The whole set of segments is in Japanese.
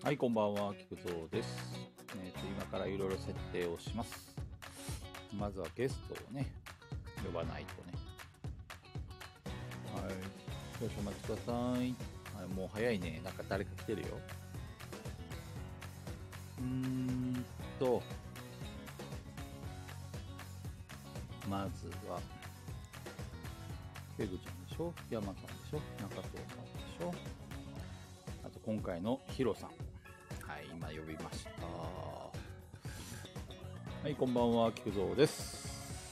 はい、こんばんは、菊蔵です。今からいろいろ設定をします。まずはゲストをね、呼ばないとね。はい、少々お待ちください。はい、もう早いね。なんか誰か来てるよ。まずは、ペグちゃんでしょ、山さんでしょ、中藤さんでしょ、あと今回のヒロさん。はい、今呼びました。はい、こんばんは、菊蔵です。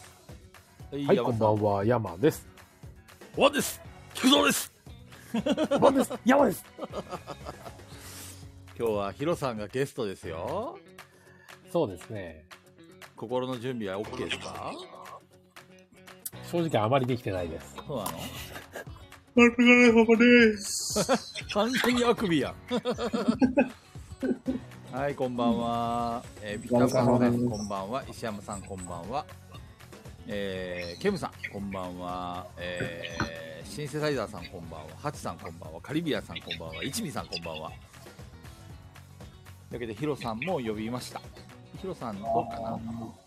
はい、こんばんは、山です。 ワンです。菊蔵です。 ワンです。山です。 今日はヒロさんがゲストですよ。 そうですね。 心の準備は OK ですか？ 正直あまりできてないです。 そうなの？ お疲れ様です。 完全にあくびやん。はい、こんばんは。ピタパンさん、こんばんは。石山さん、こんばんは。ケムさん、こんばんは。シンセサイザーさん、こんばんは。ハチさん、こんばんは。カリビアさん、こんばんは。一味さん、こんばんは。というわけで、ヒロさんも呼びました。ヒロさん、どうかな？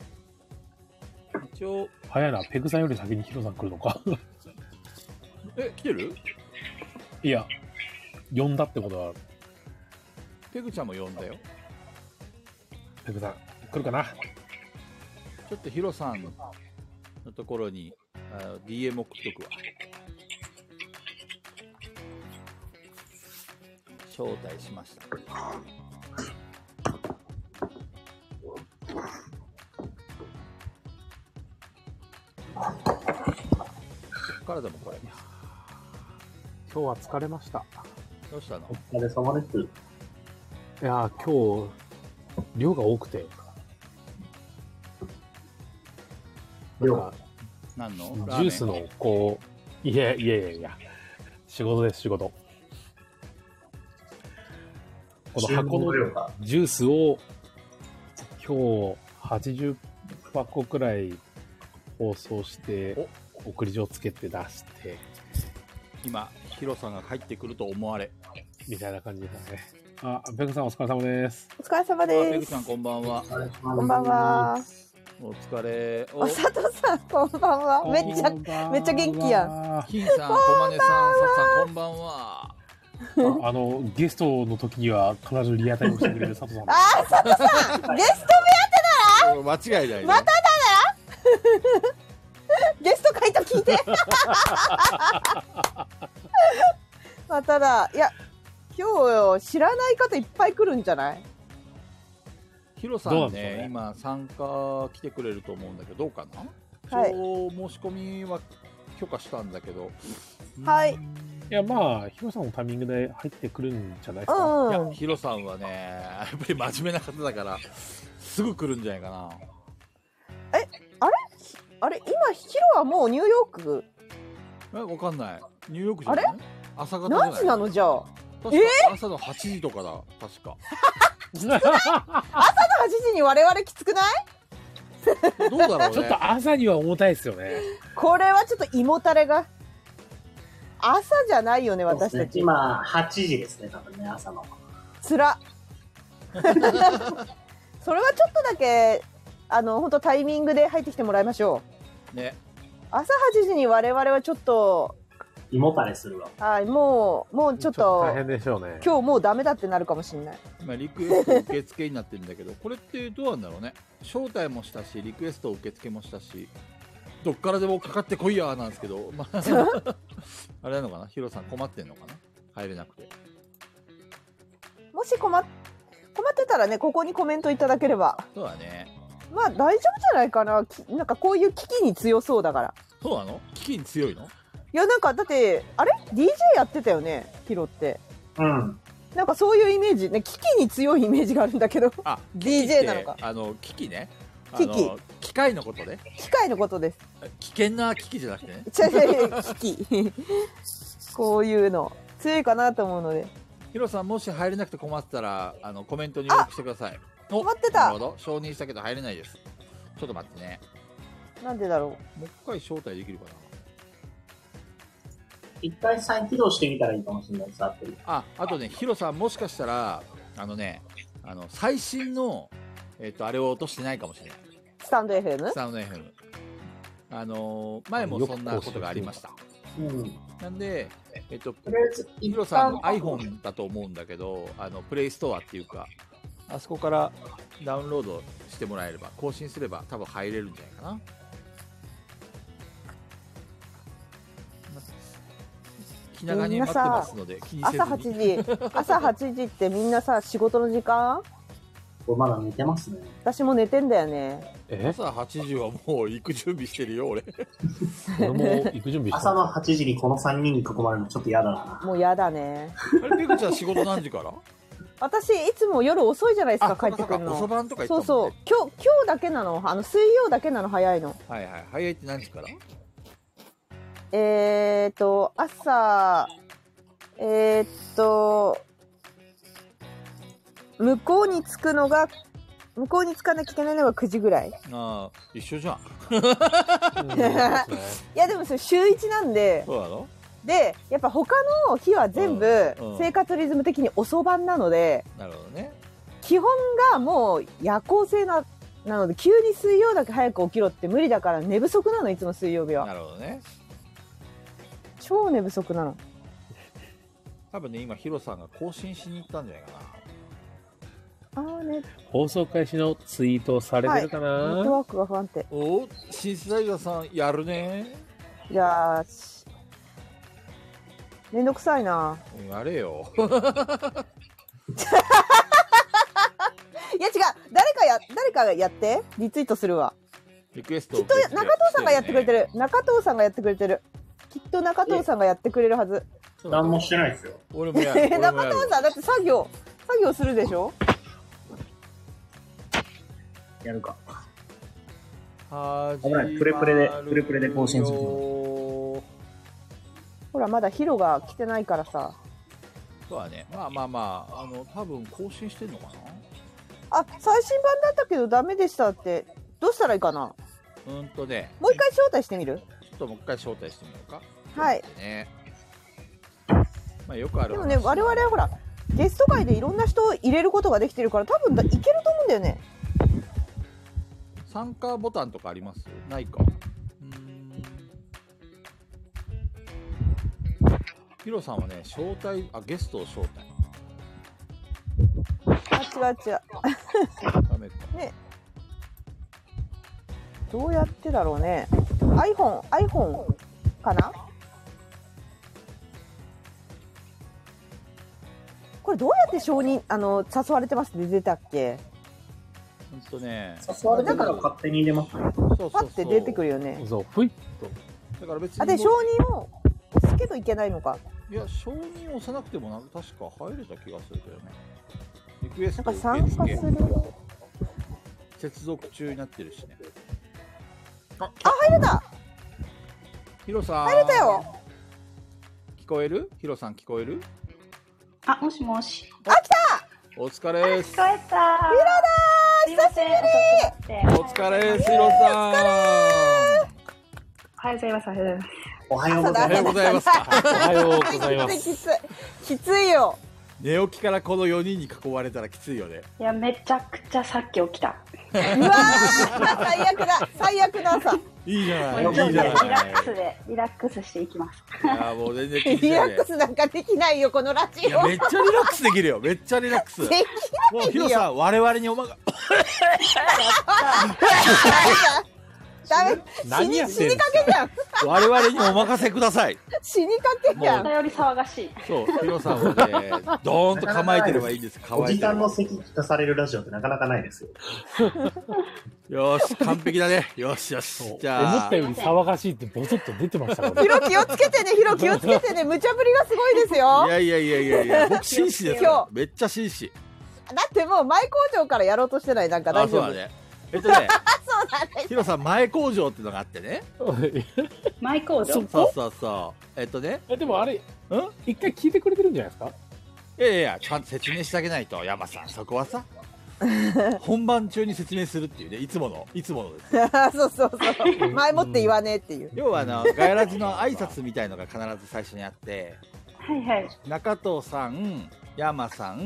一応。 早いな、ペグさんより先にヒロさん来るのか。 来てる？ いや、呼んだってことは。 ペグちゃんも呼んだよ。 ペグさん、来るかな？ ちょっとヒロさんのところにDM 送っとくわ。招待しました。こっからでもこれ。 今日は疲れました。 どうしたの？ お疲れ様です。 いやー、今日量が多くて、なんか何の？ ジュースのこう、いや仕事です、仕事。この箱のジュースを今日80箱くらい包装して送り状つけて出して、 今ヒロさんが帰ってくると思われみたいな感じですね。あ、ペグさんお疲れ様です。 お疲れ様です。 ペグちゃんこんばんは。 こんばんは。 お疲れ。 お佐藤さんこんばんは。めっちゃ元気やん。 金さん、小金さん、ささんこんばんは。 ゲストの時には必ずリアタイをしてくれる佐藤さん。 佐藤さん、ゲスト目当てなら？間違いないね。 まただな。ゲスト書いた聞いて。まただ。いや、今日知らない方いっぱい来るんじゃない？ ヒロさんね、今参加来てくれると思うんだけど、どうかな？ はい。 申し込みは許可したんだけど。 はい。 いや、まあ、ヒロさんのタイミングで入ってくるんじゃないですか。 いや、ヒロさんはね、やっぱり真面目な方だから、すぐ来るんじゃないかな。 あれ今、ヒロはもうニューヨーク？ わかんない。ニューヨークじゃない？ あれ？ 朝方じゃない？ 何時なのじゃあ。 確か朝の8時とかだ、確か。 朝の8時に我々きつくない？ どうだろうね。 ちょっと朝には重たいですよね。 これはちょっと胃もたれが。朝じゃないよね、私たち。 今、8時ですね、多分ね、朝の。 つら。それはちょっとだけ、本当タイミングで入ってきてもらいましょう。ね。 朝8時に我々はちょっと、 胃もたれするわ。 はい、もうちょっと、 大変でしょうね。 今日もうダメだってなるかもしれない。 今、リクエスト受付になってるんだけど、これってどうなんだろうね。招待もしたし、リクエスト受付もしたし、どっからでもかかってこいやなんですけど、まあ、あれなのかな、ヒロさん困ってんのかな、入れなくて。 もし困ってたらね、ここにコメントいただければ。 そうだね。 まあ大丈夫じゃないかな。なんかこういう危機に強そうだから。 そうなの？危機に強いの？ いや、なんかだって、あれ ?DJ やってたよね、ヒロって。 うん。 なんかそういうイメージね、危機に強いイメージがあるんだけど。 あ、 DJ なのか。 機器ね。 機械のことね。 機械のことです。 危険な機器じゃなくてね。 機器。こういうの強いかなと思うので。 ヒロさん、もし入れなくて困ってたらコメント入力してください。 困ってた。 なるほど、承認したけど入れないです。ちょっと待ってね。 なんでだろう。 もう一回招待できるかな。 一回再起動してみたらいいかもしれないです、アプリ。 あとね、ヒロさん、もしかしたら最新の、あれを落としてないかもしれない。 スタンド FM？ スタンド FM。前もそんなことがありました。なんで、ヒロさん iPhone だと思うんだけど、プレイストアっていうか、あそこからダウンロードしてもらえれば、更新すれば多分入れるんじゃないかな。気長に待ってますので気にせずに。 朝8時ってみんなさ、仕事の時間？ まだ寝てますね。 私も寝てんだよね。 朝8時はもう行く準備してるよ、俺。 俺も行く準備して朝の8時にこの3人に囲まれるのちょっと嫌だな。 もう嫌だね。 あれ、ペグちゃん仕事何時から？ 私いつも夜遅いじゃないですか、帰ってくるの。 遅番とか言ってたもんね。そうそう、今日だけなの、水曜だけなの、早いの。 はいはい。早いって何時から？ 朝向こうに着かなきゃいけないのが9時ぐらい。 ああ、一緒じゃん。 いやでもそれ週1なんで。 そうなの？で、 やっぱ他の日は全部生活リズム的に遅番なので、 なるほどね。 基本がもう夜行性なので、急に水曜だけ早く起きろって無理だから、寝不足なの、いつも水曜日は。 なるほどね。 超寝不足なの。 多分ね、今ヒロさんが更新しに行ったんじゃないかな。 ね、 放送開始のツイートされてるかな、 はい、ネットワークが不安定。 お、シンセサイザーさんやるね。 いやー、めんどくさいな。 やれよ。 いや違う、誰かがやってリツイートするわ。 リクエストきっと中藤さんがやってくれてる。中藤さんがやってくれてる。きっと中藤さんがやってくれるはず。 何もしてないですよ。 俺もやる。 中藤さんだって作業するでしょ。 やるか。 危ない。 プレプレで更新する。 ほらまだヒロが来てないからさ。 そうだね。まあ多分更新してんのかな。 あ、最新版だったけどダメでしたって。どうしたらいいかな。 ね。 もう一回招待してみる？ ちょっともう一回招待してみようか。 はい。 ね。まあよくある。 でもね、我々はほらゲスト会でいろんな人を入れることができてるから、多分いけると思うんだよね。 参加ボタンとかあります？ないか。ヒロさんはね、ゲストを招待。 違う。 ダメか。 ね。どうやってだろうね。iPhone かな？これどうやって承認誘われてますって出たっけ？ 誘われてから勝手に入れます。 パッて出てくるよね。 そう、ふいっと。 だから別に。 で承認を押すけどいけないのか。 いや、承認を押さなくても確か入れた気がするけどね。リクエストなんか参加する。 接続中になってるしね。 あ、入れた。 ヒロさん。 入れたよ。 聞こえる？ヒロさん聞こえる？ あ、もしもし。 あ、来た。 お疲れです。 聞こえた。 ヒロだー。久しぶり。 お疲れです、ヒロさん。 おはようございます。 おはようございます。 おはようございます。 おはようございます。 きついよ。 寝起きからこの4人に囲まれたらきついよね。 いや、めちゃくちゃさっき起きた。 うわー、最悪な朝。 いいじゃない。 リラックスしていきます。 いや、もう全然気にしリないで。 ラックスなんかできないよ、このラジオ。 いや、めっちゃリラックスできるよ。めっちゃリラックス。 できないよ。 もうヒロさん、我々にダメ。死にかけじゃん。 我々にお任せください。 死にかけじゃん。 より騒がしい。 そう、ヒロさんはね、ドーンと構えてればいいんです。 おじさんの席聞かされるラジオってなかなかないですよ。 よし、完璧だね。よし。じゃあ。 思ったより騒がしいってボソッと出てましたからね。 ヒロ気をつけてね。無茶ぶりがすごいですよ。 いや、僕紳士ですよ。めっちゃ紳士。 だってもう前工場からやろうとしてない、なんか大丈夫。 そうだね。ヒロさん、前工場ってのがあってね。 前工場。 そう。 でもあれ、一回聞いてくれてるんじゃないですか？ いや、ちゃんと説明してあげないと、山さん、そこはさ。本番中に説明するっていうね、いつものです。 そう。前もって言わねえっていう。 要はガヤラジの挨拶みたいのが必ず最初にあって、 はい。 中藤さん、山さん、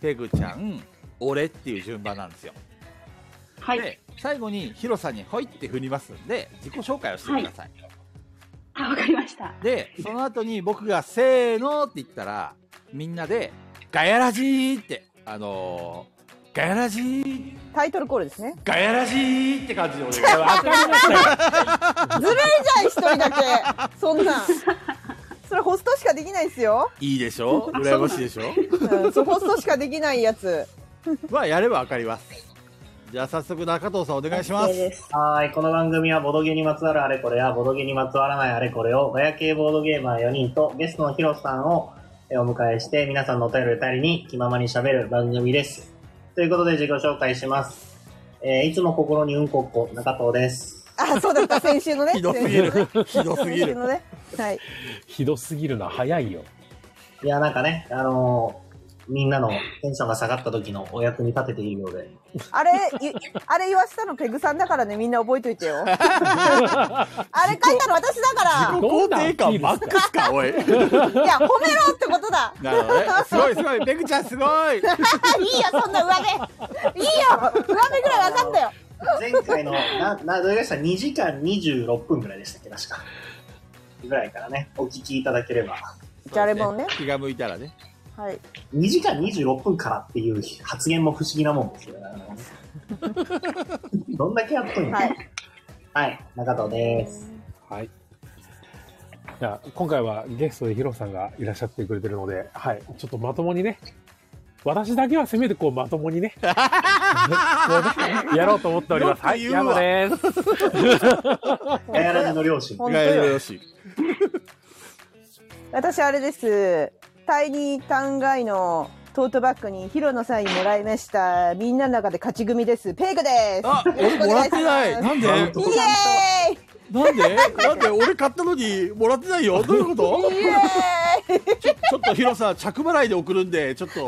ペグちゃん、俺っていう順番なんですよ。 はい。 で最後にヒロさんに「ほい」って振りますんで自己紹介をしてください。 あ、わかりました。 でその後に僕が「せーの」って言ったらみんなで「ガヤラジー」ってガヤラジータイトルコールですね。 ガヤラジーって感じでお願いしわかりましたよ。 ずるいじゃん、一人だけ。そんなん。それホストしかできないですよ。 いいでしょ、羨ましいでしょ。 うん、そうホストしかできないやつ。 まあやればわかります。じゃあ早速中藤さんお願いします。 はい、この番組はボドゲにまつわるあれこれやボドゲにまつわらないあれこれをガヤ系ボードゲーマー4人とゲストのヒロさんをお迎えして皆さんのお便りを頼りに気ままに喋る番組です。ということで自己紹介します。いつも心にうんこっこ中藤です。 あ、そうだった、先週のね。 ひどすぎる。ひどすぎる。 先週のね。はい。 ひどすぎるな、早いよ。 いや、なんかね、みんなのテンションが下がった時のお役に立てているようで。 あれ言わしたのペグさんだからね、みんな覚えといてよ。あれ書いたの私だから。 自己肯定感マックスか、おい。いや、 褒めろってことだ。 なるほどね。すごいすごい、ペグちゃんすごい。 いいよ、そんな上辺。いいよ、上辺ぐらいわかんだよ。 前回の、どれぐらいでした ?2 時間26分ぐらいでしたっけ、確か。ぐらいからね、お聞きいただければ。 じゃれもんね。 気が向いたらね。 はい。 2時間26分からっていう発言も不思議なもんですよね。どんだけやっとんの？はい。はい、中藤です。 はい。じゃあ、今回はゲストでヒロさんがいらっしゃってくれてるので、はい。ちょっとまともにね、私だけはせめてこうまともにね、こうねやろうと思っております。はい、山です。 ガヤラジの両親。 ガヤラジの両親。 私あれです。タイニータンガイのトートバッグにヒロのサインもらいました。みんなの中で勝ち組です。ペグです。 あ、俺もらってない。なんで？イエーイ。 なんで俺買ったのにもらってないよ。どういうこと？ イエーイ。 ちょっとヒロさん着払いで送るんでちょっと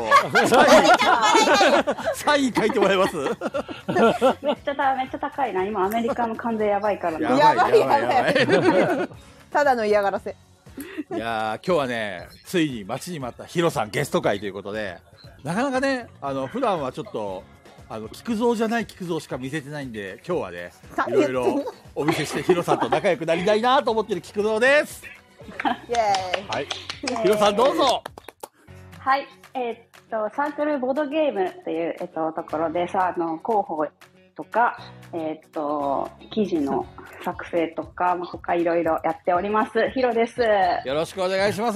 サイン書いてもらえます？ めっちゃ高いな。今アメリカの関税やばいからね。 やばい。ただの嫌がらせ。 いや今日はねついに待ちに待ったヒロさんゲスト会ということで、なかなかね普段はちょっと菊蔵じゃない菊蔵しか見せてないんで、今日はねいろいろお見せしてヒロさんと仲良くなりたいなと思ってる菊蔵です。 イエーイ。 はい、ヒロさんどうぞ。 はい、サークルボードゲームというところでさ広報とか記事の作成とか、他いろいろやっておりますヒロです。 よろしくお願いします。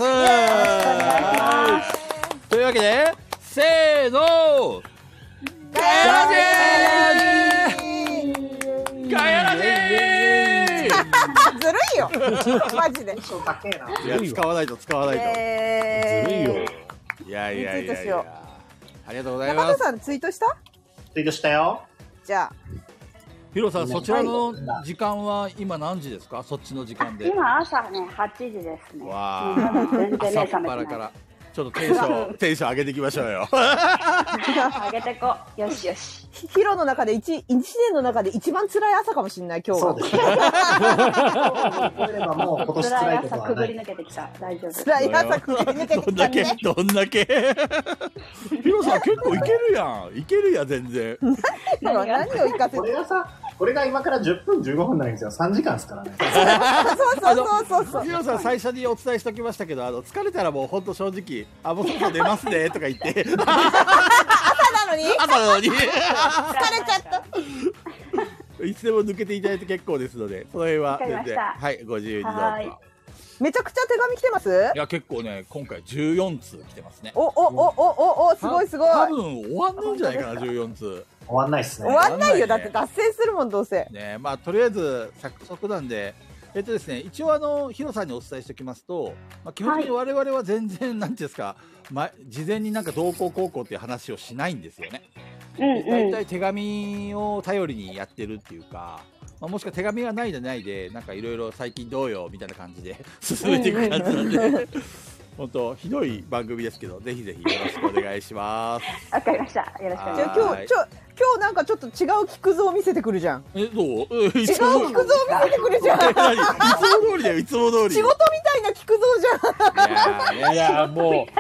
というわけでせーの、ガヤラジー、ガヤラジー。 ずるいよマジで。 いや使わないとずるいよ。 いやありがとうござい中ます。 田さんツイートした？ ツイートしたよ。 じゃあヒロさん、そちらの時間は今何時ですか？そっちの時間で。 今朝ね8時ですね。 わあ、全然目朝っぱらからちょっとテンション上げていきましょうよ。 上げてこよしよし。 ヒロの中で一年の中で一番辛い朝かもしれない今日は。 そうですね。超えればもう今年辛いことはない。 辛い朝くぐり抜けてきた。大丈夫。 辛い朝くぐり抜けてきたね。 どんだけヒロさん結構いけるやん。いけるやん全然。 何を生かせて。 これが今から10分15分なんですよ。3時間ですからね。 そう。 ヒロさん最初にお伝えしておきましたけど、疲れたらもう本当正直もうそろそろ寝ますねとか言って。 朝なのに疲れちゃった。 いつでも抜けていただいて結構ですので、その辺は全然はいご自由にどうぞ。 めちゃくちゃ手紙来てます？ いや結構ね今回14通来てますね。 おすごいすごい。 多分終わんないんじゃないかな14通。 終わんないっすね。 終わんないよ、だって脱線するもんどうせ。 ね、まあとりあえず早速なんで。ですね、一応ヒロさんにお伝えしておきますと、基本的に我々は全然なんていうんですか、事前になんかどうこうこうこうっていう話をしないんですよね。大体手紙を頼りにやってるっていうか、もしくは手紙がないでなんかいろいろ最近どうよみたいな感じで進めていく感じなんで、本当ひどい番組ですけど、ぜひぜひよろしくお願いします。 わかりました。よろしくお願いします。 今日なんかちょっと違う菊蔵を見せてくるじゃん。 どう？違う菊蔵を見せてくるじゃん。いつも通りだよ、いつも通り。 仕事みたいな菊蔵じゃん。 いやもう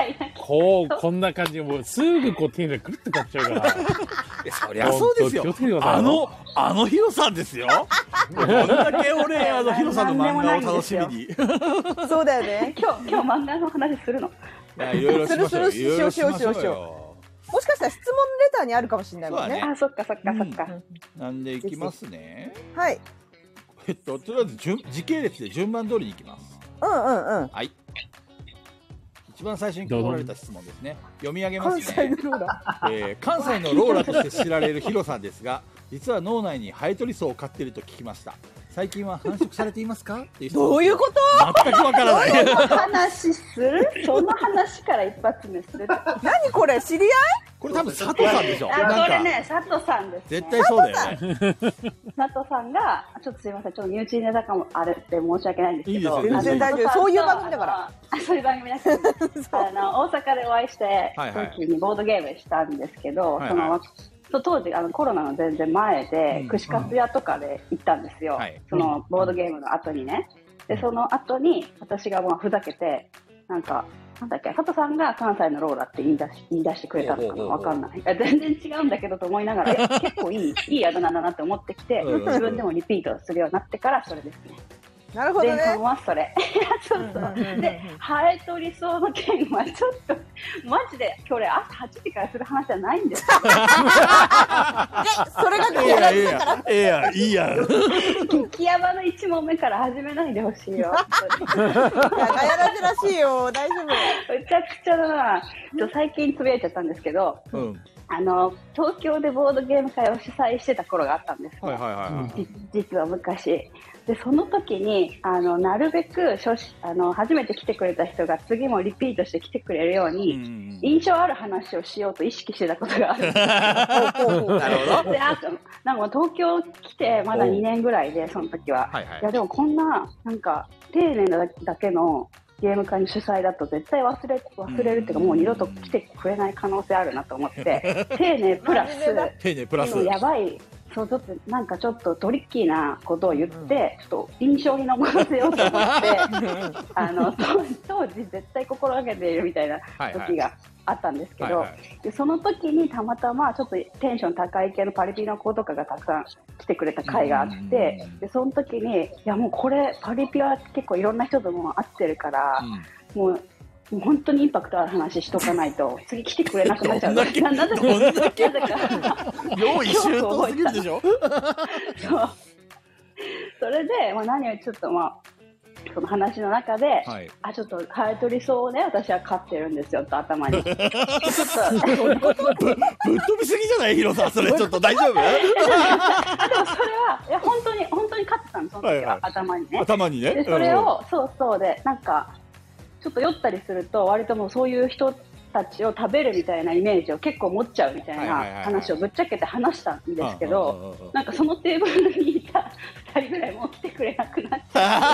こんな感じで、もうすぐこう手がくるって買っちゃうから。 そりゃそうですよ。あのヒロさんですよ。どんだけ俺、ヒロさんの漫画を楽しみに。 そうだよね。 今日漫画の話するの？ いや、いろいろしましょう。 しよう。もしかしたら質問レターにあるかもしれないもんね。 あ、そっか。 なんでいきますね。 はい。 とりあえず時系列で順番通りにいきます。 はい。 一番最初に来られた質問ですね。読み上げますね。 関西のローラ。 関西のローラとして知られるヒロさんですが、実は脳内にハエトリソウを飼っていると聞きました。最近は繁殖されていますか？っていう質問。 どういうこと？ 全くわからない。 その話する？その話から一発目する？ 何これ？知り合い？ これ多分佐藤さんでしょ。 これね、佐藤さんです、ね。 絶対そうだよね。 佐藤さんが、ちょっとすいません、ちょっと身内ネタかもあれって申し訳ないんですけど。 全然大丈夫。そういう番組だから。 そういう番組だから。大阪でお会いして、時にボードゲームしたんですけど、当時コロナの全然前で、串カツ屋とかで行ったんですよ。そのボードゲームの後にね。で、その後に私がふざけて、なんだっけ、佐藤さんが関西のローラって言い出してくれたのかな、わかんない。全然違うんだけどと思いながら、結構いいあだ名だなって思ってきて、自分でもリピートするようになってからそれですね。 なるほどね。 前半はそれ。で、ハエと理想の件はちょっと、マジで、今日朝8時からする話じゃないんですよ。 それが嫌だったから。 いいや。 激ヤバの1問目から始めないでほしいよ。 ガヤラジらしいよ。大丈夫。 めちゃくちゃだな。最近つぶやいちゃったんですけど、東京でボードゲーム会を主催してた頃があったんです。実は昔。で、その時に、なるべく初めて来てくれた人が次もリピートして来てくれるように、印象ある話をしようと意識してたことがある。なるほど。で、なんか東京来てまだ2年ぐらいで、その時は。いや、でもこんな、丁寧なだけのゲーム会の主催だと絶対忘れるっていうか、もう二度と来てくれない可能性あるなと思って、丁寧プラス、やばい。ちょっとトリッキーなことを言って、ちょっと印象に残らせようと思って、当時絶対心がけているみたいな時があったんですけど、でその時にたまたまちょっとテンション高い系のパリピの子とかがたくさん来てくれた回があって、でその時に、いやもうこれパリピは結構いろんな人とも会ってるから、もう本当にインパクトある話しとかないと次来てくれなくなっちゃう。なぜか用意周到すぎるでしょ。 そう。それで、何よりちょっとその話の中で、ちょっとハエと理想をね、私は飼ってるんですよと頭に。ちょっとぶっ飛びすぎじゃないヒロさん、それちょっと大丈夫？でもそれは、いや本当に飼ってたの、その時は頭にね。 頭にね。 でそれをそうでちょっと酔ったりすすると割ともうそういう人たちを食べるみたいなイメージを結構持っちゃうみたいな話をぶっちゃけて話したんですけど、なんかそのテーブルにいた2人ぐらいもう来てくれなくなっちゃ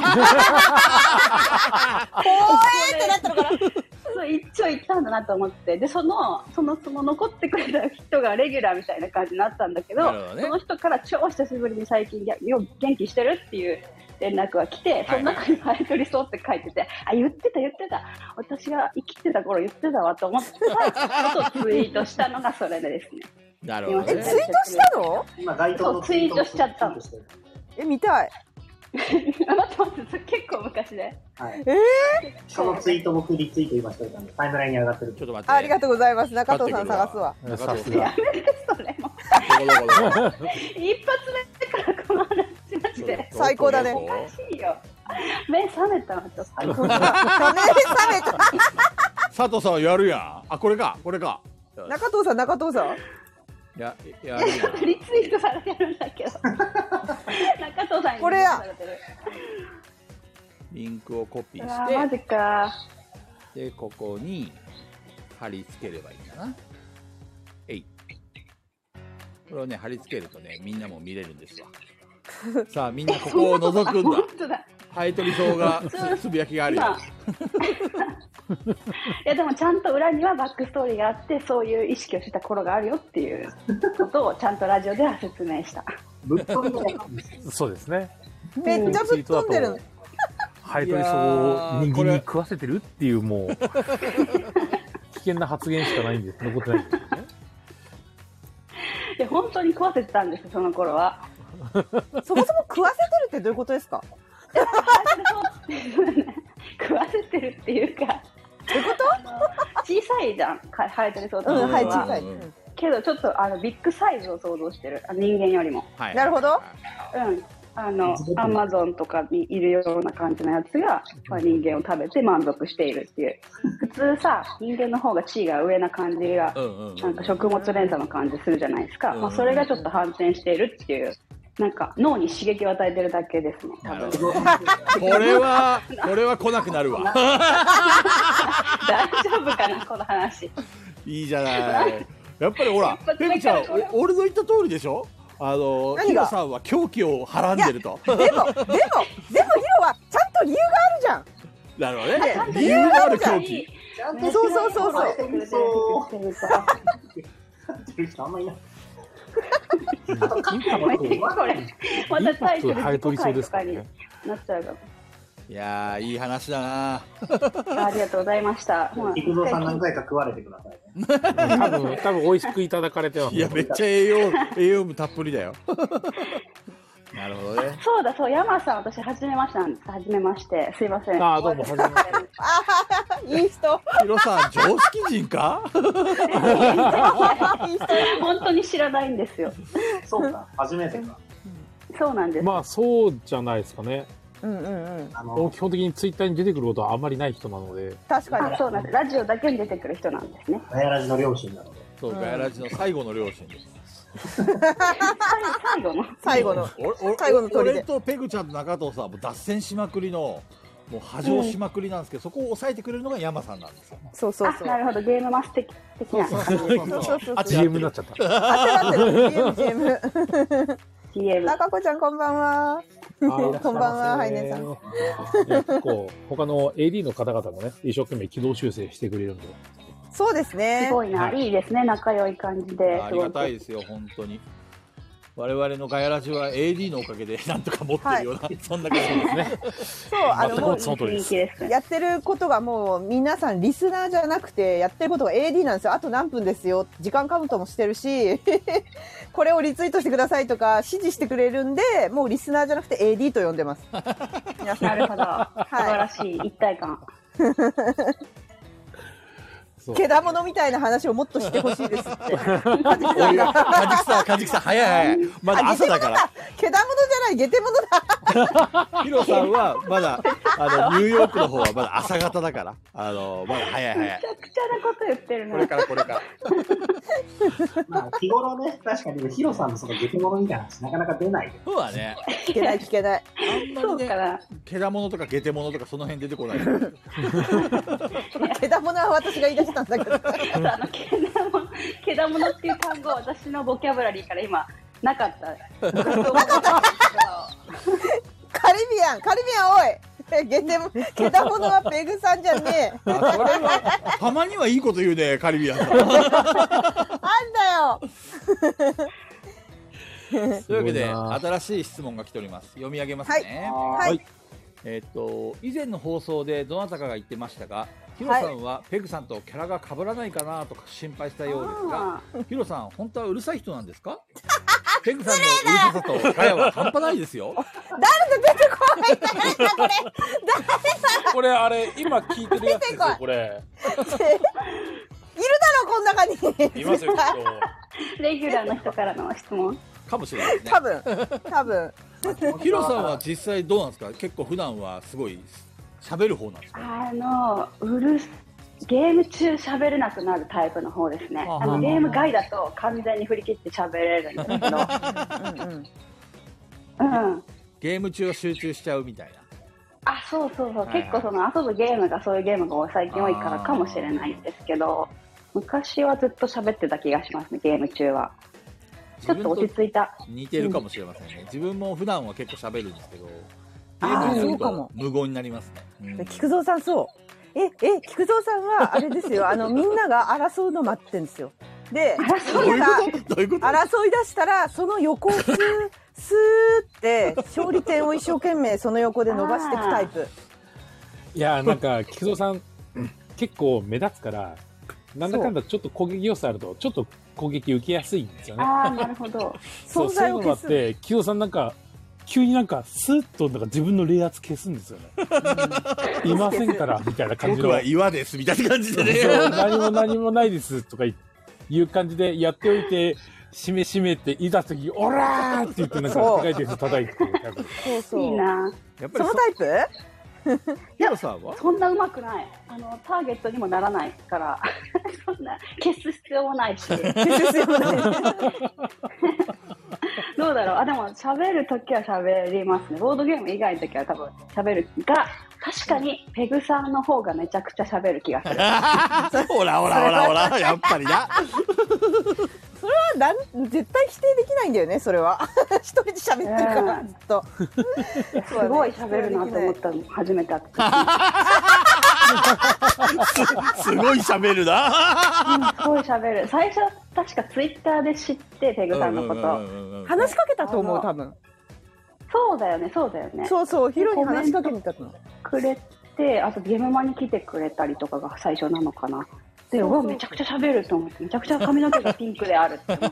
って怖いってなったのかな。そう一応言ったんだなと思って、でその残ってくれた人がレギュラーみたいな感じになったんだけど、その人から超久しぶりに最近元気してるっていう連絡が来て、その中にハエと理想って書いてて、言ってた私が生きてた頃言ってたわと思ってたツイートしたのがそれですね。 なるほどね。 ツイートしたの？ 今該当のツイートしちゃったの。 見たい。 待って結構昔で。 はい。そのツイート僕リツイート今してたんでタイムラインに上がってる。 ちょっと待って。 ありがとうございます。中藤さん探すわ。 中藤さん。 やめてそれも。一発目からこの話マジで。 最高だね。 おかしいよ。目覚めたのちょっと。 目覚めた。 佐藤さんやるやん。あ、これか。 中藤さん。 やリツイートされてるんだけど。中藤さんにこれや。 リンクをコピーして、 マジか。 でここに貼り付ければいいんだな。これをね貼り付けるとねみんなも見れるんですわ。さあみんなここを覗くんだ。ハエと理想がつぶやきがあるよ。 いやでもちゃんと裏にはバックストーリーがあって、そういう意識をした頃があるよっていうことをちゃんとラジオでは説明した。 ぶっ飛んでそうですね。 めっちゃぶっ飛んでる。 ハエと理想を人間に食わせてるっていうもう危険な発言しかないんです。残ってないんですよね。 で本当に食わせてたんですその頃は。 そもそも食わせてるってどういうことですか？ 食わせてるっていうか。 どういうこと？ 小さいじゃん、ハエトリソートはい、小は。 さい。 けどちょっとビッグサイズを想像してる。人間よりも。 なるほど。 アマゾンとかにいるような感じのやつが、人間を食べて満足しているっていう。普通さ、人間の方が地位が上な感じが、なんか食物連鎖の感じするじゃないですか。それがちょっと反転しているっていう。なんか脳に刺激を与えてるだけですね。多分これは来なくなるわ。 大丈夫かなこの話。 いいじゃない。やっぱりほら、ペグちゃん、俺の言った通りでしょ。ヒロさんは狂気をはらんでると。 でもヒロはちゃんと理由があるじゃん。 なるほどね。理由がある狂気。 そう。 あんまりない。 これまたタイトル自己回とかになっちゃうかも。 いやー、いい話だな。 ありがとうございました。 菊蔵さん何回か食われてくださいね。 多分美味しくいただかれてます。 いや、めっちゃ栄養分たっぷりだよ。なるほどね。 そう、山さん、私、はじめまして。すいません。 どうも、はじめまして。 いい人。 ヒロさん、常識人か？ 本当に知らないんですよ。 そうか、初めてか。 そうなんです。 まあ、そうじゃないですかね。 基本的にツイッターに出てくることはあんまりない人なので。 確かに。 そうなんです。ラジオだけに出てくる人なんですね。 ガヤラジの両親なので。 そう、ガヤラジの最後の両親です。 最後の俺とペグちゃんと中藤さんはもう脱線しまくりの、もう波状しまくりなんですけど、そこを抑えてくれるのが山さんなんですよ。 そう。 なるほど、ゲームマス的な。 あ、GM になっちゃった。 GM。中子ちゃんこんばんは。こんばんは、ハイネさん。 結構他の AD の方々もね、一生懸命軌道修正してくれるんで。 そうですね。 すごいな、いいですね、仲良い感じで。 ありがたいですよ、本当に。我々のガヤラジは AD のおかげでなんとか持ってるような、そんな感じですね。 もうやってることがもう皆さんリスナーじゃなくてやってることが AD なんですよ。あと何分ですよ、時間カウントもしてるしこれをリツイートしてくださいとか指示してくれるんで、もうリスナーじゃなくて AD と呼んでます。 なるほど、素晴らしい一体感。 けだものみたいな話をもっとしてほしいですって。 カジキさん早い。まだ朝だから。 けだものじゃない、ゲテモノだ。 ヒロさんはまだニューヨークの方はまだ朝方だから、まだ早い。 めちゃくちゃなこと言ってるね。 これから。 まあ日頃ね、確かにヒロさんのそのゲテモノみたいな話なかなか出ない。 そうだね。 聞けない。 あんまりね、けだものとかゲテモノとかその辺出てこない。 けだものは私が言い出したんだけど。 けだものっていう単語は私のボキャブラリーから今なかった。カリビアンおい。けだものはペグさんじゃねえ。 たまにはいいこと言うね、カリビアンさん。 あんだよ。 というわけで新しい質問が来ております。読み上げますね。 はい。 以前の放送でどなたかが言ってましたが、ヒロさんはペグさんとキャラが被らないかなとか心配したようですが、ヒロさん本当はうるさい人なんですか？ペグさんのうるささとガヤは半端ないですよ。 誰で出てこないんだこれ。 これあれ今聞いてるやつですよこれ。 いるだろこの中に。 いますよきっレギュラーの人からの質問かもしれないね。 多分。 ヒロさんは実際どうなんですか？結構普段はすごい喋る方なんですか？ ゲーム中喋れなくなるタイプの方ですね。ゲーム外だと完全に振り切って喋れるんですけど、 ゲーム中は集中しちゃうみたいな。そう、結構その遊ぶゲームがそういうゲームが最近多いからかもしれないんですけど、昔はずっと喋ってた気がしますね、ゲーム中は。ちょっと落ち着いた。 似てるかもしれませんね。自分も普段は結構喋るんですけど、ゲームすると無言になりますね。 菊蔵さんそう。菊蔵さんはあれですよ。みんなが争うの待ってんですよ。で、争い出したらその横をスーって勝利点を一生懸命その横で伸ばしていくタイプ。 いやなんか菊蔵さん結構目立つから。 なんだかんだちょっと攻撃要素あると、ちょっと攻撃受けやすいんですよね。 ああ、なるほど。 そう、そういうのもあって、キヨさんなんか、急になんか、スッとなんか自分の冷圧消すんですよね。いませんから、みたいな感じの。 僕は岩です、みたいな感じでね。 そう、何もないです、とかいう感じでやっておいて、しめって、いざ次、オラーって言ってなんか、高い点数叩いてくる。 そうそう。 いいな。 やっぱりそのタイプ？ ヒロさんはそんな上手くない。ターゲットにもならないから、そんな消す必要もないし。消す必要もない。どうだろう。あ、でも喋るときは喋りますね。ボードゲーム以外のときは多分喋るが、確かにペグさんの方がめちゃくちゃ喋る気がする。 ほら、やっぱりな。 それは絶対否定できないんだよね、それは。一人で喋ってるから、ずっと。 すごい喋るなと思ったの、初めて会った時。すごい喋るな。 すごい喋る。最初、確かツイッターで知って、ペグさんのこと。 話しかけたと思う、多分。 そうだよね。 そうそう、ヒロに話しかけに行ったの。 くれて、あとゲームマに来てくれたりとかが最初なのかな。で、めちゃくちゃ喋ると思って、めちゃくちゃ髪の毛がピンクであるって思って。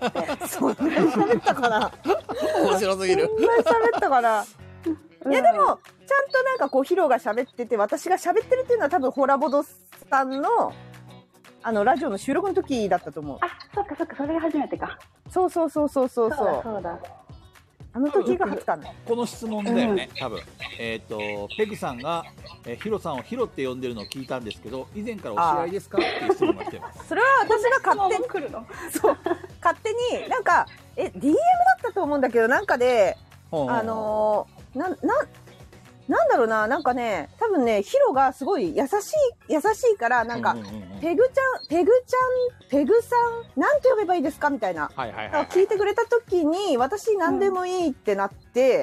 そんなに喋ったかな。 面白すぎる。 そんなに喋ったかな。いやでも、ちゃんとなんかこう、ヒロが喋ってて、私が喋ってるっていうのは多分、ホラボドさんの、ラジオの収録の時だったと思う。 あ、そっか、それが初めてか。 そう。そうだ。あの時が初かね。 この質問だよね、多分。ペグさんが、ヒロさんをヒロって呼んでるのを聞いたんですけど、以前からお知り合いですかっていう質問が来てます。 それは私が勝手に来るの。そう。勝手に、なんか、DM だったと思うんだけど、なんかで、なんだろうな、なんかね、多分ね、ヒロがすごい優しいから、なんか、ペグさん、なんて呼べばいいですかみたいな。聞いてくれた時に、私何でもいいってなって、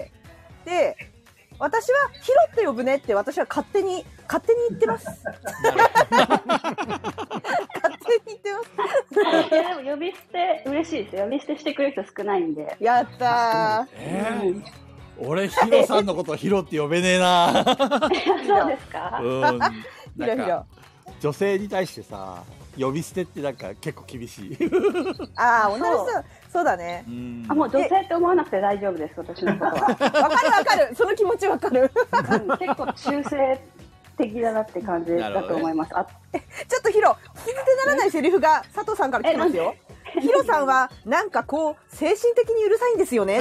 で、私はヒロって呼ぶねって私は勝手に言ってます。勝手に言ってます。 でも呼び捨て嬉しいですよ。呼び捨てしてくれる人少ないんで。 やったー。俺ヒロさんのことヒロって呼べねえな。 そうですか。 なんか女性に対してさ、呼び捨てってなんか結構厳しい。 ああ、同じそうだね。 あ、もう女性って思わなくて大丈夫です、私のことは。 わかる。その気持ちわかる。 結構中性的だなって感じだと思います。ちょっとヒロ、聞いてならないセリフが佐藤さんから来てますよ。ヒロさんはなんかこう精神的にうるさいんですよねって。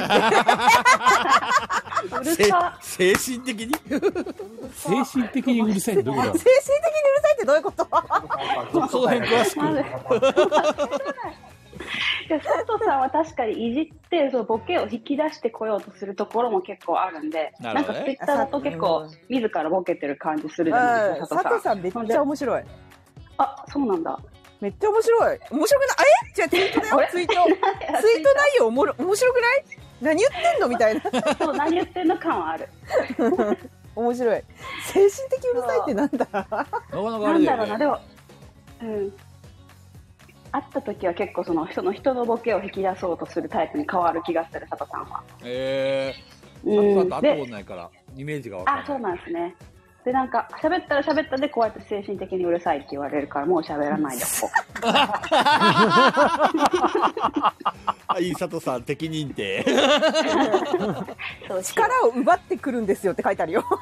精神的に精神的にうるさいってどういうこと？ 精神的にうるさいってどういうこと？ その辺詳しく。 佐藤さんは確かにいじってそのボケを引き出してこようとするところも結構あるんで、なんかツイッターだと結構自らボケてる感じするじゃないですか。 佐藤さんめっちゃ面白い。 あ、そうなんだ。 めっちゃ面白い。面白くない？じゃあツイートだよ。ツイート内容面白くない？何言ってんのみたいな。 そう、何言ってんの感はある。 面白い。精神的うるさいってなんだ？ なんだろうな、でも、会った時は結構その人のボケを引き出そうとするタイプに変わる気がする、佐藤さんは。 佐藤さんと会ったことないからイメージがわかんない。 あ、そうなんですね。で、なんか喋ったでこうやって精神的にうるさいって言われるからもう喋らないでおこう。いい佐藤さん敵認定。 力を奪ってくるんですよって書いてあるよ。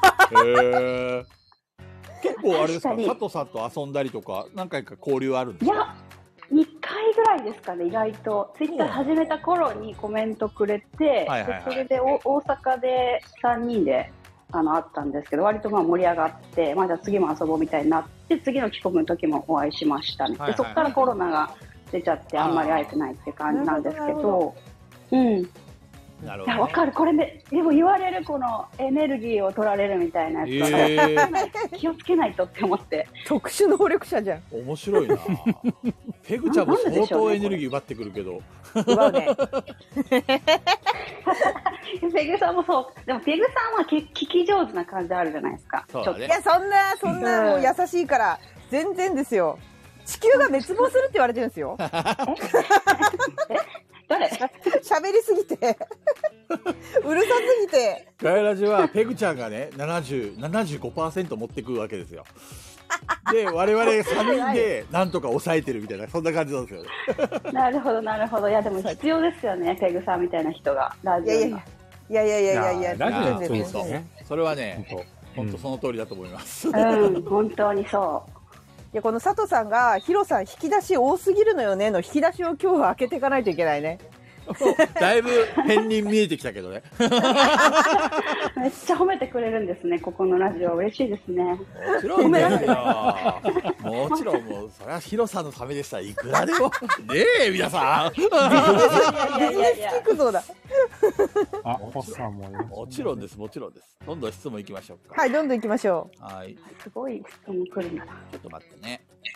結構あれですか、佐藤さんと遊んだりとか何回か交流あるんですか？ いや、2回ぐらいですかね。意外とツイッター始めた頃にコメントくれて、それで大阪で3人で会ったんですけど、割とまあ盛り上がって、じゃあ次も遊ぼうみたいになって、次の帰国の時もお会いしましたね。でそこからコロナが出ちゃってあんまり会えてないって感じなんですけど、 なるほどね。 わかる。これでも言われるこのエネルギーを取られるみたいなやつは、気をつけないとって思って。 特殊能力者じゃん。 面白いな。ペグちゃんも相当エネルギー奪ってくるけど。 奪うね。 ペグさんもそう。でもペグさんは聞き上手な感じあるじゃないですか。 そうだね。 いや、そんなもう優しいから全然ですよ。地球が滅亡するって言われてるんですよ。 誰？ 喋りすぎてうるさすぎて。 ガヤラジはペグちゃんがね75% 持ってくるわけですよ。 で我々3人でなんとか抑えてるみたいなそんな感じなんですよね。 なるほどなるほど。いやでも必要ですよね、ペグさんみたいな人がラジオに。 いやラジオそうですね。 ね。それはね本当その通りだと思います。 本当にそう。 いやこの佐藤さんがヒロさん引き出し多すぎるのよねの引き出しを今日は開けていかないといけないね。 だいぶ片鱗見えてきたけどね。 めっちゃ褒めてくれるんですね、ここのラジオ。嬉しいですね。 もちろんですよ。もちろんもうそれはヒロさんのためでしたらいくらでもねえ皆さん。 いやいやいや。 聞くぞだ。 あ、ホさんもね。 もちろんですもちろんです。どんどん質問いきましょうか。 はいどんどん行きましょう。はい。 すごい質問来るんだな。 ちょっと待ってね。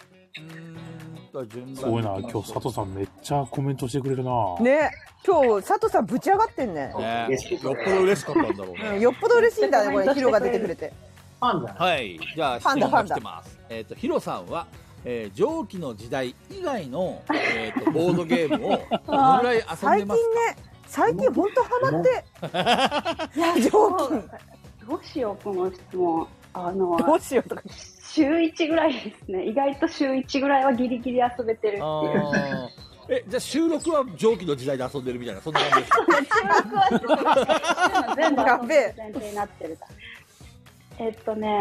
順番すごいな、今日佐藤さんめっちゃコメントしてくれるな。 ね今日佐藤さんぶち上がってんね。 よっぽど嬉しかったんだろうね。 よっぽど嬉しいんだねこれヒロが出てくれて。 ファンじゃない。 はい。じゃあ質問が来てます。ヒロさんは。蒸気の時代以外の、ボードゲームをどのぐらい遊んでますか？ 最近本当ハマって。いや蒸気。 どうしようこの質問。 どうしようとか。 週1ぐらいですね。意外と週1ぐらいはギリギリ遊べてるっていう。 じゃあ収録は蒸気の時代で遊んでるみたいなそんな感じですか？ 収録は全部遊んで前提になってるから。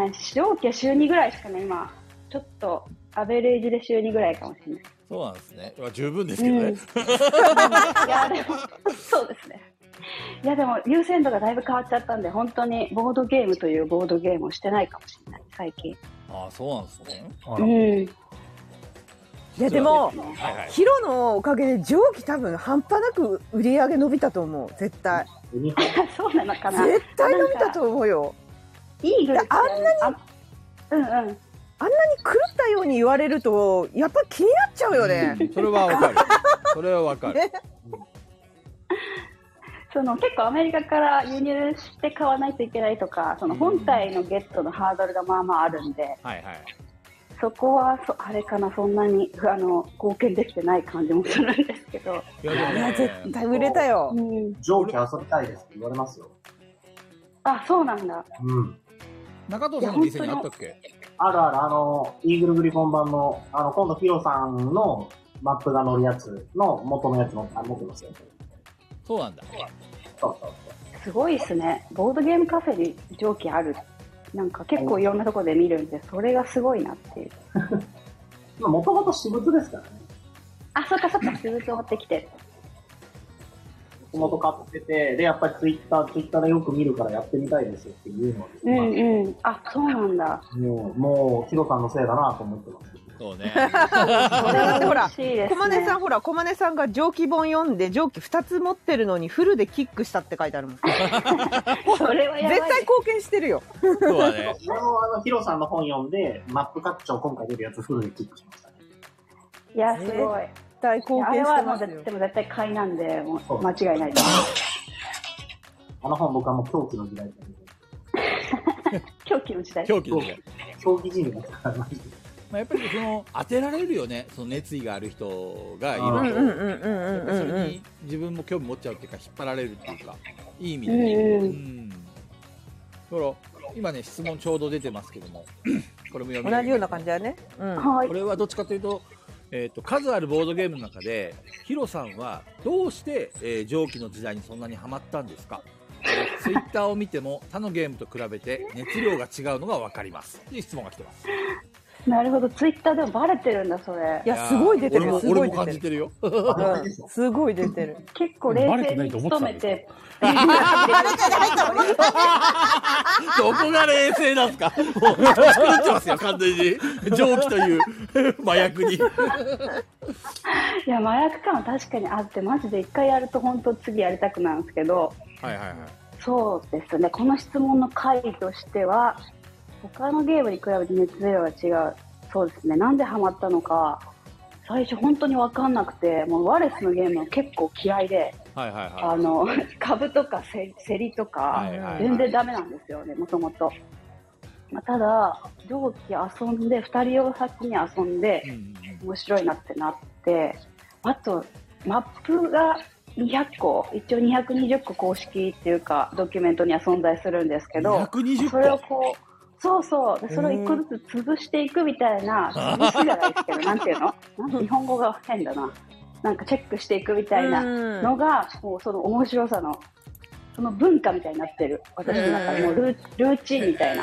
蒸気は週2ぐらいしかね今ちょっとアベレージで週2ぐらいかもしれない。 そうなんですね。十分ですけどね。 いやでもそうですね。いやでも優先度がだいぶ変わっちゃったんで本当にボードゲームというボードゲームをしてないかもしれない最近。 ああそうなんですね。 いやでもヒロのおかげで蒸気多分半端なく売り上げ伸びたと思う絶対。 そうなのかな。 絶対伸びたと思うよ。 イーグルあんなに狂ったように言われるとやっぱり気になっちゃうよね。 それはわかる。それはわかる。 結構アメリカから輸入して買わないといけないとか本体のゲットのハードルがまあまああるんで、そこはあれかなそんなに貢献できてない感じもするんですけど。 いや絶対売れたよ。 蒸気遊びたいですって言われますよ。 あ、そうなんだ。 中藤さんの店にあったっけ？ あるイーグルグリフォン版の今度ヒロさんのマップが乗るやつの元のやつ持ってますよ。 そうなんだ。 すごいですね。ボードゲームカフェに蒸気ある。なんか結構いろんなところで見るんで、それがすごいなっていう。 もともと私物ですからね。 あ、そっかそっか、私物を持ってきて。 もともと買ってて、で、やっぱりツイッターでよく見るからやってみたいですよっていうのです。あ、そうなんだ。 もう、ヒロさんのせいだなと思ってます。 そうね。 ほら、小金さんが蒸気本読んで蒸気2つ持ってるのにフルでキックしたって書いてあるもん。 それはやばい。 絶対貢献してるよ。 そうだね。 ヒロさんの本読んでマップ拡張今回出るやつフルでキックしました。 いやすごい。 絶対貢献してますよ。 でも絶対買いなんでもう間違いないです。 本僕はもう狂気の時代。 狂気の時代。 狂気の時代。 狂気人物がマジで。 やっぱり当てられるよね。その熱意がある人がいると、それに自分も興味持っちゃうっていうか引っ張られるっていうかいい意味でね。ほら今ね質問ちょうど出てますけども、これも読み同じような感じだね。 これはどっちかというと。数あるボードゲームの中でヒロさんはどうして、蒸気の時代にそんなにハマったんですか？ツイッターを見ても他のゲームと比べて熱量が違うのが分かりますという質問が来てます。 なるほど、ツイッターでもバレてるんだそれ。 いやすごい出てる。 俺も感じてるよ。 すごい出てる。 結構冷静に努めて。 どこが冷静なんすか？もう作ってますよ完全に蒸気という麻薬に。いや麻薬感は確かにあってマジで一回やると本当次やりたくなるんですけど。そうですね。この質問の回としては。他のゲームに比べて熱量が違う。そうですね。なんでハマったのか、最初本当に分かんなくて、もうワレスのゲームは結構嫌いで、株とか競りとか、全然ダメなんですよね、もともと。ただ、蒸気遊んで、2人を先に遊んで、面白いなってなって、あと、マップが200個、一応220個公式っていうか、ドキュメントには存在するんですけど、それをこう、 そうそう。でそれを一個ずつ潰していくみたいな、潰すじゃないですけど、なんていうの日本語が変だな。なんかチェックしていくみたいなのが、もうその面白さの、その文化みたいになってる。私の中でもルーチンみたいな。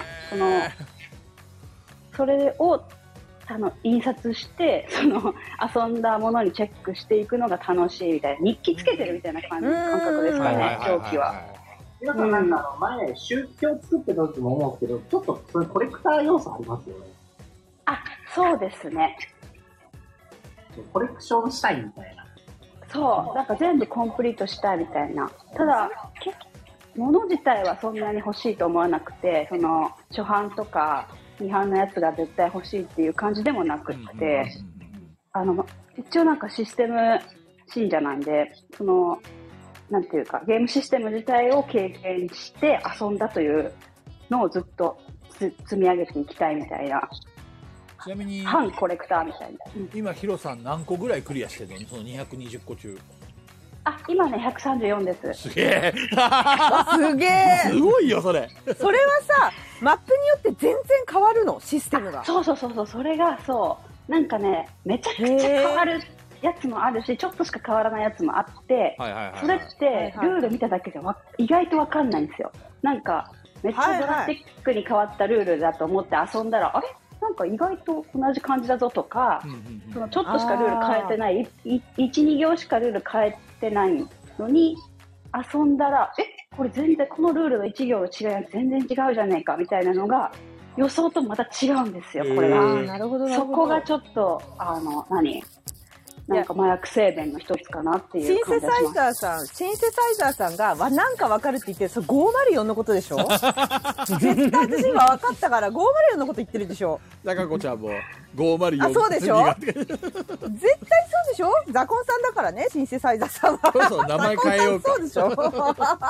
それを印刷して、遊んだものにチェックしていくのが楽しいみたいな。日記つけてるみたいな感覚ですかね、長期は。 皆さんなんか前、宗教作ってた時も思うんですけど、ちょっとそれコレクター要素ありますよね。 あ、そうですね。 コレクションしたいみたいな。 そう、なんか全部コンプリートしたいみたいな。ただ、物自体はそんなに欲しいと思わなくて、初版とか2版のやつが絶対欲しいっていう感じでもなくって、一応なんかシステム信者なんで、なんていうか、ゲームシステム自体を経験して遊んだというのをずっと積み上げていきたいみたいな。 ちなみに反コレクターみたいな。 今ヒロさん何個ぐらいクリアしてるの？その220個中。 今ね134です。 すげえ。 すげえ。 すごいよそれ。 それはさ、マップによって全然変わるの、システムが。 そう、それがそうなんかね、めちゃくちゃ変わるやつもあるし、ちょっとしか変わらないやつもあって、それってルール見ただけじゃ意外とわかんないんですよ。なんかめっちゃドラスティックに変わったルールだと思って遊んだら、あれなんか意外と同じ感じだぞとか、ちょっとしかルール変えてない、1,2 行しかルール変えてないのに遊んだら、これ全然このルールの1行の違いが全然違うじゃねえかみたいなのが予想とまた違うんですよ、これが。 なるほど。 そこがちょっとなんか麻薬成分の一つかなっていう感じがします。 シンセサイザーさんがなんかわかるって言ってる、それ504のことでしょ。絶対私今わかったから504のこと言ってるでしょ。 中子ちゃんも504。 あ、そうでしょ。絶対そうでしょ。ザコンさんだからね、シンセサイザーさんは。 そう名前変えようか。 そうでしょ。絶対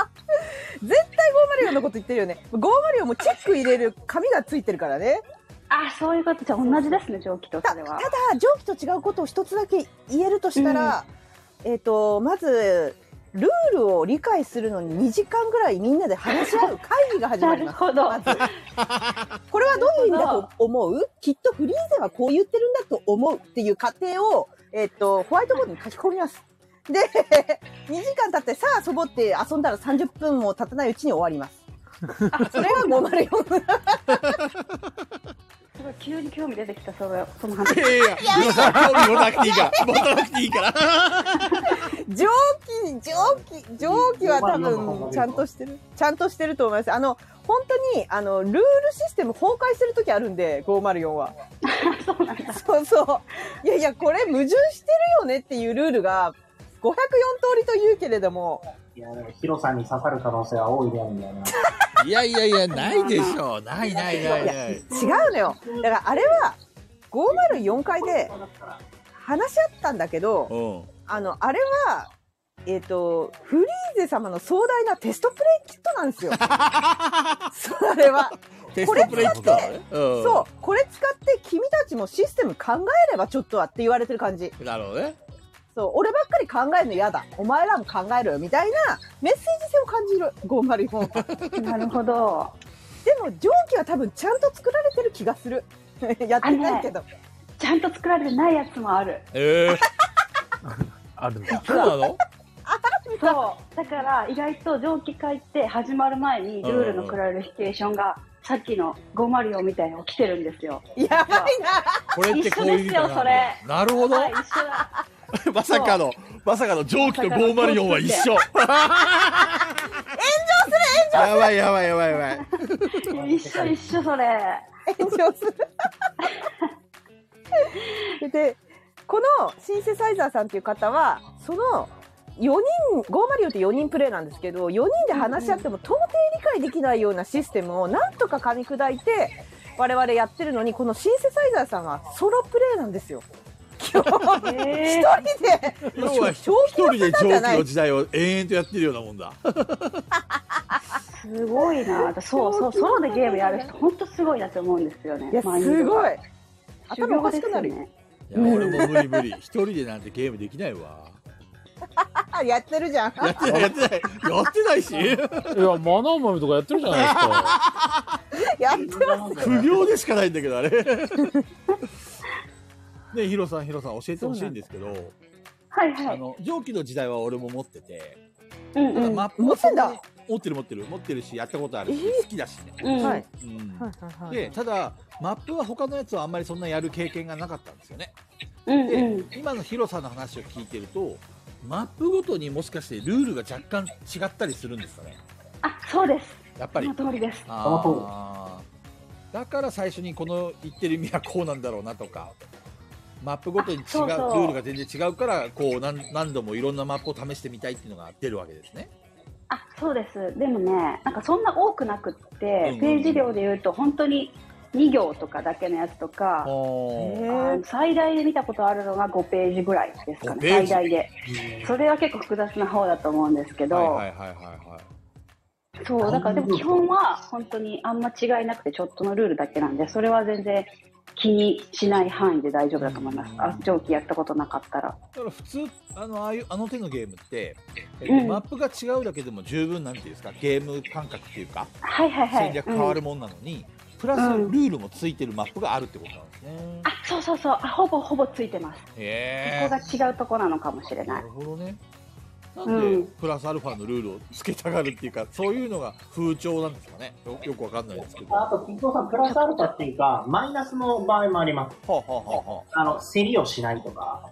504のこと言ってるよね。504もチェック入れる紙がついてるからね。 そういうことじゃ同じですね、蒸気とそれは。 ただ蒸気と違うことを一つだけ言えるとしたら、まずルールを理解するのに2時間ぐらいみんなで話し合う会議が始まります。 なるほど。 まずこれはどういう意味だと思う？きっとフリーゼはこう言ってるんだと思うっていう過程を、ホワイトボードに書き込みます。で2時間経ってさあ遊ぼうって遊んだら30分も経たないうちに終わります。それが504。 すごい急に興味出てきた、その話。 いや興味持たなくていいから持たなくていいから蒸気は多分ちゃんとしてると思います。本当にルールシステム崩壊するときあるんで、504は。 そうなんだ。 そういやこれ矛盾してるよねっていうルールが504通りと言うけれども、 いやヒロさんに刺さる可能性は大いにあるんだよな。 いやないでしょ。ない。違うのよ。だからあれは504回で話し合ったんだけど、あれはフリーゼ様の壮大なテストプレイキットなんですよ。それはテストプレイキット。 そう、これ使って君たちもシステム考えればちょっとはって言われてる感じ。 なるほどね。 そう、俺ばっかり考えるの嫌だ、お前らも考えろよみたいなメッセージ性を感じる504。 なるほど。 でも蒸気は多分ちゃんと作られてる気がする。やってないけど、 ちゃんと作られてないやつもある。 あるんだ。 そうなの？ そうだから意外と蒸気書いて始まる前にルールのクラリフィケーションがさっきの504みたいに起きてるんですよ。 やばいな。 これってこういう意味一緒ですよそれ。 なるほど。 一緒だ。 まさかの蒸気と504は一緒。炎上する。やばい。 一緒それ。 炎上する。でこのシンセサイザーさんっていう方はその4人504って4人プレイなんですけど、4人で話し合っても到底理解できないようなシステムをなんとか噛み砕いて我々やってるのに、このシンセサイザーさんはソロプレイなんですよ。一人で要は一人で蒸気の時代を延々とやってるようなもんだ。 すごいな。そうソロでゲームやる人本当すごいなって思うんですよね。 いやすごい。頭おかしくなるよ。 いや俺も無理。一人でなんてゲームできないわ。 やってるじゃん。 やってないし。いやマナー豆とかやってるじゃないですか。 やってます不良でしかないんだけどあれね、ヒロさん教えてほしいんですけど、 はいはい。 蒸気の時代は俺も持ってて、 うんうん、 マップも持ってるし、やったことあるし、好きだしね。 はい。 で、ただマップは他のやつはあんまりそんなやる経験がなかったんですよね。で、今のヒロさんの話を聞いてると、マップごとにもしかしてルールが若干違ったりするんですかね。 あ、そうです。 やっぱり。 その通りです。 だから最初にこの言ってる意味はこうなんだろうなとか。マップごとにルールが全然違うからこう何度もいろんなマップを試してみたいっていうのが出るわけですね。 あ、そうです。でもね、なんかそんな多くなくって、ページ量でいうと本当に2行とかだけのやつとか、最大で見たことあるのが5ページぐらいですかね、最大で。それは結構複雑な方だと思うんですけど、そう、だからでも基本は本当にあんま違いなくてちょっとのルールだけなんで、それは全然気にしない範囲で大丈夫だと思います。蒸気やったことなかったら。だから普通あの手のゲームって、マップが違うだけでも十分なんていうんですか、ゲーム感覚っていうか、戦略変わるもんなのに、プラスルールもついてるマップがあるってことなんですね。 あ、そうほぼついてます。そこが違うところなのかもしれない。なるほどね。なんでプラスアルファのルールをつけたがるっていうか、そういうのが風潮なんですかね。よくわかんないですけど。 あと、ピッコさん、プラスアルファっていうか、マイナスの場合もあります。競りをしないとか。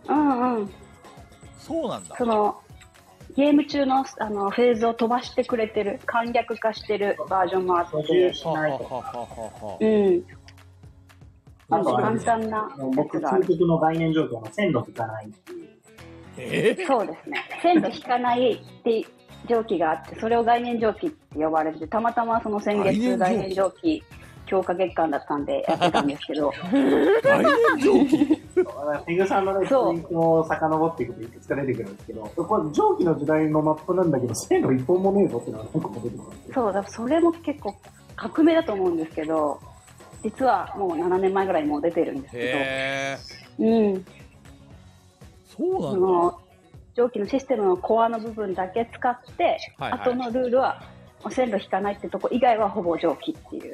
そうなんだ。 ゲーム中のフェーズを飛ばしてくれてる、簡略化してるバージョンもあって。しないとか。簡単な。 僕、究極の概念状況の線路引かないっていう。 そうですね。線路引かないって蒸気があって、それを概念蒸気って呼ばれてて、たまたまその先月概念蒸気強化月間だったんでやってたんですけど。 概念蒸気ペグさんのね、ツイートを遡っていくといくつか出てくるんですけど、これ蒸気の時代のマップなんだけど、線路一本もねえぞっていうのが結構出てくるんですよ。 そうだ、それも結構革命だと思うんですけど、実はもう7年前ぐらいもう出てるんですけど。 そうなんだ。 蒸気のシステムのコアの部分だけ使って、後のルールは線路引かないってとこ以外はほぼ蒸気っていう。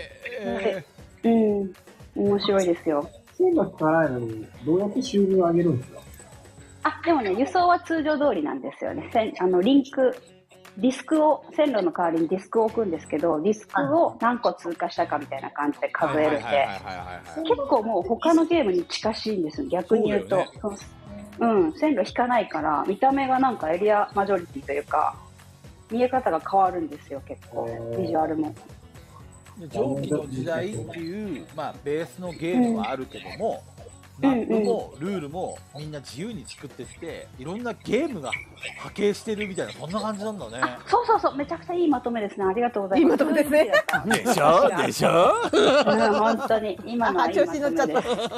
面白いですよ。 線路引かないのにどうやって収入を上げるんですか？ でもね、輸送は通常通りなんですよね。ディスクを、線路の代わりにディスクを置くんですけど、ディスクを何個通過したかみたいな感じで数えるんで、結構もう他のゲームに近しいんですよ。逆に言うと。線路引かないから、見た目がなんかエリアマジョリティというか、見え方が変わるんですよ、結構。ビジュアルも。 蒸気の時代っていう、ベースのゲームはあるけども、マップもルールもみんな自由に作ってきて、いろんなゲームが波形してるみたいな、そんな感じなんだね。 そう、めちゃくちゃいいまとめですね。ありがとうございます。 いいまとめですね。 でしょ本当に、今のはいいまとめです。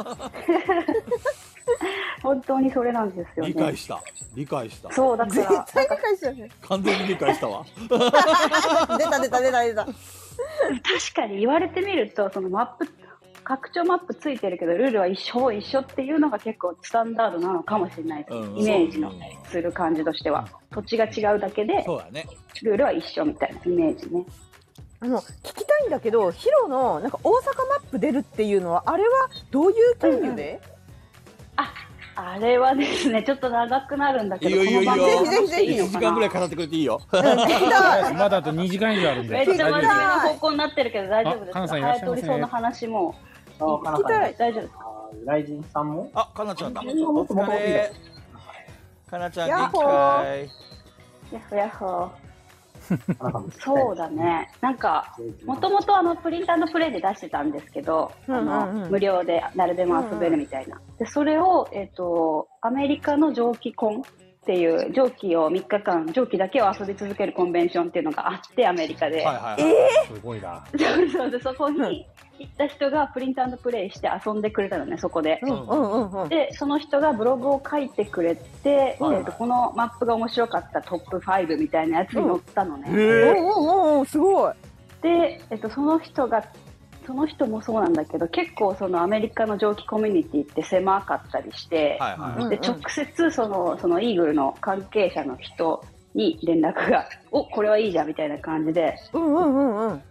本当にそれなんですよね。 理解した。 そうだから。 絶対理解したよね。 完全に理解したわ。 出た。 確かに言われてみると、その拡張マップついてるけどルールは一緒っていうのが結構スタンダードなのかもしれないです。イメージのする感じとしては、土地が違うだけでルールは一緒みたいなイメージね。 聞きたいんだけど、ヒロのなんか大阪マップ出るっていうのは、あれはどういう経由で？ あれはですね、ちょっと長くなるんだけど、 いいよ。 ぜひ 1時間ぐらい語ってくれていいよ。 まだあと2時間以上あるんで。 めっちゃ真面目な方向になってるけど大丈夫ですか？早通りそうの話も聞きたい。大丈夫ですか？ ライジンさんも？ かなちゃんだ。お疲れ。かなちゃん元気かい？ ヤッホーヤッホー。そうだね。なんかもともとプリント&プレイで出してたんですけど、無料で誰でも遊べるみたいな。でそれをアメリカの蒸気コンっていう蒸気を3日間蒸気だけを遊び続けるコンベンションっていうのがあって、アメリカで。 すごいな。 そうでそこに行った人がプリント&プレイして遊んでくれたのね、そこで。でその人がブログを書いてくれて、このマップが面白かったトップ5みたいなやつに載ったのね。 すごい。 で、その人もそうなんだけど、結構そのアメリカの蒸気コミュニティって狭かったりして、で直接そのイーグルの関係者の人に連絡がこれはいいじゃんみたいな感じで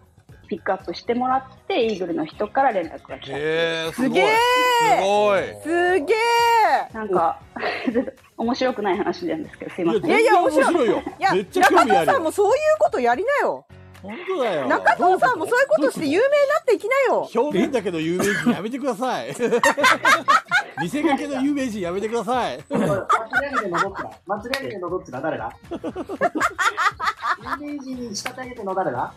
ピックアップしてもらってイーグルの人から連絡が来た。 すげえすげえなんか面白くない話なんですけどすいません。 いやいや面白いよ。 いやめっちゃ興味ある。 中藤さんもそういうことやりなよ。 本当だよ。 中藤さんもそういうことして有名になっていきなよ。 表面だけど有名人やめてください。見せかけの有名人やめてください。 間違えてのどっちだ間違えてのどっちだ誰だ有名人に仕立て上げての誰だ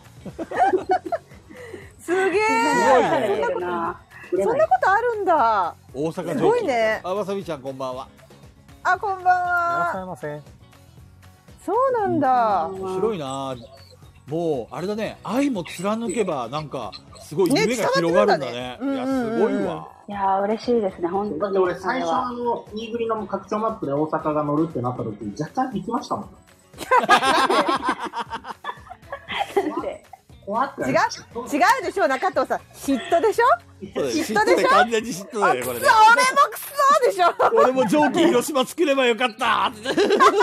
すげえすごいな。 そんなことあるんだ。 大阪すごいね。 あ、わさびちゃんこんばんは。 あ、こんばんいらっしゃは。 いませ。 そうなんだ。 面白いな。もうあれだね、愛も貫けばなんかすごい夢が広がるんだね。いやすごいわ。 いや嬉しいですね本当に。 俺最初イーグリの拡張マップで大阪が乗るってなった時若干行きましたもん。怖って違うでしょ中藤さん。嫉妬でしょ。 嫉妬でしょ。完全に嫉妬だよこれね。 俺もクソでしょ。 俺も蒸気広島作ればよかった。 レ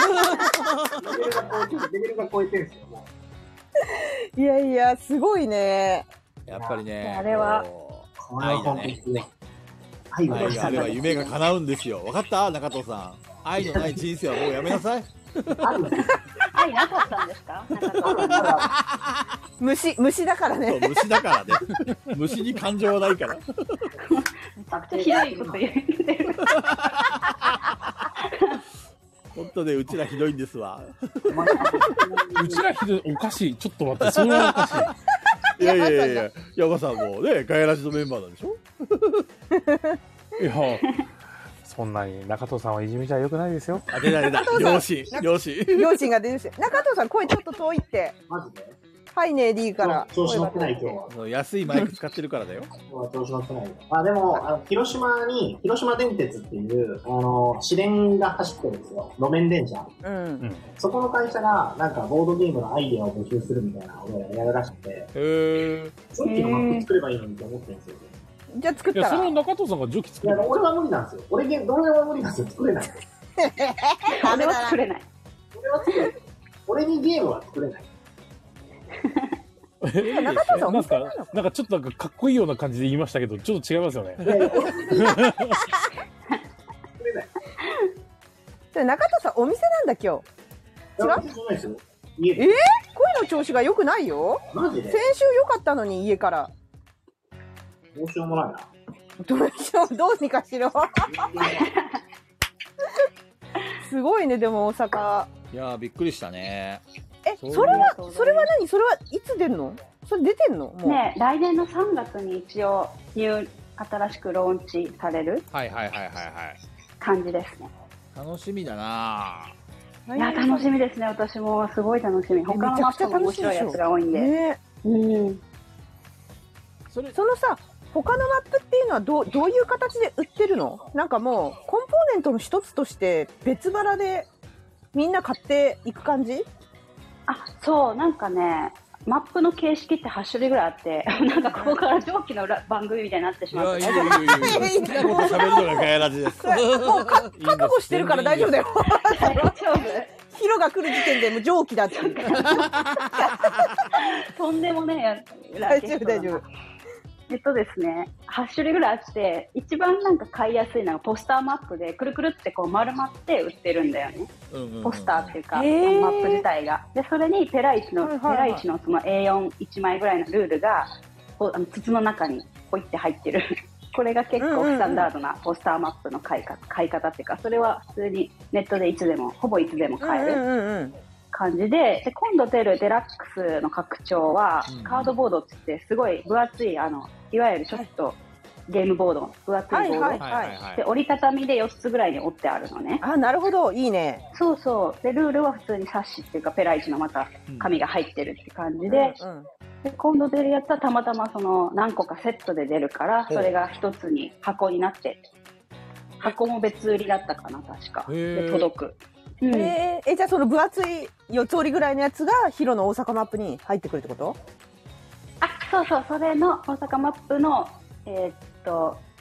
ベルが超えてるんですよ。 いやいやすごいね。 やっぱりね。 あれは愛だね。愛があれば夢が叶うんですよ。わかった中藤さん。愛のない人生はもうやめなさい。 愛なかったんですか？ 虫だからね。 虫だからね。虫に感情はないから。 めちゃくちゃひどいこと言ってる。 本当ね、うちらひどいんですわ。 うちらひどい、おかしい。ちょっと待って、それはおかしい。 いやいやいやいや、山さんもね、ガヤラジのメンバーなんでしょ。 いや、そんなに中藤さんはいじめちゃよくないですよ。 あ、出た。両親が出るし。中藤さん声ちょっと遠いって。 マジで？ はいね D から。 調子乗ってない今日は。 安いマイク使ってるからだよ。 調子乗ってないよ。あ、でも広島に広島電鉄っていう市電が走ってるんですよ。路面電車。 うん。 そこの会社がなんかボードゲームのアイデアを募集するみたいなのをやるらしくて。蒸気のマップ作ればいいのにって思ってるんですよ。 じゃあ作ったら。 いやそれを中藤さんが蒸気作る。 いや俺は無理なんですよ。どれでも無理なんですよ。作れない。 俺は作れない。 俺にゲームは作れない。 中藤さんなんかちょっとかっこいいような感じで言いましたけど、ちょっと違いますよね。 中藤さんお店なんだ今日。違う？声の調子が良くないよ。 マジで？ 先週良かったのに家から。 どうしようもないな。 どうにかしろ。すごいねでも大阪。 いやびっくりしたね。 それは何？それはいつ出んの？それ出てんの？もうね、来年の3月に一応新しくローンチされる感じですね。 楽しみだな。 いや楽しみですね。私もすごい楽しみ。他のマップも面白いやつが多いんで。 ね、そのさ他のマップっていうのはどういう形で売ってるの？なんかもうコンポーネントの一つとして別腹でみんな買っていく感じ？ あ、そうなんかね。マップの形式って8種類ぐらいあってなんかここから上記の番組みたいになってしまって好きなこと喋るのがガヤラジです。 もう覚悟してるから大丈夫だよ。 大丈夫。 ヒロが来る時点でもう上記だってとんでもねえ大丈夫。 ですね、8種類ぐらいあって一番なんか買いやすいのがポスターマップでくるくるってこう丸まって売ってるんだよね、ポスターっていうかマップ自体が。でそれにペライチのその A41 枚ぐらいのルールが筒の中にポイって入ってるこれが結構スタンダードなポスターマップの買い方っていうか、それは普通にネットでほぼいつでも買える感じで、今度出るデラックスの拡張はカードボードって言ってすごい分厚いいわゆるちょっとゲームボード分厚いボードで折りたたみで4つぐらいに折ってあるのね。 あ、なるほど、いいね。 そうそうでルールは普通に冊子っていうかペライチのまた紙が入ってるって感じで、で今度出るやつはたまたまその何個かセットで出るからそれが一つに箱になって箱も別売りだったかな確かで届く。 じゃあその分厚い4つ折りぐらいのやつがヒロの大阪マップに入ってくるってこと？ あ、そうそう、それの大阪マップの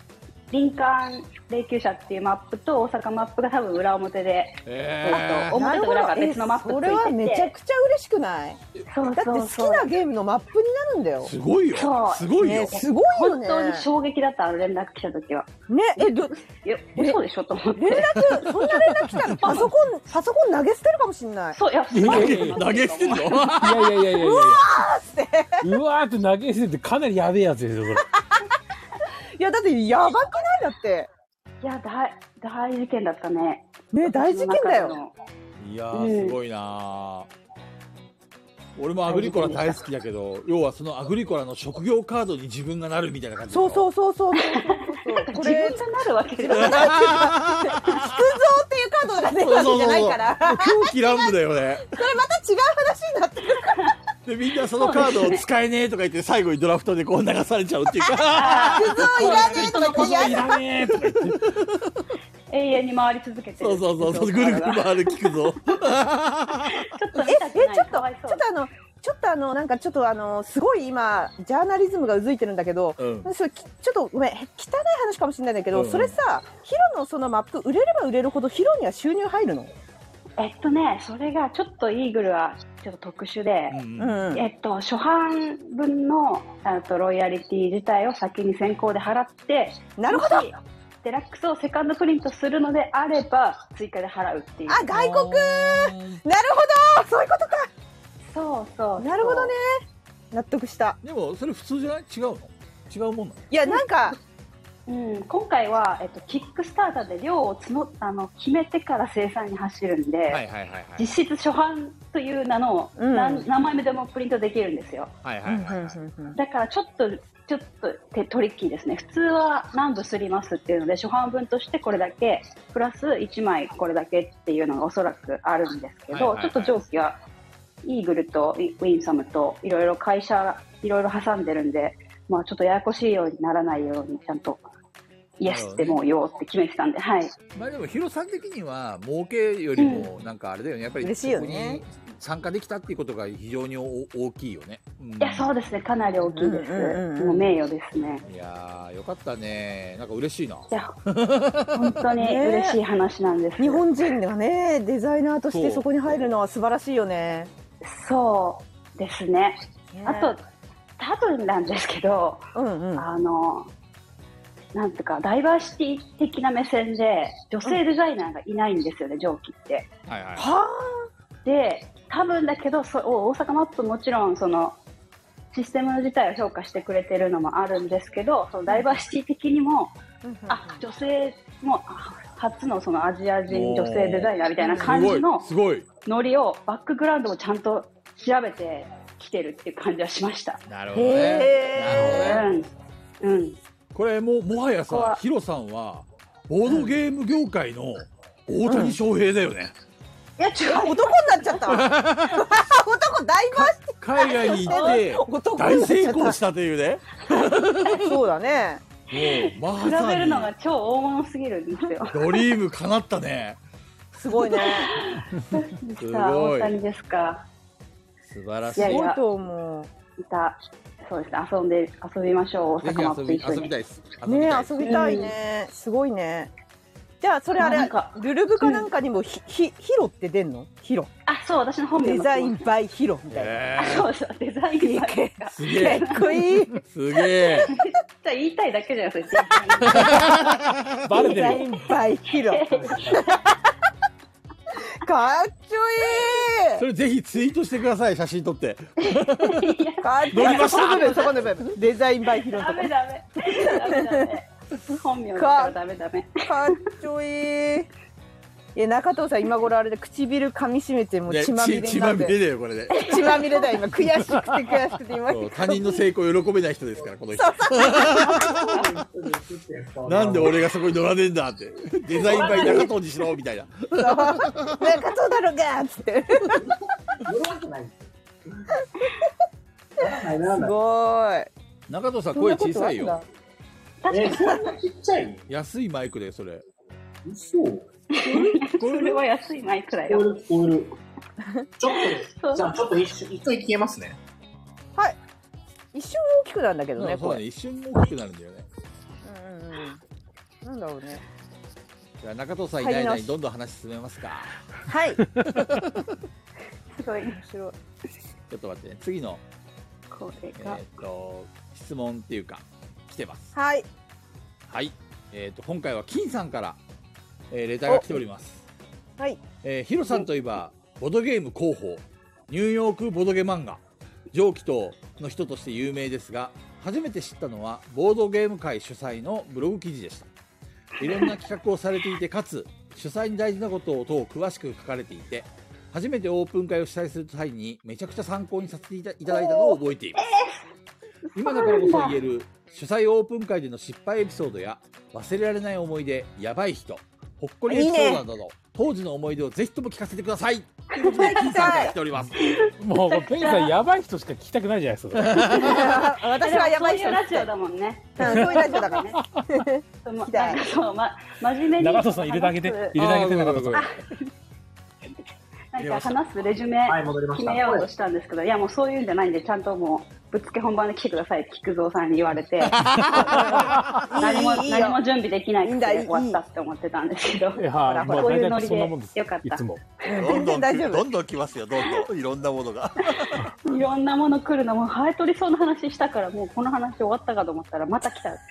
林間霊柩車っていうマップと大阪マップが多分裏表で、表と裏が別のマップついてて、 それはめちゃくちゃ嬉しくない？ そうだって好きなゲームのマップになるんだよ。 すごいよ。すごいよ。 すごいよね。 本当に衝撃だった、連絡来た時は。 ね、 嘘でしょと思って。 連絡、そんな連絡来たらパソコン投げ捨てるかもしれない。 そう、いや、 投げ捨てるの？ いや。 うわーって。 うわーって投げ捨ててかなりやべえやつですよ、それ。 いや、だってやばくない？だって。 いや、大事件だったね。 ね、大事件だよ。 いやー、すごいなー。俺もアグリコラ大好きだけど、要はそのアグリコラの職業カードに自分がなるみたいな感じ。 そう。これ自分がなるわけじゃない。 菊蔵っていうカードが出るわけじゃないから。 狂気乱舞だよね。 それまた違う話になってるから。 でみんなそのカードを使えねえとか言って最後にドラフトでこう流されちゃうっていうか。 菊蔵いらねえとか言っていらねえとか言って。 永遠に回り続けてる。 そうぐるぐる回る聞くぞ。 ちょっと見たくない。 ちょっとなんかちょっとすごい今ジャーナリズムがうずいてるんだけど、それちょっとごめん汚い話かもしれないんだけど、それさヒロのそのマップ売れれば売れるほどヒロには収入入るの？ それがちょっとイーグルはちょっと特殊で、初版分のロイヤリティ自体を先に先行で払って、 なるほど。 デラックスをセカンドプリントするのであれば追加で払うっていう。 あ、外国。なるほど、そういうことか。 そうなるほどね。納得した。 でもそれ普通じゃない？違うの？違うもんなの？ いや、なんか今回は、キックスターターで量を決めてから生産に走るんで、実質初版という名の、何枚目でもプリントできるんですよ。だからちょっとトリッキーですね。普通は何部すりますっていうので初版分としてこれだけプラス1枚これだけっていうのがおそらくあるんですけど、ちょっと上記はイーグルとウィンサムといろいろ会社いろいろ挟んでるんで、まあちょっとややこしいようにならないようにちゃんとイエスってもうよって決めてたんで、はい。まあでもヒロさん的には儲けよりもなんかあれだよね、やっぱり嬉しいよね。 参加できたっていうことが非常に大きいよね。 いや、そうですね、かなり大きいです。もう名誉ですね。 いやー、よかったね。なんか嬉しいな。いや、本当に嬉しい話なんです。 日本人がね、デザイナーとしてそこに入るのは素晴らしいよね。 そうですね。あと、多分なんですけど、なんていうか、ダイバーシティ的な目線で、女性デザイナーがいないんですよね、上記って。で、多分だけど、大阪マップもちろん、その、システム自体を評価してくれてるのもあるんですけど、そのダイバーシティ的にも、女性も、初のそのアジア人女性デザイナーみたいな感じのノリを、バックグラウンドをちゃんと調べてきてるっていう感じはしました。 なるほどね。これもはやさ、ヒロさんはボードゲーム業界の大谷翔平だよね。 いや違う、男になっちゃった。男大バーシティ海外に行って大成功したというね。 そうだね。 もうまさに比べるのが超大物すぎるんですよ。 ドリーム叶ったね。 すごいね。 すごい。大谷ですか。 素晴らしい。 すごいと思う。 そうですね、遊びましょう。大阪マップ一緒に。 遊びたいです。 ね、遊びたいね。すごいね。じゃあそれあれルルブかなんかにもヒロって出んの？ヒロ。 あ、そう、私の本名デザインバイヒロみたいな。 そうデザインバイ。 すげえ。 かっこいい。 すげえ。 じゃあ言いたいだけじゃないですか。 バレてる。 デザインバイヒロ。かっちょいい。 それぜひツイートしてください、写真撮って。 かっちょいい。そこの部分。デザインバイヒロとか。 ダメ。本名だからダメ。 かっちょいい。中藤さん今頃あれで唇噛み締めても血まみれになって。 血まみれだよこれで。 血まみれだよ今、悔しくて今。 他人の成功を喜べない人ですからこの人。なんで俺がそこに乗らねえんだって。デザインバイ中藤にしろみたいな。 中藤だろがっつって。すごい。 中藤さん声小さいよ。 そんなちっちゃい？ 安いマイクでそれ。 嘘。 それは安いマイクだよ。 聞こえる。ちょっとじゃあちょっと一回消えますね。 はい。一瞬大きくなるんだけどね。 そうね、一瞬大きくなるんだよね。 なんだろうね。 じゃあ中藤さんいない間にどんどん話進めますか。 はい。 すごい。 面白い。 ちょっと待ってね。次のこれが。 質問っていうか来てます。 はい。 はい。今回は金さんから、レターが来ております。 はい。 ヒロさんといえばボドゲーム広報、ニューヨークボドゲ漫画上気筒の人として有名ですが、初めて知ったのはボードゲーム会主催のブログ記事でした。いろんな企画をされていて、かつ主催に大事なことを詳しく書かれていて、初めてオープン会を主催する際にめちゃくちゃ参考にさせていただいたのを覚えています。今だからこそ言える主催オープン会での失敗エピソードや忘れられない思い出、やばい人、ほっこりエピソードなど当時の思い出をぜひとも聞かせてくださいということで金さんから来ております。 もうペンさんやばい人しか聞きたくないじゃないですか。 私はやばい人そういうラジオだもんね。 そういうラジオだからね。 聞きたい。そう、真面目に長藤さん入れてあげて、入れてあげて長藤さん。 なんか話すレジュメ決めようとしたんですけど、いやもうそういうんじゃないんで、ちゃんともうぶっつけ本番で来てくださいって菊蔵さんに言われて何も準備できないくて終わったって思ってたんですけど、 いやこういうノリでよかった。 いつもどんどん来ますよ。どんどんいろんなものがいろんなもの来るのもハエトリソウの話したから、もうこの話終わったかと思ったらまた来た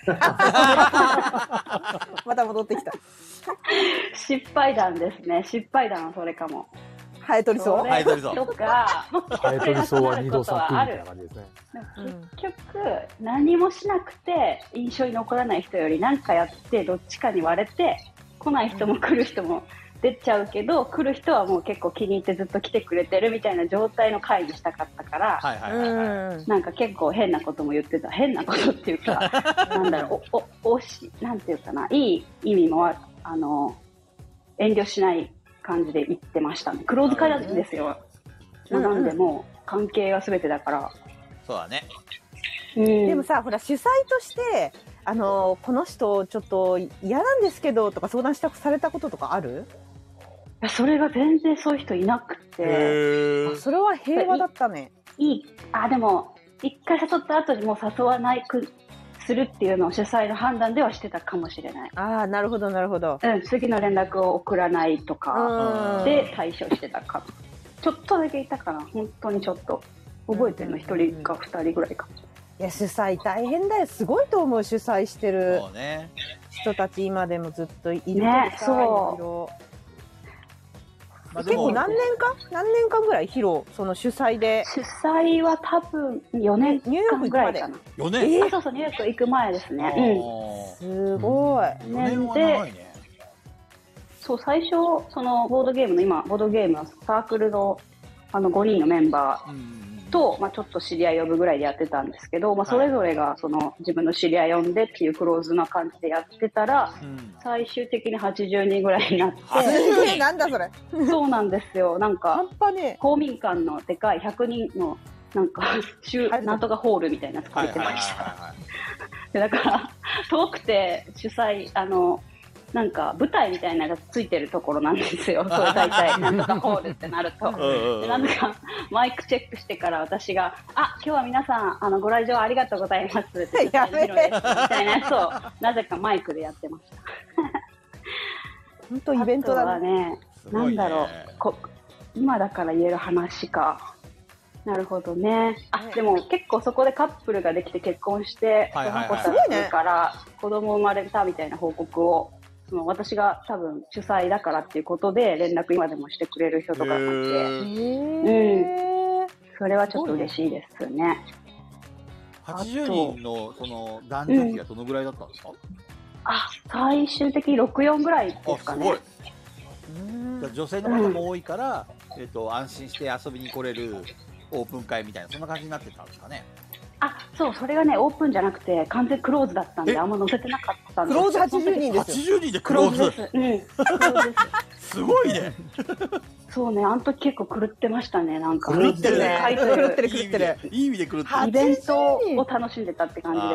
また戻ってきた。 失敗談ですね。失敗談はそれかも。 ハエトリソウとかハエトリソウは2度作みたいな感じですね。 結局何もしなくて印象に残らない人より何かやってどっちかに割れて、来ない人も来る人も出ちゃうけど、来る人はもう結構気に入ってずっと来てくれてるみたいな状態の会にしたかったから、なんか結構変なことも言ってた。変なことっていうかなんだろう、なんていうかな、いい意味も遠慮しない感じで言ってましたね。クローズ会なんですよ。なんでもう関係が全てだから。 そうだね。 でもさ、ほら主催としてこの人ちょっと嫌なんですけどとか相談されたこととかある？ それが全然そういう人いなくて。 それは平和だったね。 でも一回誘った後にもう誘わないくするっていうのを主催の判断ではしてたかもしれない。 ああ、なるほどなるほど。 次の連絡を送らないとかで対処してたか。ちょっとだけいたかな。本当にちょっと覚えてるの1人か2人ぐらいか。 いや主催大変だよ。すごいと思う。主催してる人たち今でもずっといるね。そう。 結構何年間ぐらいヒロその主催で。 主催は多分4年間ぐらいかな。 4年？ そうそう、ニューヨーク行く前ですね。 すごい。 4年は長いね。 そう最初そのボードゲームのサークルの5人のメンバーと、ちょっと知り合い呼ぶぐらいでやってたんですけど、それぞれがその自分の知り合い呼んでっていうクローズな感じでやってたら、最終的に80人ぐらいになって。 なんだそれ。 そうなんですよ。なんか半端ねえ。 公民館のでかい100人のなんかなんとかホールみたいなの作ってました。だから遠くて主催なんか舞台みたいなのがついてるところなんですよ。それ大体なんとかホールってなるとでなんかマイクチェックしてから私が今日は皆さんご来場ありがとうございますってみたいなやつをなぜかマイクでやってました。 本当イベントだね。なんだろう、今だから言える話か。なるほどね。でも結構そこでカップルができて結婚してその子たちから子供生まれたみたいな報告を私が多分主催だからっていうことで連絡今でもしてくれる人とかがいて、それはちょっと嬉しいですね。 80人のその男女比はどのぐらいだったんですか？ 最終的に64ぐらいですかね。すごい。 女性の方も多いから、安心して遊びに来れるオープン会みたいなそんな感じになってたんですかね。 そう、それがねオープンじゃなくて完全クローズだったんであんま載せてなかったんです。 クローズ80人ですよ。 80人でクローズです。すごいね。 そうね、あの時結構狂ってましたね。なんか狂ってるね。 狂ってる。 いい意味で狂ってる。 イベントを楽しんでたって感じでした。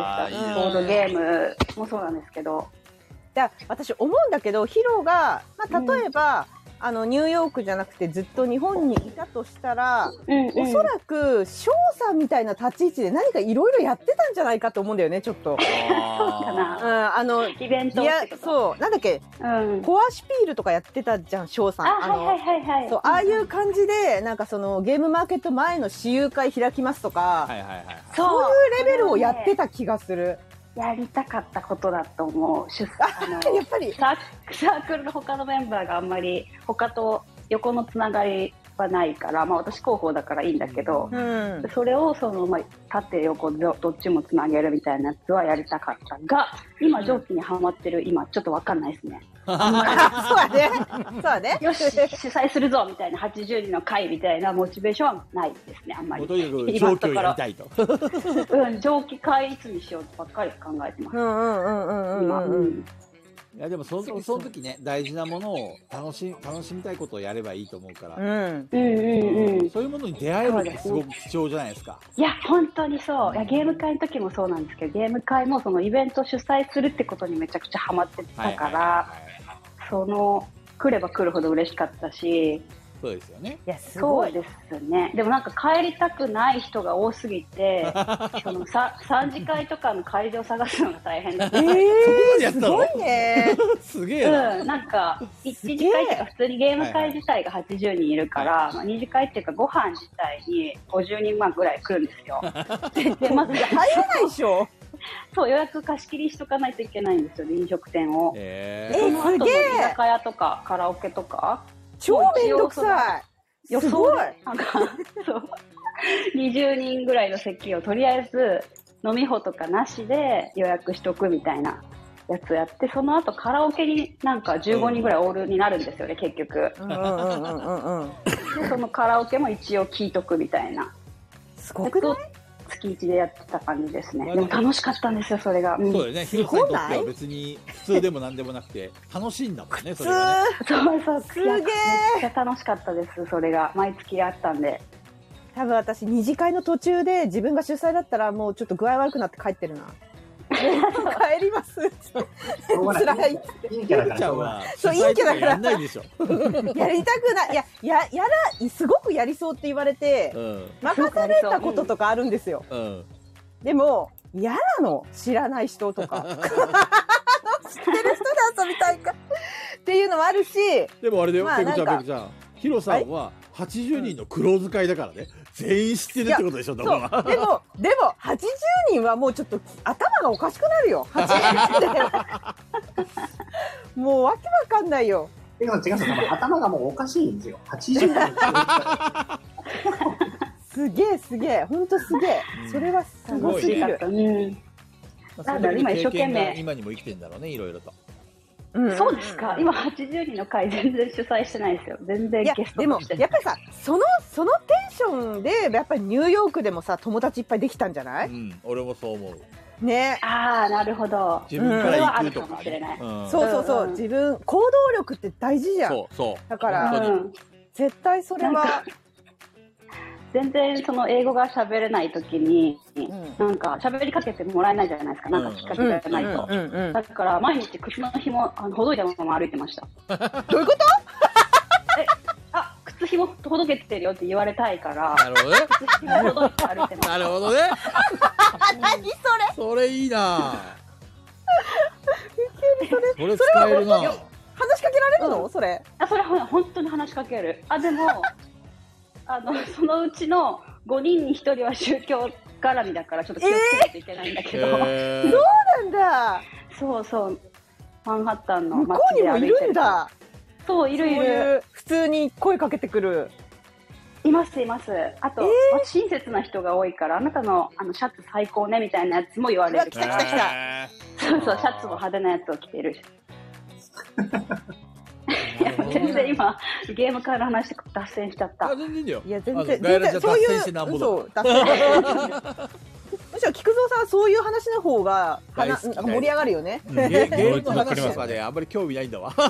ボードゲームもそうなんですけど。 私思うんだけどヒロが例えばニューヨークじゃなくてずっと日本にいたとしたら、おそらく翔さんみたいな立ち位置で何かいろいろやってたんじゃないかと思うんだよね、ちょっと。 そうかな。イベントってこと。 そう、なんだっけ、コアシュピールとかやってたじゃん、翔さん。そう、ああいう感じで、なんかそのゲームマーケット前の私有会開きますとか、そういうレベルをやってた気がする。 やりたかったことだと思う。 やっぱりサークルの他のメンバーがあんまり他と横のつながりはないから、まあ私広報だからいいんだけど、それを縦横どっちもつなげるみたいなやつはやりたかったが、今上記にハマってる今ちょっとわかんないですね。 そうだね。そうだね。 よし、主催するぞみたいな80人の会みたいなモチベーションはないですね、あんまり。 とにかく上記をやりたいと。 上記会いつにしようとばっかり考えてます。 いやでもその時ね、大事なものを楽しみたいことをやればいいと思うから、そういうものに出会えるってすごく貴重じゃないですか。 いや本当にそう。いやゲーム会の時もそうなんですけど、ゲーム会もそのイベント主催するってことにめちゃくちゃハマってたから、来れば来るほど嬉しかったし。 そうですよね。 いやすごいですね。でもなんか帰りたくない人が多すぎて、3次会とかの会場探すのが大変だった。 すごいね。 すげえな。 なんか1次会っていうか普通にゲーム会自体が80人いるから、2次会っていうかご飯自体に50人ぐらい来るんですよ。でまず入れないでしょ。 そう、予約貸し切りしとかないといけないんですよね、飲食店を。その後の居酒屋とかカラオケとか。 超めんどくさい。すごい。 なんかそう20人ぐらいの席をとりあえず飲み放とかなしで予約しとくみたいなやつやって、その後カラオケになんか15人ぐらいオールになるんですよね、結局。でそのカラオケも一応聞いとくみたいな。 すごくない？ 月1でやってた感じですね。でも楽しかったんですよ、それが。 そうだよね。ヒロさんにとっては別に普通でもなんでもなくて楽しいんだもんね、それがね。 そう、すげえ。めっちゃ楽しかったです、それが。毎月あったんで。 多分私二次会の途中で自分が主催だったらもうちょっと具合悪くなって帰ってるな。帰ります辛い。 陰キャだからそう陰キャだからやんないでしょ。 やりたくない。すごくやりそうって言われて、任されたこととかあるんですよ。でも嫌なの、知らない人とか知ってる人で遊びたいかっていうのもあるし。 でもあれだよ、ペグちゃんヒロさんは80人のクローズ会だからね、全員知ってるってことでしょ。だからでも80人はもうちょっと頭がおかしくなるよ。80人でもうわけわかんないよ。 違う、頭がもうおかしいんですよ。80人すげえ、本当すげえ。それはすごすぎる。 だから今一生懸命今にも生きてんだろうね、いろいろと。 そうですか。今80人の会全然主催してないですよ。全然ゲストとして。 でもやっぱりさ、そのテンションでやっぱりニューヨークでもさ友達いっぱいできたんじゃない？ 俺もそう思う。 ね。 ああ、なるほど。 自分から行くとかね。 そう、自分行動力って大事じゃん。 そう。 だから絶対それは。 全然その英語が喋れない時に、なんか喋りかけてもらえないじゃないですか。なんかきっかけがないと。だから毎日靴の紐ほどいたまま歩いてました。 どういうこと？ 靴紐ほどけてるよって言われたいから。 なるほどね。 靴紐ほどいて歩いてました。 なるほどね。 何それ？ それいいな。それ使えるな。 話しかけられるの？それ？ それは本当に話しかける。でも。そのうちの5人に1人は宗教絡みだからちょっと気をつけないといけないんだけど、 そうなんだ。 そうマンハッタンの向こうにもいるんだ。 そういる普通に声かけてくる。 います。あと、親切な人が多いからあなたのシャツ最高ねみたいなやつも言われる。 来た。 そうシャツも派手なやつを着てる。全然今ゲームから話して脱線しちゃった。 全然いいよ。 いや全然そういうそう脱線むしろ菊蔵さんはそういう話の方が盛り上がるよね。 ゲームの話とかであんまり興味ないんだわ。 ボ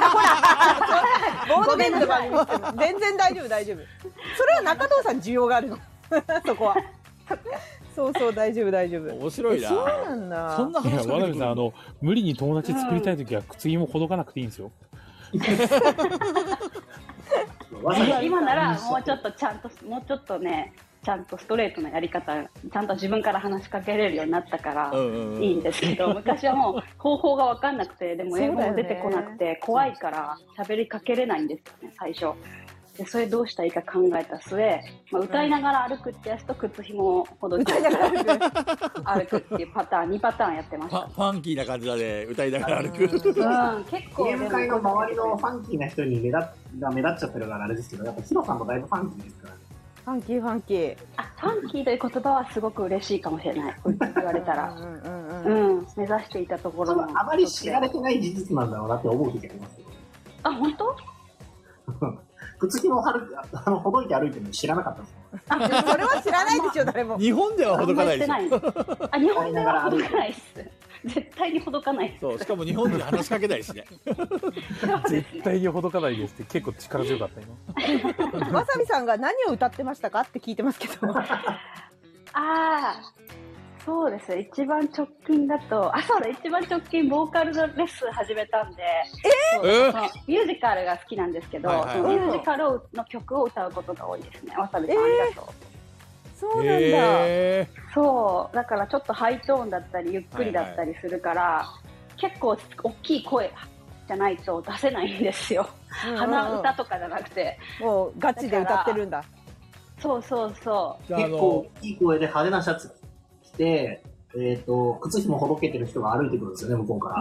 ードゲームの番組全然大丈夫。それは中藤さん需要があるの。そこは。そう大丈夫。 面白いな。 そうなんだ。 いや、渡辺さん無理に友達作りたいときは靴紐ほどかなくていいんですよ。 今ならもうちょっとちゃんとストレートなやり方、ちゃんと自分から話しかけれるようになったからいいんですけど、昔はもう方法が分かんなくて、でも英語も出てこなくて怖いから喋りかけれないんですよね、最初。でそれどうしたらいいか考えた末、歌いながら歩くってやつと靴紐をほどきながら歩くっていうパターン、2パターンやってました。 ファンキーな感じだね、歌いながら歩く。 結構ゲーム界の周りのファンキーな人に目立っちゃってるからあれですけど、やっぱヒロさんもだいぶファンキーですからね。 ファンキーファンキー。 ファンキーという言葉はすごく嬉しいかもしれない。言われたら。目指していたところの。 あまり知られてない事実なんだろうなって思う時ありますけど。 あ、本当？ 靴紐をほどいて歩いてるの知らなかったです。 それは知らないでしょ、誰も。 日本ではほどかないですよ。 日本ではほどかないです。絶対にほどかないです。 そう、しかも日本で話しかけないしね。 絶対にほどかないですって結構力強かった今。わさびさんが何を歌ってましたかって聞いてますけど。 そうです。一番直近だと、そうだ、一番直近ボーカルのレッスン始めたんで、ミュージカルが好きなんですけど、ミュージカルの曲を歌うことが多いですね。わさびさん、ありがとう。 そうなんだ。 そうだからちょっとハイトーンだったりゆっくりだったりするから、結構大きい声じゃないと出せないんですよ。鼻歌とかじゃなくて、 もうガチで歌ってるんだ。 そう結構大きい声で派手なシャツ着て、靴紐ほどけてる人が歩いてくるんですよね、向こうから。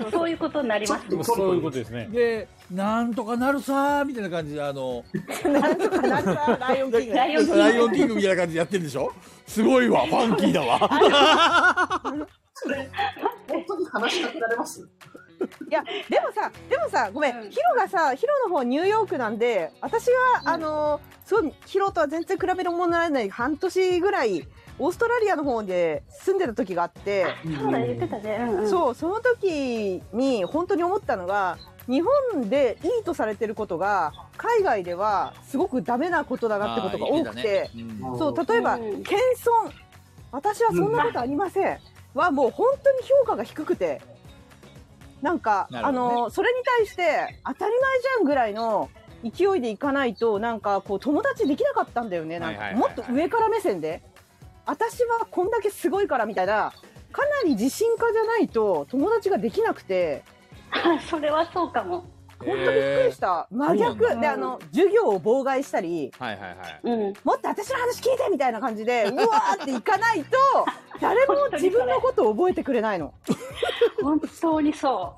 そういうことになりますね。 そういうことですね。 で、なんとかなるさーみたいな感じでなんとかなるさー、ライオンキング。 ライオンキングみたいな感じでやってるんでしょ。すごいわ、ファンキーだわ。 それ本当に話しかけられます？ いや、でもさ、ごめん、ヒロの方ニューヨークなんで、私はすごいヒロとは全然比べるものにならない半年ぐらいオーストラリアの方で住んでた時があって、 そうだ、言ってたね。 そう、その時に本当に思ったのが、日本でいいとされてることが海外ではすごくダメなことだなってことが多くて、そう、例えば謙遜、私はそんなことありませんはもう本当に評価が低くて、なんかそれに対して当たり前じゃんぐらいの勢いでいかないと、なんかこう友達できなかったんだよね。なんかもっと上から目線で、私はこんだけすごいからみたいな、かなり自信家じゃないと友達ができなくて。 それはそうかも。 本当びっくりした。真逆で、授業を妨害したり、もっと私の話聞いてみたいな感じで、うわーっていかないと、誰も自分のことを覚えてくれないの。 本当にそう。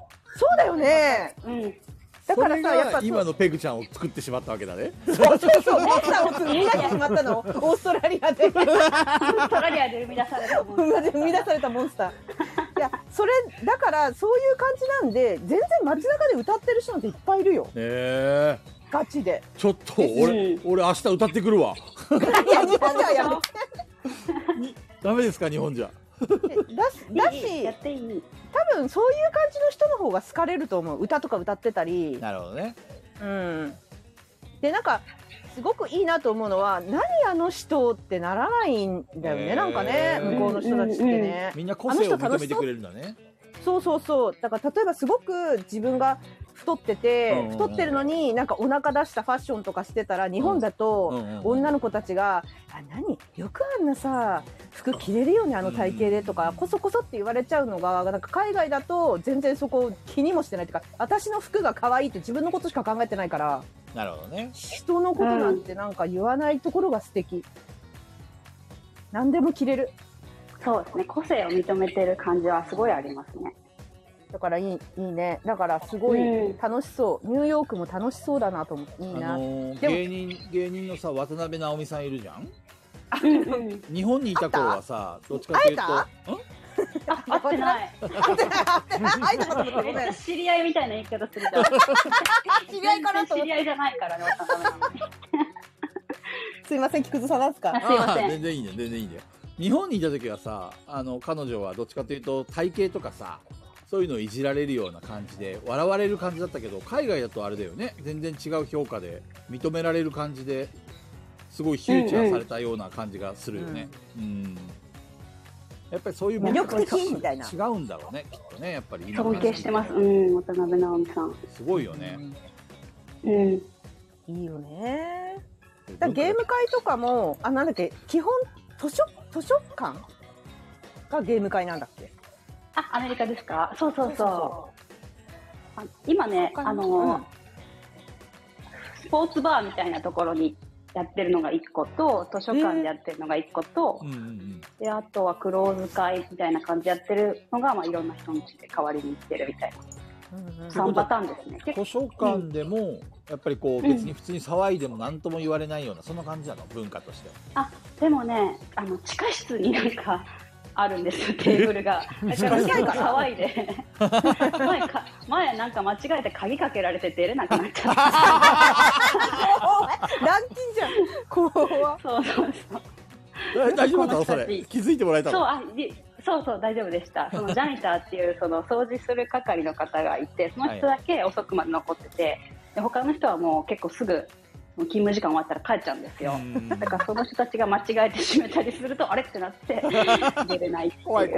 そうだよね。 だからさ、やっぱ今のペグちゃんを作ってしまったわけだね。 そう、モンスターを生み出してしまったの、オーストラリアで。オーストラリアで生み出されたモンスター。 生み出されたモンスター。いや、それだからそういう感じなんで、全然街中で歌ってる人なんていっぱいいるよ。ガチで。 ちょっと俺明日歌ってくるわ。 いや、日本ではやめて。 ダメですか、日本じゃ。 だし、多分そういう感じの人の方が好かれると思う。歌とか歌ってたり。 なるほどね。 で、なんかすごくいいなと思うのは、何あの人ってならないんだよね。なんかね、向こうの人たちってね、 みんな個性を認めてくれるんだね。 そうだから例えばすごく自分が太ってるのになんかお腹出したファッションとかしてたら、日本だと女の子たちが何よくあんなさ服着れるよね、あの体型でとかこそこそって言われちゃうのが、なんか海外だと全然そこ気にもしてないっていうか、私の服が可愛いって自分のことしか考えてないから。 なるほどね。 人のことなんてなんか言わないところが素敵。何でも着れる。 そうですね、個性を認めてる感じはすごいありますね。 だからいいね。だからすごい楽しそう。ニューヨークも楽しそうだなと思って、いいな。 芸人のさ、渡辺直美さんいるじゃん。日本にいた頃はさ、どっちかっていうと、 会ってない。知り合いみたいな言い方するじゃん。 知り合いかなと思って。 知り合いじゃないからね、渡辺直美。 すいません、木久蔵さんなんですか。 すいません。 全然いいね、全然いいんだよ。日本にいた時はさ、彼女はどっちかというと体型とかさ、そういうのをいじられるような感じで笑われる感じだったけど、海外だとあれだよね、全然違う評価で認められる感じで、すごいフューチャーされたような感じがするよね。 やっぱりそういう魅力的みたいな。 違うんだろうね、きっとね。やっぱり尊敬してます。うん、渡辺直美さん。 すごいよね。 うん。 いいよね。だゲーム会とかも、なんだっけ、基本図書館がゲーム会なんだっけ？ アメリカですか？そうそうそう。今ね、スポーツバーみたいなところにやってるのが1個と、図書館でやってるのが1個と、で、あとはクローズ会みたいな感じでやってるのが、いろんな人の家で代わりに行ってるみたいな。3パターンですね。 図書館でも、やっぱりこう、別に普通に騒いでも何とも言われないような、そんな感じなの、文化としては。 でもね、地下室になんか、あるんですよ、テーブルが。だから結構騒いで前なんか間違えて鍵かけられて出れなくなっちゃった。 ランキンじゃん。怖そう大丈夫だったのそれ。気づいてもらえたの？ そう大丈夫でした。そのジャニターっていうその掃除する係の方がいて、その人だけ遅くまで残ってて、で他の人はもう結構すぐ勤務時間終わったら帰っちゃうんですよ。だからその人たちが間違えて閉めたりするとあれってなって出れないっていう。 怖い。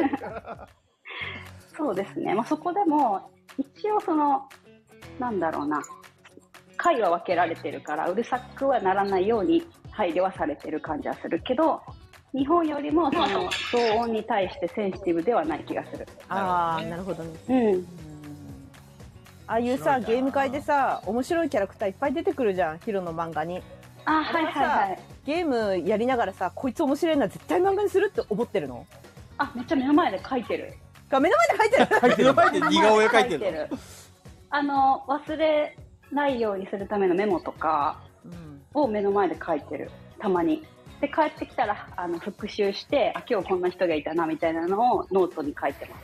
そうですね。そこでも一応そのなんだろうな、階は分けられてるからうるさくはならないように配慮はされてる感じはするけど、日本よりもその騒音に対してセンシティブではない気がする。 なるほどね。ああいうさ、ゲーム会でさ、面白いキャラクターいっぱい出てくるじゃん、ヒロの漫画に。ゲームやりながらさ、こいつ面白いな、絶対漫画にするって思ってるの？ めっちゃ目の前で描いてる。 目の前で描いてる。 目の前で似顔絵描いてる。 忘れないようにするためのメモとかを目の前で描いてる、たまに。で、帰ってきたら復習して、今日こんな人がいたなみたいなのをノートに書いてます。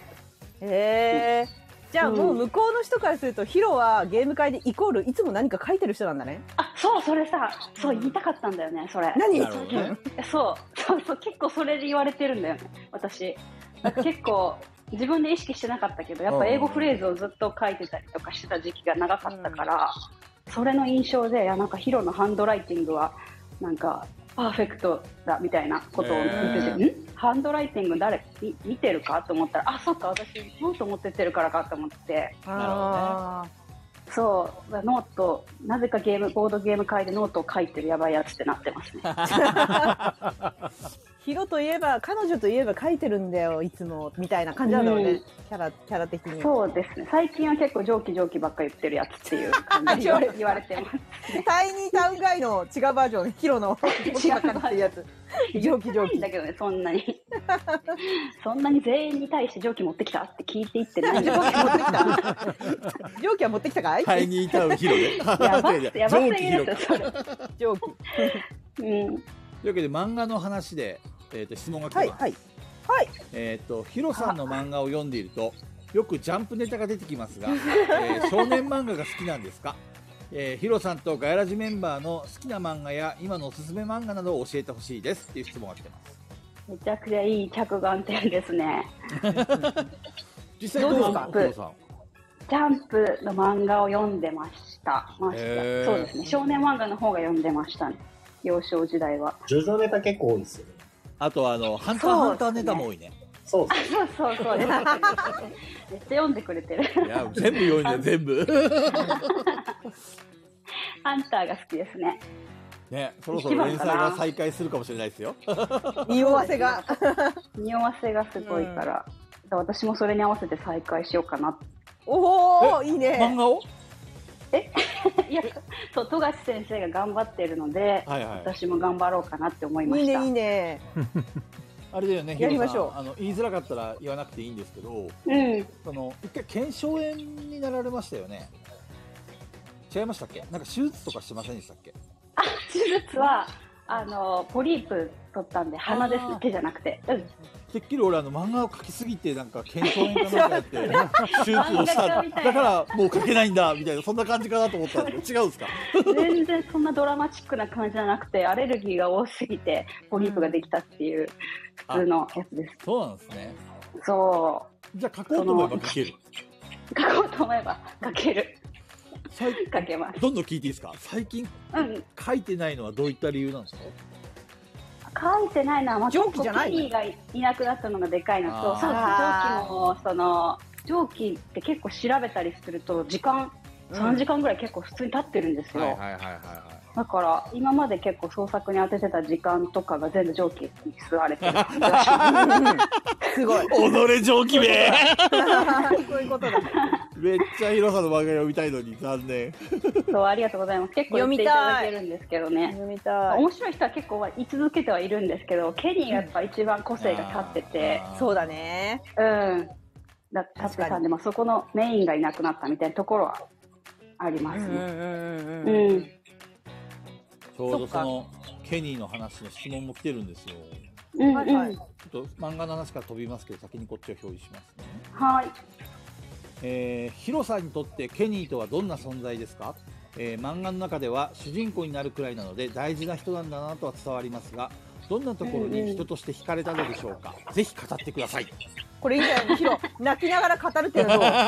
じゃあもう向こうの人からすると、ヒロはゲーム会でイコールいつも何か書いてる人なんだね。 それさ、言いたかったんだよね、それ。 何？ そう結構それで言われてるんだよね、私。結構自分で意識してなかったけど、やっぱ英語フレーズをずっと書いてたりとかしてた時期が長かったから、それの印象で、なんかヒロのハンドライティングはなんかパーフェクトだみたいなことを言ってて、ハンドライティング見てるかと思ったら、そっか、私ノート持ってってるからかと思って。そうノート、なぜかボードゲーム会でノートを書いてるやばいやつってなってますね。 ヒロといえば、彼女といえば書いてるんだよいつもみたいな感じなんだろうね、キャラ的に。 そうですね、最近は結構上気ばっかり言ってるやつっていう感じで言われてますね。 タイニータウンガイの違うバージョン、ヒロの上気ばっかりっていうやつ。上気だけどね、そんなに全員に対して上気持ってきたって聞いていってない。上気は持ってきたかい？ タイニータウンヒロね。 やばすぎですそれ。 上気。 というわけで漫画の話で、質問が来てます。ヒロさんの漫画を読んでいるとよくジャンプネタが出てきますが、少年漫画が好きなんですか？ヒロさんとガヤラジメンバーの好きな漫画や今のおすすめ漫画などを教えてほしいですっていう質問が来てます。 めちゃくちゃいい着眼点ですね。 実際どうですか、ヒロさん？ ジャンプの漫画を読んでました。そうですね、少年漫画の方が読んでましたね、幼少時代は。 ジョジョネタ結構多いですよね。 あとハンターハンターネタも多いね。 そうめっちゃ読んでくれてる。 いや全部読んで全部。 ハンターが好きですね。 ね、そろそろ連載が再開するかもしれないですよ。 匂わせがすごいから、私もそれに合わせて再開しようかな。 おお、いいね。 漫画を？ いや、富樫先生が頑張ってるので、私も頑張ろうかなって思いました。 いいね。 あれだよね、 やりましょう。言いづらかったら言わなくていいんですけど、一回腱鞘炎になられましたよね。違いましたっけ？なんか手術とかしてませんでしたっけ？ 手術はポリープ取ったんで、鼻です、手じゃなくて。 てっきり俺漫画を描きすぎてなんか腱鞘炎かなんかやって手術をしただからもう描けないんだみたいな、そんな感じかなと思ったんですけど、違うんですか？ 全然そんなドラマチックな感じじゃなくて、アレルギーが多すぎてポリープができたっていう普通のやつです。 そうなんですね。 そう。 じゃあ描こうと思えば描ける？ 描こうと思えば描ける。描けます。 どんどん聞いていいですか？最近描いてないのはどういった理由なんですか？ 書いてないのは、まあ、 蒸気じゃないケニーがいなくなったのがでかいのと、さっき蒸気も蒸気って結構調べたりすると時間3時間ぐらい結構普通に経ってるんですよ。 はいはいはいはいはい。 だから今まで結構創作に当ててた時間とかが全部蒸気に吸われてるすごい。 己蒸気めそういうことだ。 めっちゃヒロさんの漫画読みたいのに残念。 そう、ありがとうございます。結構言っていただけるんですけどね。 読みたい。 面白い人は結構居続けてはいるんですけど、ケニーがやっぱ一番個性が立ってて、 そうだね。 立ってたんで、まあ、そこのメインがいなくなったみたいなところはありますね。 ちょうどそのケニーの話の質問も来てるんですよ。 はいはい。 ちょっと漫画の話から飛びますけど、先にこっちを表示しますね。 はい。 ヒロさんにとってケニーとはどんな存在ですか？漫画の中では主人公になるくらいなので大事な人なんだなとは伝わりますが、どんなところに人として惹かれたのでしょうか？ぜひ語ってください。 これいいんじゃない？ヒロ、泣きながら語るっていうの。ケニー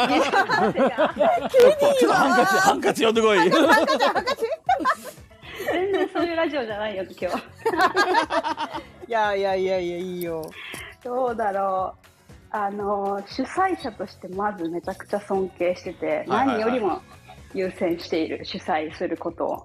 ハンカチ呼んでこい。 ハンカチ。 全然そういうラジオじゃないよ今日。 いやいいよ。 どうだろう。主催者としてまずめちゃくちゃ尊敬してて、何よりも優先している、主催することを。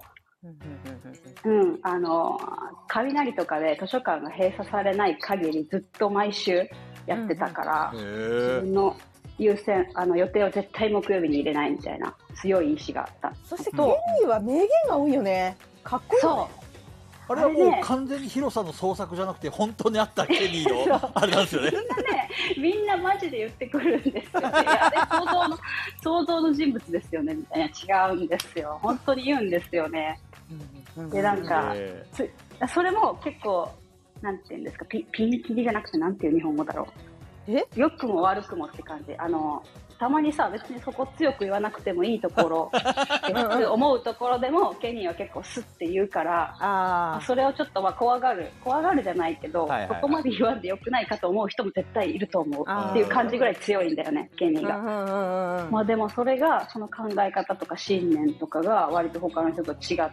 雷とかで図書館が閉鎖されない限りずっと毎週やってたから、自分の予定を絶対木曜日に入れないみたいな強い意志があった。 そしてケニーは名言が多いよね。かっこいいよね。 あれはもう完全にヒロさんの創作じゃなくて本当にあったケニーのあれなんですよね。 みんなマジで言ってくるんですよね。あれ想像の人物ですよねみたいな。違うんですよ。本当に言うんですよね。でなんか、それも結構なんていうんですか、ピンキリじゃなくてなんていう日本語だろう。良くも悪くもって感じ。たまにさ、別にそこ強く言わなくてもいいところって思うところでもケニーは結構スッて言うから、それをちょっとまあ怖がるじゃないけど、そこまで言わんでよくないかと思う人も絶対いると思うっていう感じぐらい強いんだよね、ケニーが。まあでもそれがその考え方とか信念とかが割と他の人と違って、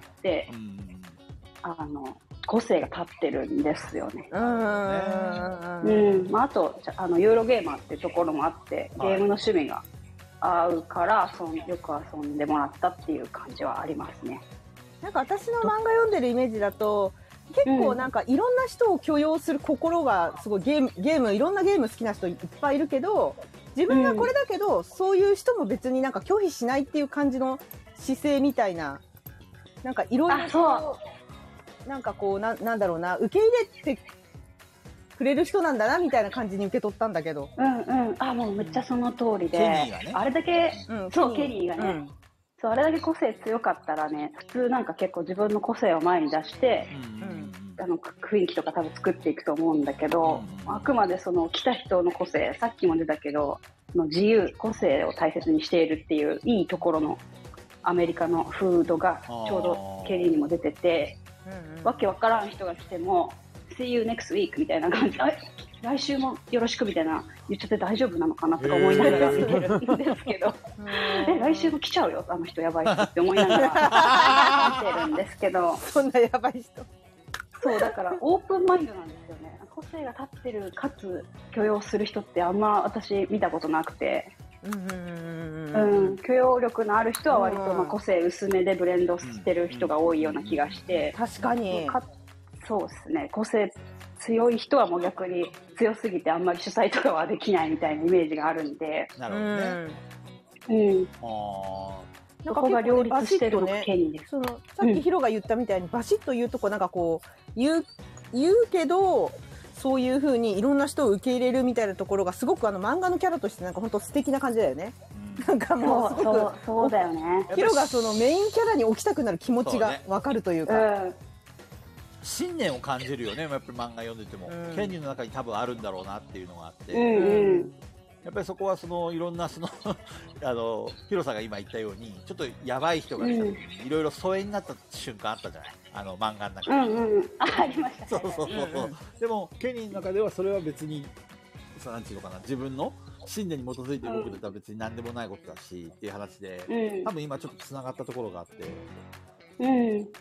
個性が立ってるんですよね。あとユーロゲーマーっていうところもあってゲームの趣味が合うからよく遊んでもらったっていう感じはありますね。 なんか私の漫画読んでるイメージだと結構なんかいろんな人を許容する心がすごいゲームいろんなゲーム好きな人いっぱいいるけど、自分がこれだけど、そういう人も別になんか拒否しないっていう感じの姿勢みたいな、なんかいろいろなんかこうなんだろうな、受け入れてくれる人なんだなみたいな感じに受け取ったんだけど。 もうめっちゃその通りで、あれだけ、ケニーがね、そうあれだけ個性強かったらね、普通なんか結構自分の個性を前に出して、雰囲気とか多分作っていくと思うんだけど、あくまでその来た人の個性、さっきも出たけど、自由、個性を大切にしているっていういいところのアメリカの風土がちょうどケニーにも出てて、わけわからん人が来ても See you next week みたいな感じで、来週もよろしくみたいな言っちゃって大丈夫なのかなとか思いながら見てるんですけど来週も来ちゃうよあの人やばい人って思いながら見てるんですけどそんなやばい人そうだからオープンマインドなんですよね。個性が立ってるかつ許容する人ってあんま私見たことなくて、許容力のある人は割とまあ個性薄めでブレンドしてる人が多いような気がして、 確かにそうですね、個性強い人はもう逆に強すぎてあんまり主催とかはできないみたいなイメージがあるんで、 なるほどね。 そこが両立してるのがケニーです。 さっきヒロが言ったみたいにバシッと言うとこなんかこう言うけどそういう風にいろんな人を受け入れるみたいなところがすごく漫画のキャラとしてなんか本当素敵な感じだよね。なんかもうすごくそうだよね。 ヒロがそのメインキャラに置きたくなる気持ちがわかるというか、 信念を感じるよね。やっぱり漫画読んでても、ケニーの中に多分あるんだろうなっていうのがあって、やっぱりそこはそのいろんなそのヒロさんが今言ったようにちょっとやばい人が来た時にいろいろ疎遠になった瞬間あったじゃない、漫画の中で。 ありました。 そうでもケニーの中ではそれは別になんていうのかな、自分の信念に基づいて動くとは別に何でもないことだしっていう話で、多分今ちょっとつながったところがあって、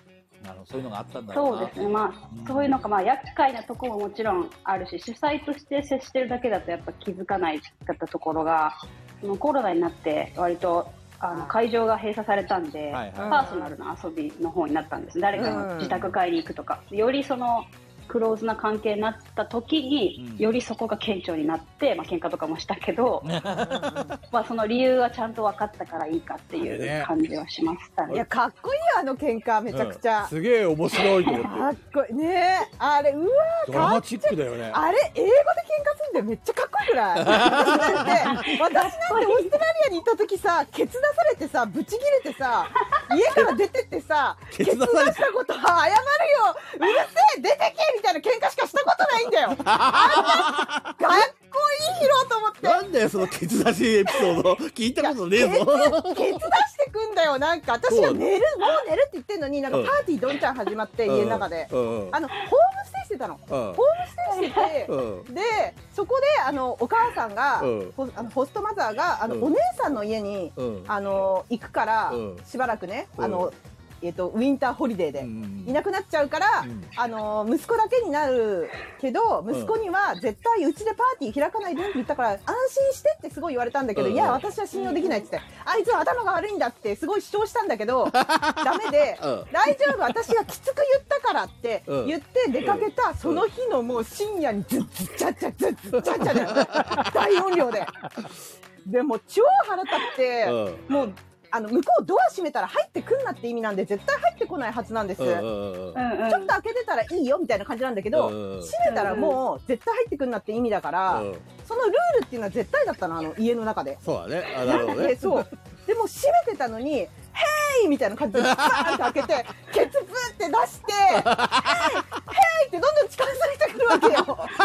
なるほど、そういうのがあったんだろうな。 そうですね、まあ、そういうのが、まあ、厄介なところももちろんあるし、主催として接してるだけだとやっぱ気づかないかったところが、コロナになって割と会場が閉鎖されたんで、 はいはい、 パーソナルな遊びの方になったんです。誰かの自宅買いに行くとか、よりそのクローズな関係になった時に、よりそこが顕著になって、まあ喧嘩とかもしたけどまあその理由はちゃんと分かったからいいかっていう感じはしましたね。 いや、かっこいいよ、あの喧嘩めちゃくちゃ、 すげえ面白いと思って。 かっこいいね。あれ、うわー、 ドラマチックだよね。 あれ英語で喧嘩すんだよ。めっちゃかっこいいくらい。私なんてオーストラリアに行った時さ、ケツ出されてさ、ブチギレてさ、家から出てってさ、ケツ出したことは謝るよ、うるせえ、出てけみたいな喧嘩しかしたことないんだよ。あんなかっこいいヒロと思って。 なんだよそのケツ出しエピソード、聞いたことねえぞ。 ケツ出してくんだよ。なんか私が寝る、もう寝るって言ってんのに、なんかパーティーどんちゃん始まって、家の中でホームステイしてたの。ホームステイしてて、でそこでお母さんが、ホストマザーがお姉さんの家に行くから、しばらくね、ウィンターホリデーでいなくなっちゃうから、息子だけになるけど、息子には絶対うちでパーティー開かないでって言ったから安心してってすごい言われたんだけど、いや私は信用できないって言って、あいつは頭が悪いんだってすごい主張したんだけどダメで、大丈夫私がきつく言ったからって言って出かけたその日のもう深夜にズッズッチャッチャズッズッチャッチャで大音量でも超腹立って、もう向こうドア閉めたら入ってくんなって意味なんで絶対入ってこないはずなんです。ちょっと開けてたらいいよみたいな感じなんだけど、閉めたらもう絶対入ってくんなって意味だから、そのルールっていうのは絶対だったの、家の中で。 そうだね。なるほどね。 そうでも閉めてたのに「ヘイ!」みたいな感じでバーンって開けてケツブーって出して「ヘイ!」ってどんどん近づいてくるわけよ。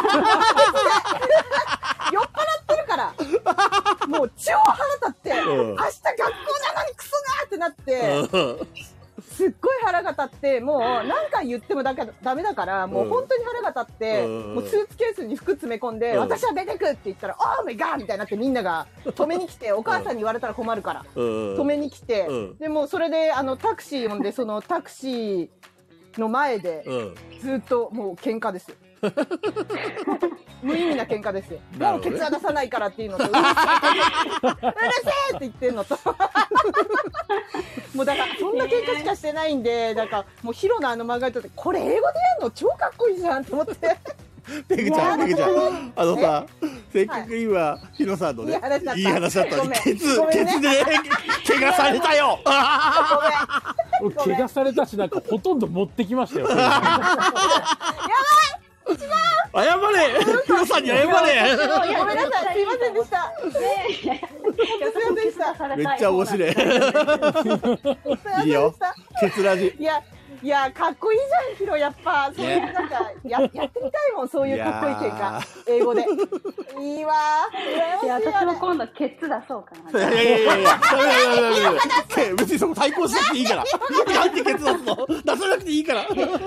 酔っ払ってるからもう超腹立って、明日学校なのにクソがーってなって、すっごい腹が立って、もう何回言ってもダメだから、もう本当に腹が立って、もうスーツケースに服詰め込んで、私は出てくって言ったら、オーマイガーみたいになってみんなが止めに来て、お母さんに言われたら困るから、止めに来て、でもうそれでタクシー呼んで、そのタクシーの前で、ずっともう喧嘩ですよ。無意味な喧嘩ですよ。もうケツは出さないからっていうのと、うるせえって言ってんのと。もうだからそんな喧嘩しかしてないんで、だからもうヒロの漫画にとってこれ英語でやるの超かっこいいじゃんと思って。 ペグちゃん、さ、せっかく今ヒロさんのねいい話だったのにケツで怪我されたよ。 怪我されたし、なんかほとんど持ってきましたよ。やばい、謝れ、ヒロさんに謝れ。 ごめんなさい、すいませんでした。すいませんでした。 めっちゃ面白い。いいよ、ケツラジ。 いやかっこいいじゃんヒロ、やっぱそういうなんかやってみたいもん、そういうかっこいい喧嘩英語で。いいわー。 いや私も今度ケツ出そうかな。 いや別にそこ対抗しなくていいから。なんでケツ出すの？出さなくていいから。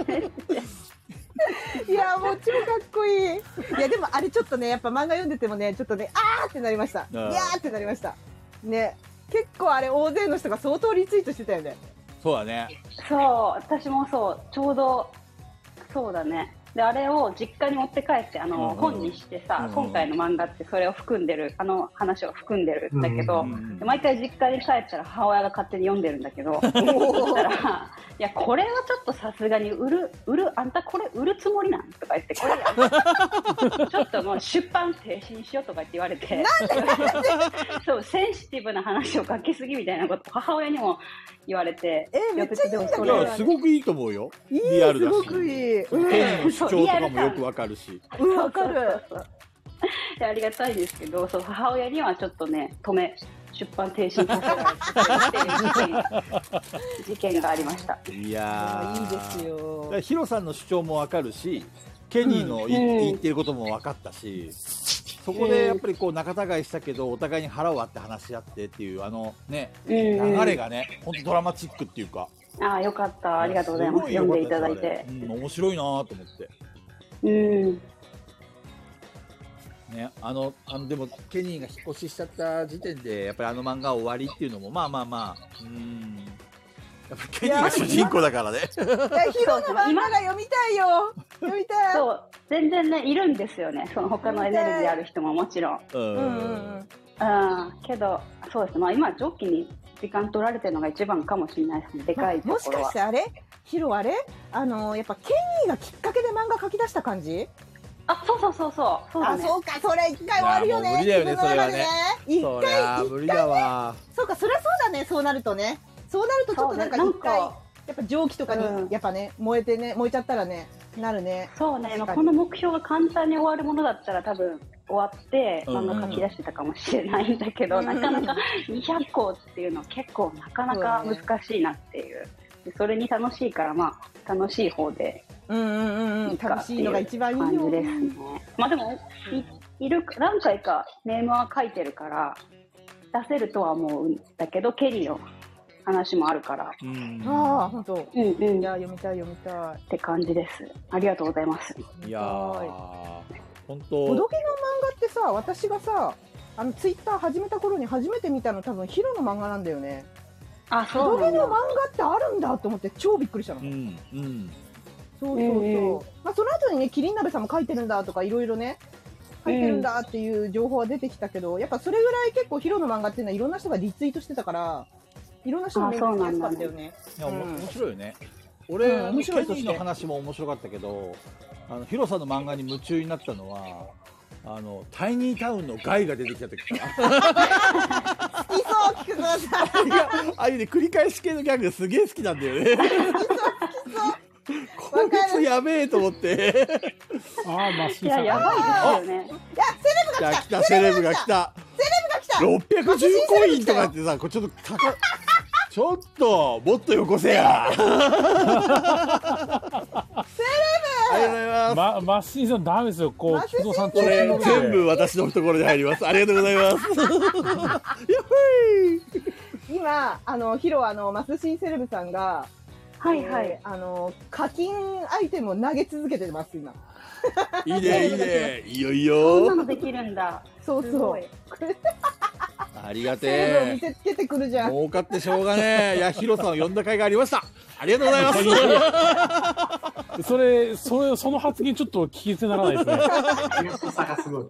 いやもう超かっこいい。いやでもあれちょっとね、やっぱ漫画読んでてもね、ちょっとね、あーってなりました。いやーってなりましたね。結構あれ大勢の人が相当リツイートしてたよね。 そうだね。 そう、私もそう、ちょうどそうだね。であれを実家に持って帰って本にしてさ、今回の漫画ってそれを含んでる、話を含んでるんだけど、毎回実家に帰ったら母親が勝手に読んでるんだけど、そしたら「いやこれはちょっとさすがにあんたこれ売るつもりなん?」とか言って、これちょっともう出版停止にしようとかって言われて、そうセンシティブな話を書きすぎみたいなこと母親にも言われて、 めっちゃいいんだけど、すごくいいと思うよ。 リアルだし、すごくいい。 主張とかもよくわかるし。 わかる。 ありがたいですけど、そう母親にはちょっとね出版停止にさせられる事件がありました。 いやいいですよ。 ヒロさんの主張もわかるし、ケニーの言ってることも分かったし、そこでやっぱりこう仲違いしたけどお互いに腹を割って話し合ってっていうね、流れがね、本当ドラマチックっていうか。 ああよかった、ありがとうございます。読んでいただいて、 面白いなと思って。ね、でもケニーが引っ越ししちゃった時点でやっぱり漫画終わりっていうのもまあやっぱケニーが主人公だからね。 いや、ヒロの漫画が読みたいよ。読みたい。 そう、全然ね、いるんですよね。その他のエネルギーある人ももちろん。けど、そうですね。まあ今、上記に時間取られてるのが一番かもしれないですね。でかいところは。 もしかしてあれヒロあれやっぱケニーがきっかけで漫画描き出した感じ？ あ、そう。そうだね。 そうか、それ一回終わるよね。 無理だよね、それはね。 一回無理だわ。 そうか、そりゃそうだね、そうなるとね。そうなるとちょっとなんか一回、やっぱ蒸気とかに、やっぱね、燃えちゃったらね、なるね。 そうね、この目標が簡単に終わるものだったら多分終わって漫画書き出してたかもしれないんだけど、なかなか200個っていうのは結構なかなか難しいなっていう。それに楽しいから、まあ、楽しい方で。 楽しいのが一番いいよ。 感じですね。まあでも、何回かネームは書いてるから、出せるとは思うんだけど、ケリーの話もあるから。 ああ、本当。いや、読みたい。 って感じです。ありがとうございます。 いやー、本当。 ボドゲの漫画ってさ、私がさ、ツイッター始めた頃に初めて見たの多分ヒロの漫画なんだよね。 あ、そうボドゲの漫画ってあるんだと思って超びっくりしたの。そう。まあその後にね、キリン鍋さんも書いてるんだとかいろいろね、書いてるんだっていう情報は出てきたけど、やっぱそれぐらい結構ヒロの漫画っていうのはいろんな人がリツイートしてたから、いろんな人が目につきやすかったよね。 いや、面白いよね。俺、ケニーの話も面白かったけど、ヒロさんの漫画に夢中になったのは、タイニータウンのガイが出てきた時かな。 好きそう、菊蔵さん。 ああいうね、繰り返し系のギャグすげえ好きなんだよね。こいつやべえと思って。 いや、やばいですよね。 いや、 セレブが来た。610コインとかってさ、これちょっとちょっともっとよこせや。セレブ。ありがとうございます。 マッシーさんダメですよ。こう菊蔵さんこれ全部私の懐に入ります。ありがとうございます。 今ヒロマスシーセレブさんが。課金アイテムを投げ続けてます今。 いいね。いいよ。 そんなのできるんだ。 そう。 ありがてセレブを見せつけてくるじゃん。 儲かってしょうがねえ。いや、ヒロさんを呼んだ甲斐がありました。ありがとうございます。 その発言ちょっと聞き捨てならないですね。 すごい。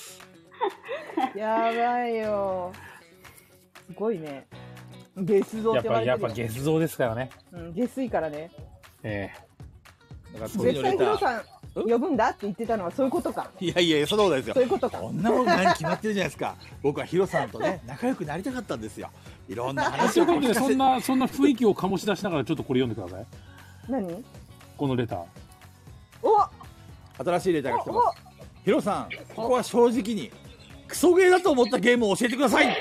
やばいよ。すごいね。ゲス像って言われてる。 やっぱゲス像ですからね。 下水からね。 だから絶対ヒロさん呼ぶんだって言ってたのはそういうことか。 いや、そんなことないですよ。 そういうことか。 こんなもん何決まってるじゃないですか。僕はヒロさんとね、仲良くなりたかったんですよ。いろんな話を。 そんな雰囲気を醸し出しながらちょっとこれ読んでください。 何？ このレター。 新しいレターが来てます。ヒロさん、ここは正直にクソゲーだと思ったゲームを教えてください。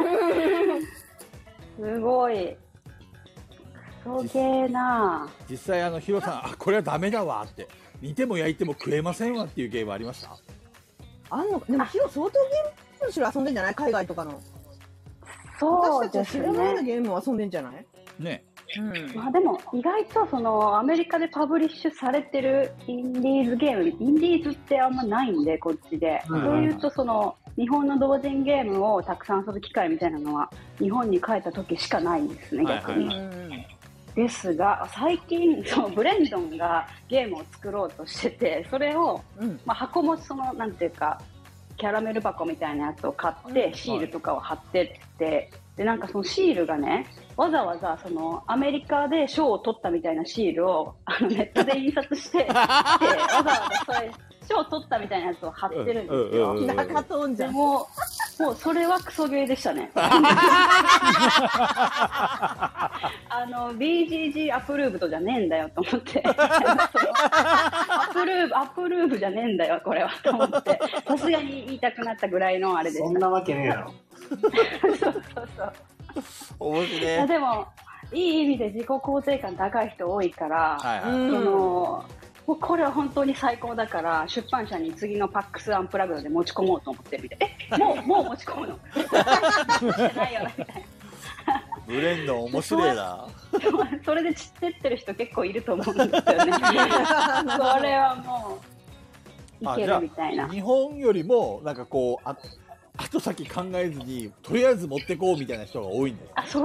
すごい。クソゲーな。 実際ヒロさん、これはダメだわって煮ても焼いても食えませんわっていうゲームありました？ あんの？でもヒロ相当ゲームむしろ遊んでんじゃない？海外とかの。 そうですね。 私たち知らないようなゲームを遊んでんじゃない？ ね。 まあでも意外とアメリカでパブリッシュされてるインディーズゲーム、インディーズってあんまないんでこっちで。そういうと日本の同人ゲームをたくさん遊ぶ機会みたいなのは日本に帰った時しかないんですね、逆に。ですが最近ブレンドンがゲームを作ろうとしてて、それを、箱もなんていうかキャラメル箱みたいなやつを買ってシールとかを貼ってって、でなんかそのシールがね、わざわざアメリカで賞を取ったみたいなシールをネットで印刷してわざわざそれ賞を取ったみたいなやつを貼ってるんですよ。 中トンじゃん。 もうそれはクソゲーでしたね。BGG アプルーブとじゃねえんだよと思ってアプルーブじゃねえんだよこれはと思って、さすがに言いたくなったぐらいのあれでした。 そんなわけねえだろ。 そう面白いね。 でもいい意味で自己肯定感高い人多いから、もうこれは本当に最高だから出版社に次のパックスアンプラグドで持ち込もうと思ってるみたい。もう持ち込むのじゃないよなみたいな。 ブレンド面白いな。 それで散ってってる人結構いると思うんですよね。それはもういけるみたいな。 日本よりもなんかこう後先考えずにとりあえず持ってこうみたいな人が多いんだよ。 それ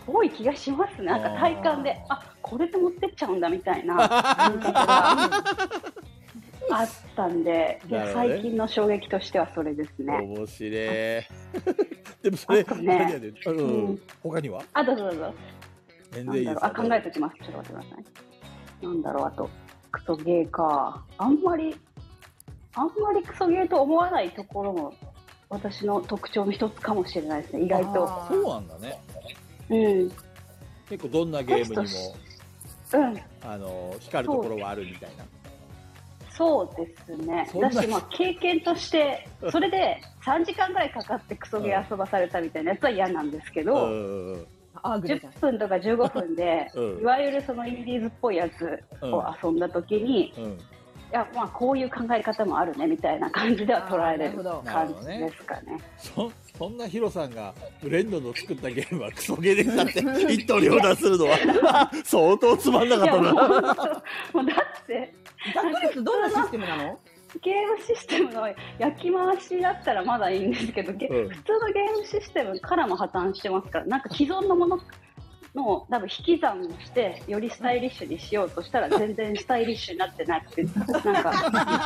多い気がしますね。なんか体感で、これで持ってっちゃうんだみたいな感覚があったんで、いや最近の衝撃としてはそれですね。 面白い。でもそれ、 ね、 他には？ どうぞどうぞ。 全然いいです。 考えておきます。ちょっと待ってください。なんだろう、あとクソゲーか。あんまりクソゲーと思わないところも私の特徴の一つかもしれないですね。意外と。 そうなんだね。結構どんなゲームにも光るところはあるみたいな。 そうですね。だし、経験としてそれで3時間ぐらいかかってクソゲー遊ばされたみたいなやつは嫌なんですけど、10分とか15分でいわゆるそのインディーズっぽいやつを遊んだ時に、いやこういう考え方もあるねみたいな感じでは捉えれる感じですかね。 そんなヒロさんがブレンドの作ったゲームはクソゲーでしたって一刀両断するのは相当つまんなかったな。 もうだってざっくり言うとどんなシステムなの？ ゲームシステムの焼き回しだったらまだいいんですけど、普通のゲームシステムからも破綻してますから、なんか既存のものの多分引き算をしてよりスタイリッシュにしようとしたら全然スタイリッシュになってなくて、なんか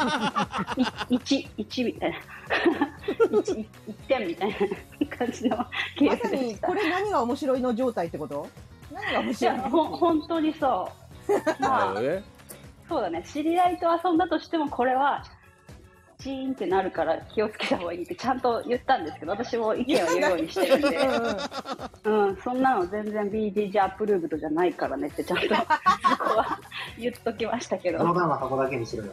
1みたいな1点みたいな感じのゲームでした。まさにこれ何が面白いの状態ってこと？何が面白いの？ 本当にそう。まあそうだね、知り合いと遊んだとしてもこれはチーンってなるから気をつけた方がいいってちゃんと言ったんですけど、私も意見を言うようにしてるんでそんなの全然 BGG アップルーブドじゃないからねってちゃんとそこは言っときましたけど、 その段は箱だけにしろよ。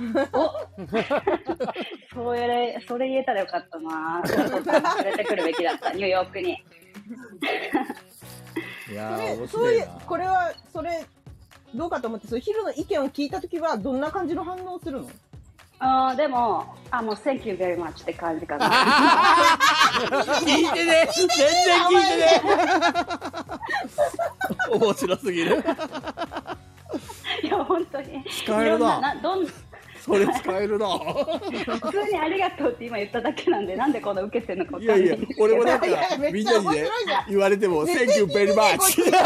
それ言えたらよかったな。連れてくるべきだったニューヨークに。 いや面白いな。 これはそれどうかと思って、そのヒロの意見を聞いたときはどんな感じの反応するの？ でももう Thank you very much って感じかな。 聞いてね、全然聞いてね。面白すぎる。 いや本当に使えるな。それ使えるな。 普通にありがとうって今言っただけなんで、なんでこんな受けてるのか分かんないんですけど。 俺もなんかみんなにね言われても Thank you very much。 不動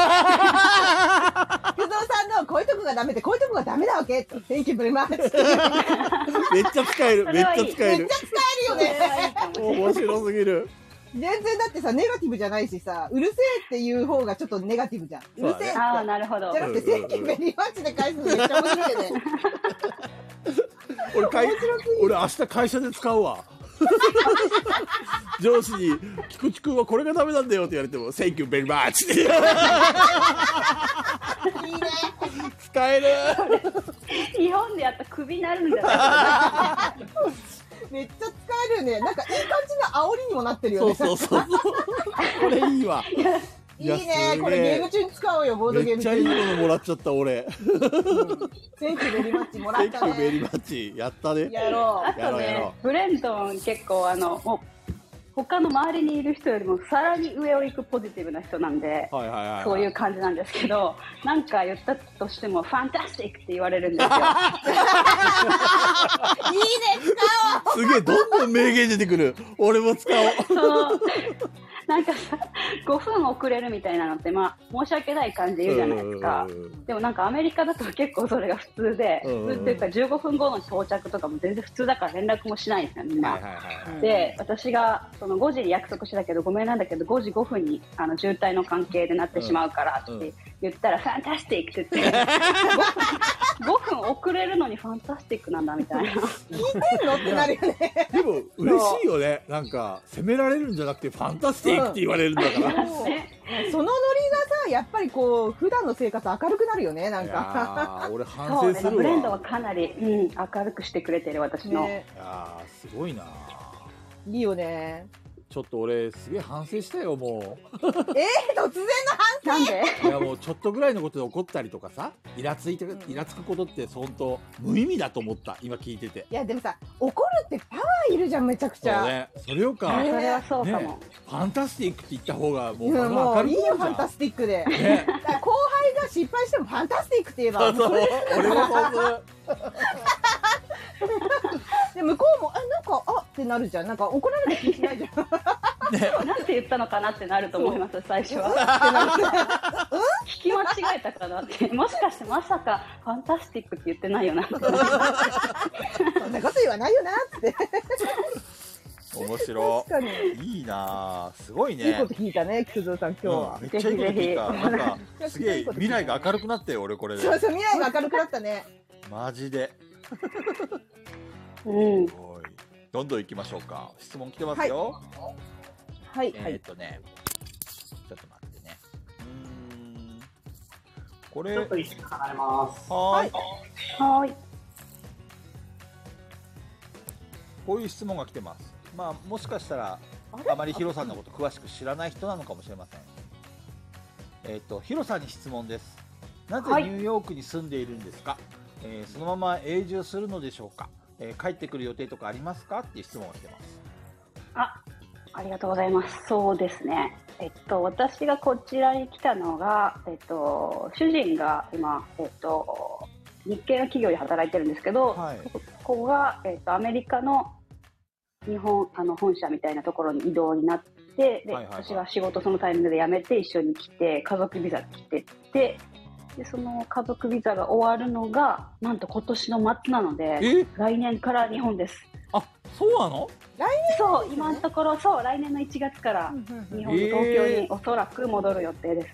産のこういうとこがダメでこういうとこがダメなわけ。Thank you very much。 めっちゃ使える。めっちゃ使える。 めっちゃ使えるよね。 面白すぎる。 全然だってさ、ネガティブじゃないしさ、うるせえっていう方がちょっとネガティブじゃん。うるせえって。 なるほど。 じゃなくて、Thank you very muchで返すのめっちゃ面白いよね。 俺明日会社で使うわ。上司に菊池君はこれがダメなんだよって言われても Thank you very much っていいね。 使える。 日本でやったらクビになるんじゃないですか。 めっちゃ使えるよね。なんかいい感じの煽りにもなってるよね。 そうこれいいわ。 いいね、これゲーム中に使おうよ、ボードゲーム中に。 めっちゃいいものもらっちゃった俺。 センキューベリーマッチもらったね。 センキューベリーマッチやったね。 やろう。 あとね、ブレントン結構もう他の周りにいる人よりもさらに上を行くポジティブな人なんで、そういう感じなんですけど、なんか言ったとしてもファンタスティックって言われるんですよ。 いいね、使おう。 すげえ、どんどん名言出てくる。俺も使おう。 なんかさ、5分遅れるみたいなのって、まあ、申し訳ない感じで言うじゃないですか。でもなんかアメリカだと結構それが普通で、普通っていうか15分後の到着とかも全然普通だから連絡もしないんですよ、みんな。で、私がその5時に約束してたけど、ごめんなんだけど、5時5分に渋滞の関係でなってしまうからって言ったら、ファンタスティックって言って、5分遅れるのにファンタスティックなんだみたいな。聞いてんのってなるよね。 でも嬉しいよね。なんか責められるんじゃなくてファンタスティックって言われるんだから。 そのノリがさ、やっぱりこう普段の生活明るくなるよね。なんか。 俺反省するわ。 ブレンドはかなり、明るくしてくれてる私の。 いやすごいな。 いいよね。 ちょっと俺すげえ反省したよもう。 突然の反省？ なんで？ いやもうちょっとぐらいのことで怒ったりとかさ、イラつくことって本当無意味だと思った今聞いてて。 いやでもさ、怒るってパワーいるじゃんめちゃくちゃ。 そうね。それよか。 それはそうかも。 ね、ファンタスティックって言った方がもうもういいよファンタスティックで。ね、後輩が失敗してもファンタスティックって言えば。 そう俺もそうする。 で向こうもなんかってなるじゃん。なんか怒られた気しないじゃん。 なんて言ったのかなってなると思います最初は。聞き間違えたかなって、もしかしてまさかファンタスティックって言ってないよな。 そんなこと言わないよなって。 面白確かにい。いいなぁ、すごいね。 いいこと聞いたね、菊蔵さん今日は。 めっちゃいいこと聞いた。なんかすげえ未来が明るくなってよ、俺これで。 そうそう、未来が明るくなったね。 マジで。 うん。 どんどん行きましょうか。質問来てますよ。 はい。 ちょっと待ってね。これ。 ちょっと一瞬離れます。 はい。 はい。 こういう質問が来てます。まあもしかしたらあまりヒロさんのこと詳しく知らない人なのかもしれません。ヒロさんに質問です。なぜニューヨークに住んでいるんですか？そのまま永住するのでしょうか？帰ってくる予定とかありますかっていう質問が来てます。 ありがとうございます。そうですね。私がこちらに来たのが、主人が今、日系の企業で働いてるんですけど、 はい、 ここが、アメリカの日本本社みたいなところに異動になって、で、私は仕事そのタイミングで辞めて一緒に来て、家族ビザ来てて、でその家族ビザが終わるのがなんと今年の末なので、来年から日本です。 あ、そうなの？ そう、今のところそう、来年の1月から日本の東京におそらく戻る予定です。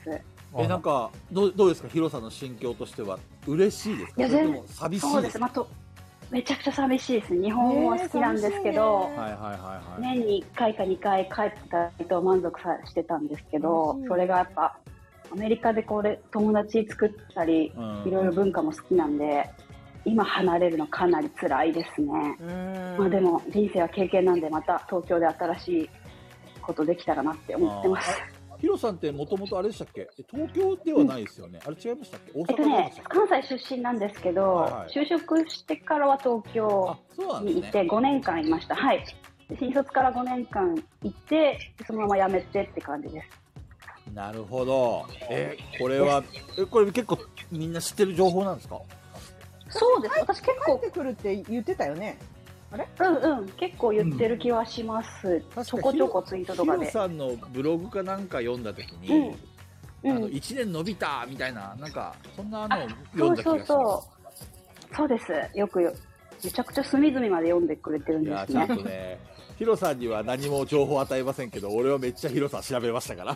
なんかどうですか、ヒロさんの心境としては。嬉しいですか？ いや、 それとも寂しいですか？ そうです。めちゃくちゃ寂しいです。日本は好きなんですけど、年に1回か2回帰ってたりと満足してたんですけど、それがやっぱアメリカで友達作ったり、いろいろ文化も好きなんで、今離れるのかなり辛いですね。まあでも人生は経験なんで、また東京で新しいことできたらなって思ってます。 ヒロさんってもともとあれでしたっけ？東京ではないですよね。あれ違いましたっけ？大阪でしたっけ？ 関西出身なんですけど、就職してからは東京にいて5年間いました。はい。新卒から5年間いて、そのまま辞めてって感じです。 なるほど。これ結構みんな知ってる情報なんですか？ そうです。私結構帰ってくるって言ってたよね。あれ？ 結構言ってる気はします。ちょこちょこツイートとかで。 ヒロさんのブログかなんか読んだときに、1年伸びたみたいな、なんかそんなのを読んだ気がします。 そうです。よくめちゃくちゃ隅々まで読んでくれてるんですね。 いや、ちゃんとね。ヒロさんには何も情報を与えませんけど、俺はめっちゃヒロさん調べましたから。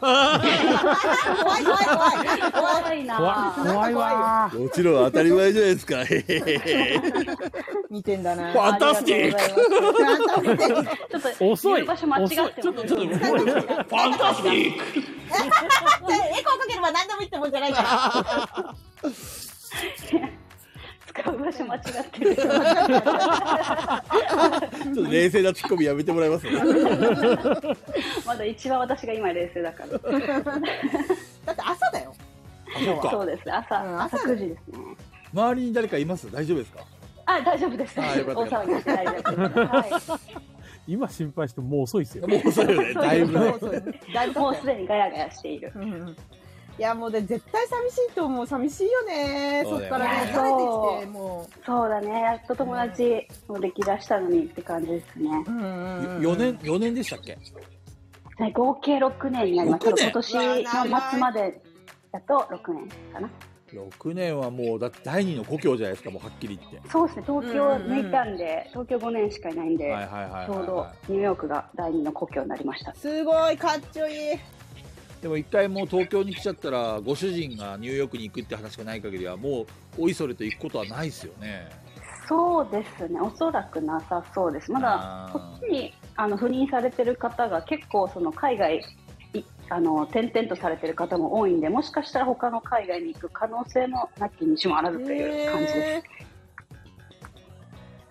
怖いな。 怖いわ。 もちろん当たり前じゃないですか。 見てんだな。 ファンタスティック。 ちょっと遅い。場所間違ってます。 ちょっとファンタスティック。 エコーかければ何でも言ってもんじゃないから。 使う場所間違ってる。ちょっと冷静なツッコミやめてもらえます？ まだ一番私が今冷静だから。 だって朝だよ。 そうです。朝9時ですね。 周りに誰かいます？大丈夫ですか？ 大丈夫です。大騒ぎして大丈夫です。 今心配してもう遅いですよ。 もう遅いよね。だいぶね。 もうすでにガヤガヤしている。 いや、もう絶対寂しいと思う。寂しいよね。そっからね、帰ってきて、もう。 そうだね。やっと友達もできだしたのにって感じですね。 4年でしたっけ？ 合計6年になります。今年の末までだと6年かな。 6年はもうだって第二の故郷じゃないですか、もうはっきり言って。 そうですね。東京抜いたんで、東京5年しかいないんで、ちょうどニューヨークが第二の故郷になりました。 すごいかっちょいい。 でも一回もう東京に来ちゃったら、ご主人がニューヨークに行くって話がない限りは、もうおいそれと行くことはないですよね。 そうですね。おそらくなさそうです。まだこっちに赴任されてる方が結構その海外転々とされてる方も多いんで、もしかしたら他の海外に行く可能性もなきにしもあらずという感じです。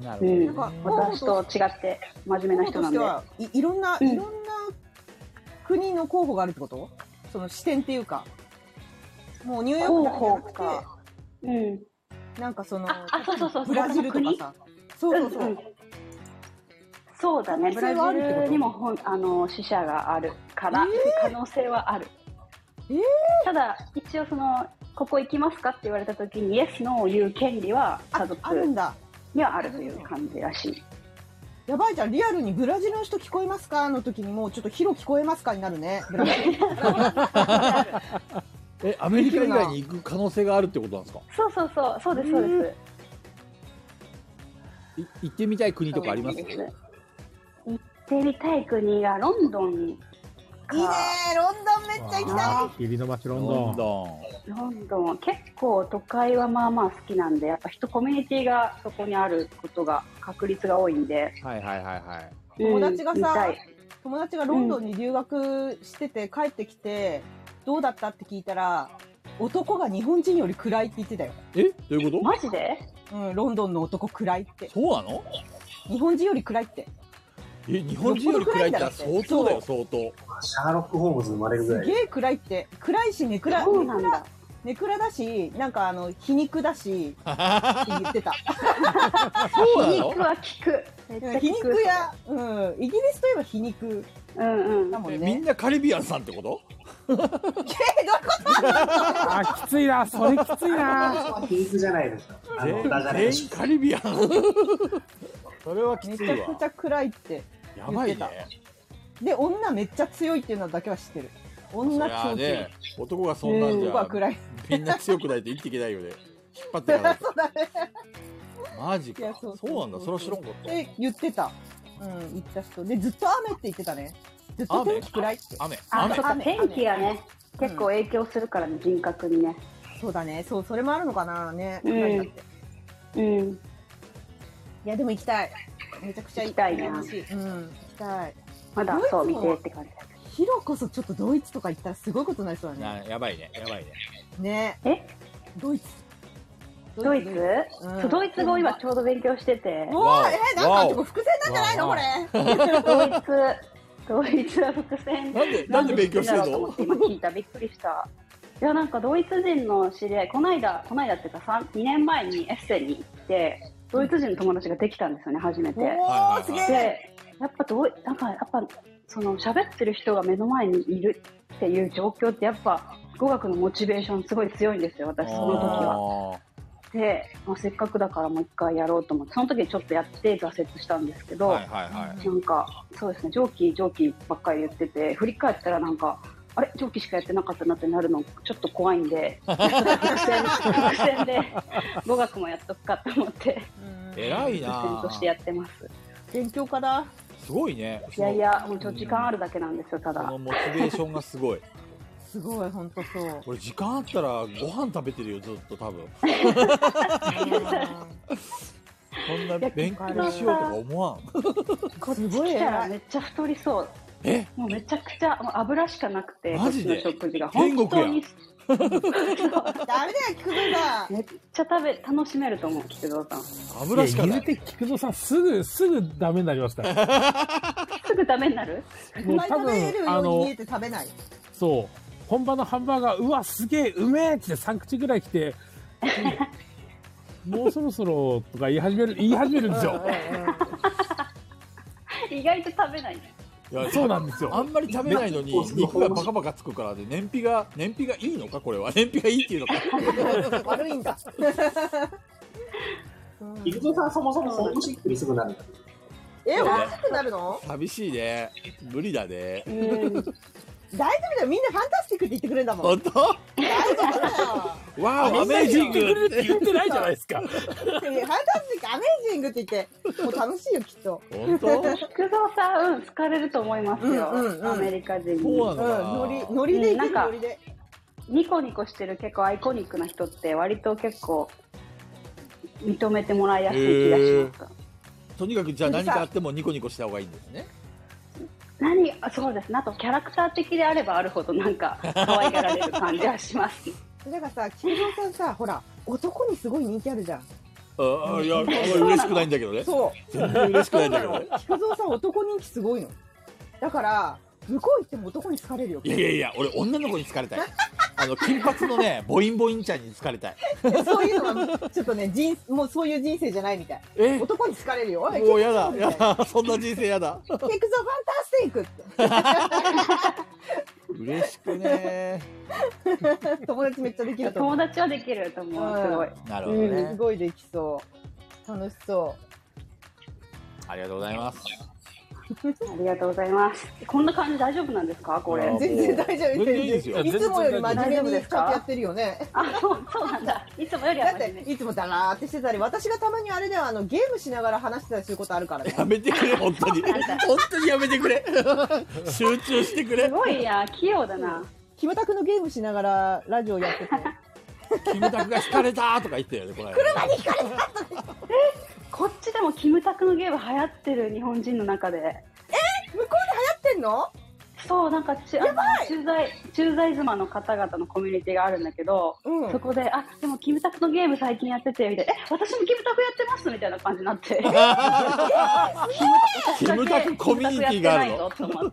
なるほど。私と違って真面目な人なんで。 いろんな国の候補があるってこと？その視点っていうか、もうニューヨークだけじゃなくて、なんかそのブラジルとかさ、 そうだね。ブラジルにも支社があるから可能性はある。ただ一応ここ行きますかって言われた時にイエスノーを言う権利は家族にはあるという感じらしい。 やばいじゃん。リアルにブラジルの人聞こえますかの時にもうちょっとヒロ聞こえますかになるね。ブラジルアメリカ以外に行く可能性があるってことなんですか？ そうですそうです。 行ってみたい国とかあります？ 行ってみたい国がロンドン。いいねー、ロンドンめっちゃ行きたい。 霧の街ロンドン結構都会はまあまあ好きなんで、やっぱコミュニティがそこにあることが確率が多いんで。 はいはいはいはい。 友達がロンドンに留学してて帰ってきて、どうだったって聞いたら、男が日本人より暗いって言ってたよ。 どういうこと？ マジで？ ロンドンの男暗いって。 そうなの？ 日本人より暗いって。 日本人より暗いって相当だよ、相当。 シャーロック・ホームズ生まれるぐらい。 すげえ暗いって。暗いし、ネクラだし、なんか皮肉だし、って言ってた。 皮肉は聞く。 皮肉や、イギリスといえば皮肉。だもんね。 みんなカリビアンさんってこと？ どういうことあ、きついな、それきついな。 皮肉じゃないですか。 全員カリビアン。それはきついわ。 めちゃくちゃ暗いってやばいね。 で、女めっちゃ強いっていうのだけは知ってる。女強い。 ね、男がそんなんじゃ、みんな強くないと生きていけないよね。引っ張っていかないと。 そうだね。 マジか。そうなんだ、それは知らんかった。 言ってた。言った人。で、ずっと雨って言ってたね。ずっと天気暗いって。 雨。 天気がね、結構影響するからね、人格にね。 そうだね。それもあるのかなね。いや、でも行きたい。めちゃくちゃ行きたいな。行きたい。 まだそう見てって感じだ。 ヒロこそちょっとドイツとか行ったらすごいことになりそうだね。 やばいね。 ね。 ドイツドイツ語今ちょうど勉強してて。 なんか伏線なんじゃないのこれ。 ドイツは伏線。 なんで勉強してるの？ 今聞いた、びっくりした。いや、なんかドイツ人の知り合い、この間っていうか2年前にエッセンに行って、ドイツ人の友達ができたんですよね、初めて。で、やっぱその喋ってる人が目の前にいるっていう状況ってやっぱ語学のモチベーションすごい強いんですよ、私その時は。で、せっかくだからもう一回やろうと思って、その時ちょっとやって挫折したんですけど、なんかそうですね、上記ばっかり言ってて、振り返ったらなんか、あれ上記しかやってなかったなってなるのちょっと怖いんで、伏線で語学もやっとくかと思って、 偉いな。 伏線としてやってます。 勉強家だ。 すごいね。 いや、もうちょっと時間あるだけなんですよ、ただ。 そのモチベーションがすごい。 すごい、本当そう。 これ時間あったらご飯食べてるよ、ずっと多分。こんな勉強しようとか思わん。 すごい偉い。めっちゃ太りそう。もうめちゃくちゃ油しかなくて、 マジで食事が天国や。 ダメだよ、菊蔵さん。 めっちゃ楽しめると思う、菊蔵さん。 油しかない。 言うて菊蔵さんすぐダメになりますから。 すぐダメになる？ もう多分食べるように見えて食べない。 そう。本場のハンバーガー、うわ、すげえ、うめえって3口ぐらい来て、もうそろそろとか言い始めるんですよ。 意外と食べないね。 いや、そうなんですよ。 あんまり食べないのに肉がバカバカつくからで、燃費がいいのかこれは。燃費がいいっていうのか。 悪いんだ。 菊蔵さんそもそもホームシックにすぐなるんだ。 ホームシックになるの？ 寂しいね。無理だね。 大丈夫だよ、みんなファンタスティックって言ってくれるんだもん。 本当？ 大丈夫だよ。 わー、アメージングって言ってないじゃないですか。 ファンタスティック、アメージングって言って、もう楽しいよ、きっと。 本当？ 菊蔵さん、好かれると思いますよ。アメリカ人に。 そうなのかな。ノリでいくノリで。 ニコニコしてる結構アイコニックな人って割と結構認めてもらいやすい気がします。 とにかくじゃあ何かあってもニコニコした方がいいんですね。 そうですね。あとキャラクター的であればあるほどなんか可愛がられる感じはします。 だからさ、菊蔵さんさ、ほら男にすごい人気あるじゃん。 いや、嬉しくないんだけどね。 そう。 全然嬉しくないんだけどね。 菊蔵さん男人気すごいの。だから向こう行っても男に好かれるよ。 いや、俺女の子に好かれたい。金髪のね、ボインボインちゃんに好かれたい。 そういうのがちょっとね、もうそういう人生じゃないみたい。男に好かれるよ。 もうやだ、そんな人生やだ。 菊蔵ファンタスティックって。 嬉しくね。 友達めっちゃできると思う。 友達はできると思う。すごい。 なるほどね。 すごいできそう。楽しそありがとうございます。 ありがとうございます。こんな感じ大丈夫なんですかこれ。 全然大丈夫。 全然いいですよ。 いつもより真面目にちゃんとやってるよね。 そうなんだ。いつもよりはだっていつもだらーってしてたり、私がたまにあれではゲームしながら話してたりすることあるからね。 やめてくれ、本当に。本当にやめてくれ。集中してくれ。 すごいや、器用だな。 キムタクのゲームしながらラジオやってて。 キムタクが引かれたとか言ってたよね、この間。 車に引かれたこっちでもキムタクのゲーム流行ってる、日本人の中で。 向こうで流行ってんの？ そう、なんか駐在妻の方々のコミュニティがあるんだけど、そこで、でもキムタクのゲーム最近やってて、みたいな、私もキムタクやってますみたいな感じになって。 キムタクコミュニティがあるの？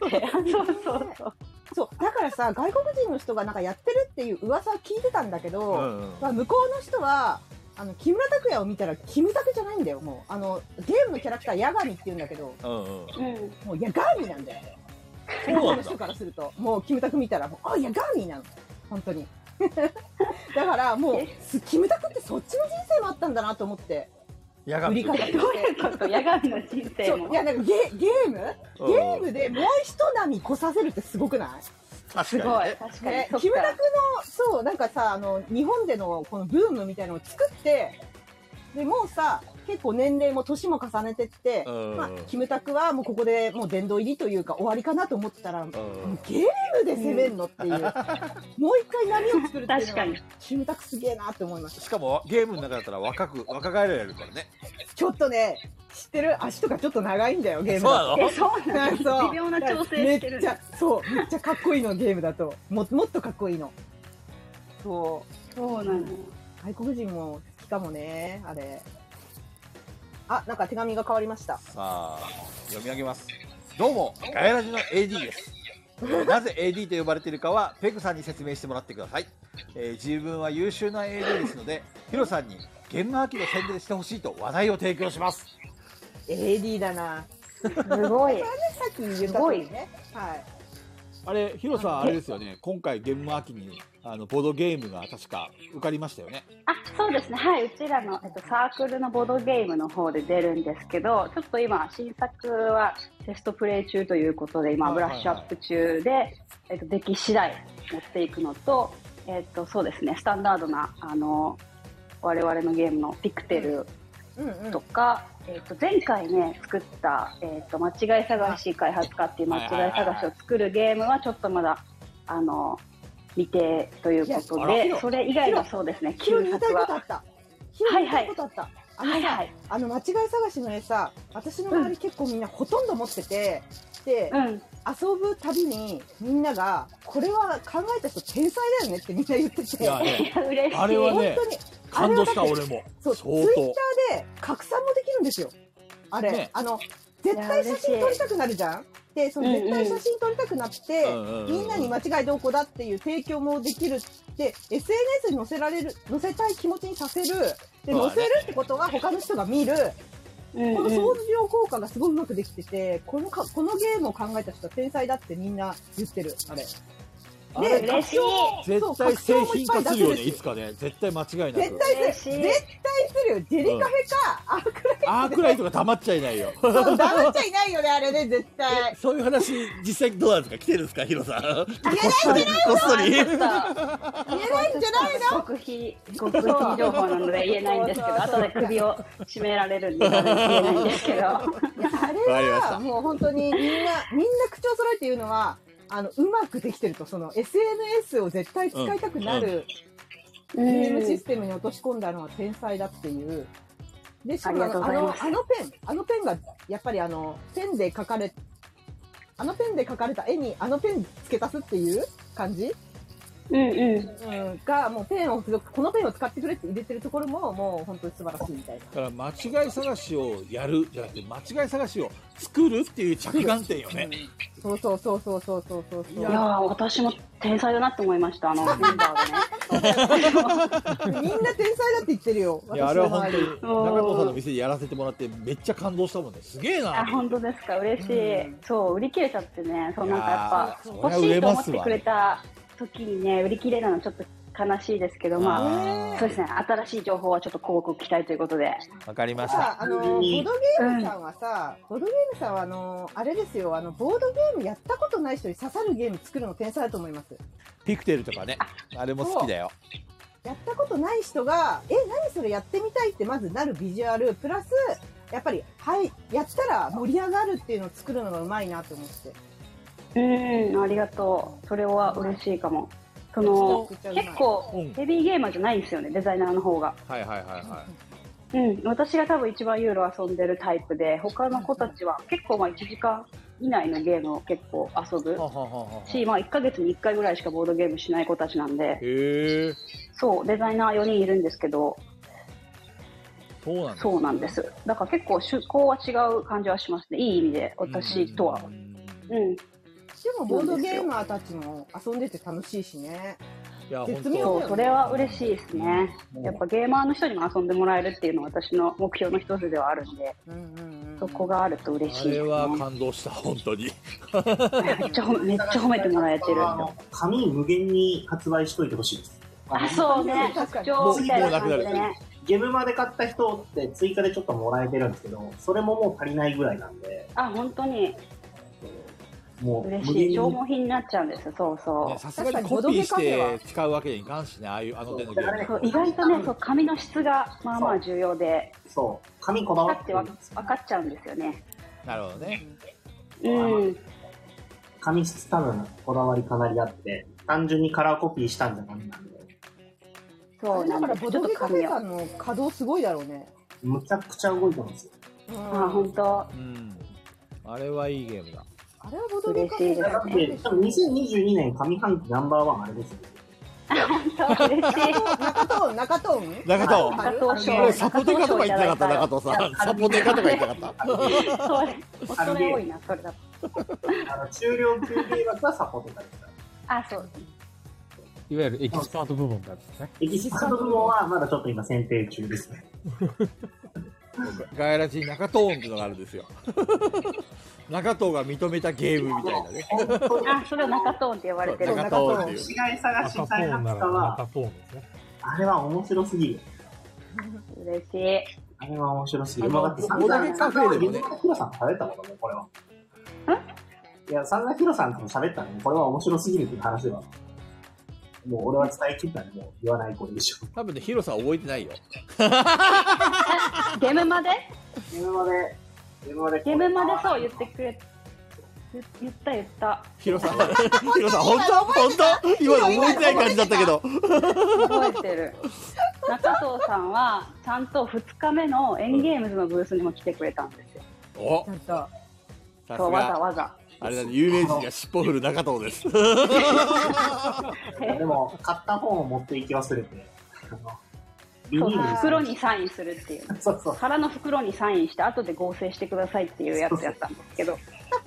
そう、だからさ、外国人の人がなんかやってるっていう噂を聞いてたんだけど、向こうの人は、木村拓哉を見たらキムタクじゃないんだよ、もう。ゲームのキャラクター、ヤガミって言うんだけど、もうヤガーミなんだよ。向こうの人からすると、もうキムタク見たら、もう、ヤガーミなの。本当に。だから、もう、キムタクってそっちの人生もあったんだなと思って。 ヤガミ。 どういうことヤガミの人生も。 いや、なんかゲームでもう一波越させるってすごくない？ すごい、確かに。 キムタクの、そう、なんかさ、日本でのこのブームみたいなのを作って、で、もうさ、結構年齢も年も重ねてって、キムタクはもうここでもう殿堂入りというか終わりかなと思ってたら、ゲームで攻めんのっていう、もう一回波を作るっていうのは、キムタクすげえなって思いました。 しかもゲームの中だったら若返られるからね。 ちょっとね、知ってる？足とかちょっと長いんだよ、ゲームだと。 そうなの？微妙な調整してる。 めっちゃかっこいいの、ゲームだと。もっとかっこいいの。そうなの。外国人も好きかもね、あれ。なんか手紙が変わりました。 さあ、読み上げます。どうも、ガヤラジの AD です。なぜ AD と呼ばれているかはペグさんに説明してもらってください。自分は優秀な AD ですので、ヒロさんにゲーム秋の宣伝してほしいと話題を提供します。 AD だな。 すごい。 さっき言った通りね。はい。 あれ、ヒロさん、あれですよね。今回ゲーム秋にボードゲームが確か受かりましたよね。 そうですね。はい、うちらのサークルのボードゲームの方で出るんですけど、ちょっと今新作はテストプレイ中ということで、今ブラッシュアップ中で、出来次第持っていくのと、そうですね。スタンダードな我々のゲームのピクテルとか。前回ね作った、間違い探し開発家っていう間違い探しを作るゲームはちょっとまだ未定ということで、それ以外はそうですね。 ヒロに言いたいことあった。間違い探しの絵さ、私の周り結構みんなほとんど持ってて、で、遊ぶたびにみんながこれは考えた人天才だよねってみんな言ってて、 嬉しい。 あれはね、感動した俺も。 そう、ツイッターで拡散もできるんですよ。あれ、絶対写真撮りたくなるじゃん。で、その絶対写真撮りたくなって、みんなに間違いどこだっていう提供もできる。で、SNS に載せたい気持ちにさせる。で、載せるってことは他の人が見る。この相乗効果がすごいうまくできてて、このゲームを考えた人は天才だってみんな言ってる。あれ。 で、嬉しい。 絶対製品化するよね、いつかね。絶対間違いなく。 絶対するよ。ジェリカフェか、 アークライトが溜まっちゃいないよ。 そう、溜まっちゃいないよね、あれね、絶対。 そういう話、実際どうなんですか？来てるんですか、ヒロさん。 言えないんじゃないの？ こっそり。 言えないんじゃないの？ 極秘情報なので言えないんですけど、後で首を絞められるんで言えないんですけど。あれは、もう本当にみんな口を揃えて言うのは、うまくできてると、その SNS を絶対使いたくなるゲームシステムに落とし込んだのは天才だっていう。で、しかもあのペンが、やっぱりペンで描かれた絵にペン付け足すっていう感じが、もうこのペンを使ってくれって入れてるところも、もう本当に素晴らしいみたいな。 だから間違い探しをやるじゃなくて、間違い探しを作るっていう着眼点よね。 そう。 いやー、私も天才だなって思いました、メンバーがね。みんな天才だって言ってるよ。 いや、あれは本当に中藤さんの店でやらせてもらってめっちゃ感動したもんね。すげえな。 本当ですか？嬉しい。そう、売り切れちゃってね、そうなんかやっぱ欲しいと思ってくれた時にね、売り切れなのちょっと悲しいですけど、まあ、そうですね、新しい情報はちょっと広告期待ということで。 わかりました。 ボードゲームさんはさ、ボードゲームさんはあれですよ、ボードゲームやったことない人に刺さるゲーム作るの天才だと思います。 ピクテルとかね、あれも好きだよ。 やったことない人が、何それやってみたいってまずなるビジュアル、プラス、やっぱり、はい、やったら盛り上がるっていうのを作るのがうまいなと思って。 ありがとう。それは嬉しいかも。結構ヘビーゲーマーじゃないんですよね、デザイナーの方が。 はいはいはいはい。 私が多分一番ユーロ遊んでるタイプで、他の子たちは結構1時間以内のゲームを結構遊ぶし、1ヶ月に1回ぐらいしかボードゲームしない子たちなんで、そう、デザイナー4人いるんですけど、そうなんです。だから結構趣向は違う感じはしますね、いい意味で、私とは。 でもボードゲーマーたちも遊んでて楽しいしね。 いや、 そう、それは嬉しいですね。やっぱゲーマーの人にも遊んでもらえるっていうのは私の目標の一つではあるんで、そこがあると嬉しいですね。 あれは感動した、本当に。 めっちゃ褒めてもらえてる。 紙無限に発売しといてほしいです。 そうね、拡張みたいな感じでね。 ゲームまで買った人って追加でちょっともらえてるんですけど、それももう足りないぐらいなんで。 本当に。 もう嬉しい。消耗品になっちゃうんです。そうそう。 さすがにコピーして使うわけにいかんしね、あの手のゲーム。 意外とね、紙の質がまあまあ重要で。 そう。紙こだわって分かっちゃうんですよね。 なるほどね。 紙質多分こだわりかなりあって、単純にカラーコピーしたんじゃダメなんで。 そうだからボドゲカフェさんの稼働すごいだろうね。 むちゃくちゃ動いてますよ。 本当。 あれはいいゲームだ。 あれはボドゲカフェだって多分2022年上半期ナンバーワンあれですよ。 本当嬉しい。 中藤俺サポテカとか言ってなかった、中藤さん。サポテカとか言ってなかった。 それ多いな、それだと。 中量級ゲームはサポテカですから。 そう。 いわゆるエキスパート部門なんですね。 エキスパート部門はまだちょっと今選定中ですね。 ガヤラジ中藤っていうのがあるんですよ。中藤が認めたゲームみたいなね。 それを中藤って呼ばれてる。 中藤っていう。 違い探し開発家は、あれは面白すぎる。 嬉しい。 あれは面白すぎる。 ボドゲカフェでもね。 ヒロさんと喋ったこともこれは。いや、散々ヒロさんとも喋ったのに、これは面白すぎるっていう話は。もう俺は伝え切ったんで、もう言わないこれでしょ。 多分ね、ヒロさん覚えてないよ。 ゲームまでゲームまでそう言ってくれ。言った。 ヒロさん、本当今の覚えてない感じだったけど。 覚えてる。中藤さんは、ちゃんと2日目のエンゲームズのブースにも来てくれたんですよ。そう、わざわざ。 あれだね、有名人が尻尾振る中藤です。 でも、買った本を持って行き忘れて。 袋にサインするっていう。空の袋にサインして、後で合成してくださいっていうやつやったんですけど。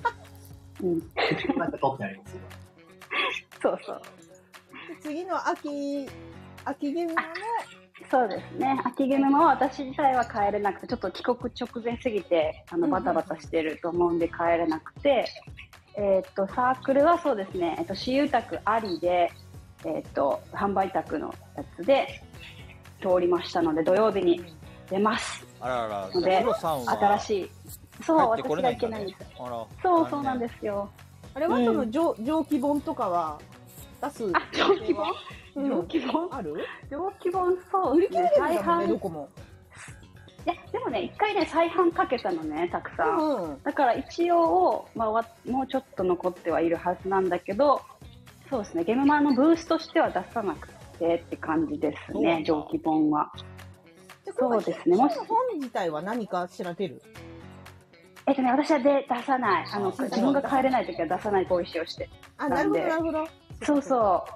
なんか取ってありますよ。 そうそう。 次の秋ゲームもそうですね。秋ゲームも私自体は帰れなくて、ちょっと帰国直前すぎて、バタバタしてると思うんで帰れなくて、サークルはそうですね、私有宅ありで、販売宅のやつで通りましたので、土曜日に出ます。ので、新しい。そう、私が行けないんです。そうなんですよ。 あれはその蒸気本とかは出す？ 蒸気本ある？ 蒸気本、そうですね。 再販どこも。 いや、でもね、一回ね、再販かけたのね、たくさん。だから一応、もうちょっと残ってはいるはずなんだけど、そうですね、ゲームマンのブースとしては出さなくてって感じですね、蒸気本は。そうですね、もし。 本自体は何かしら出る？ 私は出さない。自分が帰れないときは出さないポリシーをして。 なるほど。 そうそう。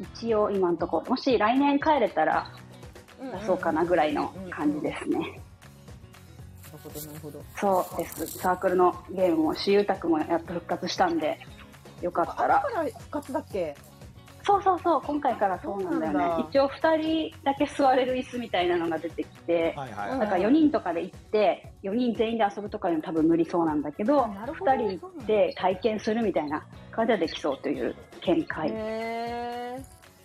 一応今のところ、もし来年帰れたら出そうかなぐらいの感じですね。 なるほど。 そうです。サークルのゲームも、私有宅もやっと復活したんで、よかったら。 だから復活だっけ？ そう、今回からそうなんだよね。一応2人だけ座れる椅子みたいなのが出てきて、だから4人とかで行って、4人全員で遊ぶとかにも多分無理そうなんだけど、2人で体験するみたいな感じでできそうという見解。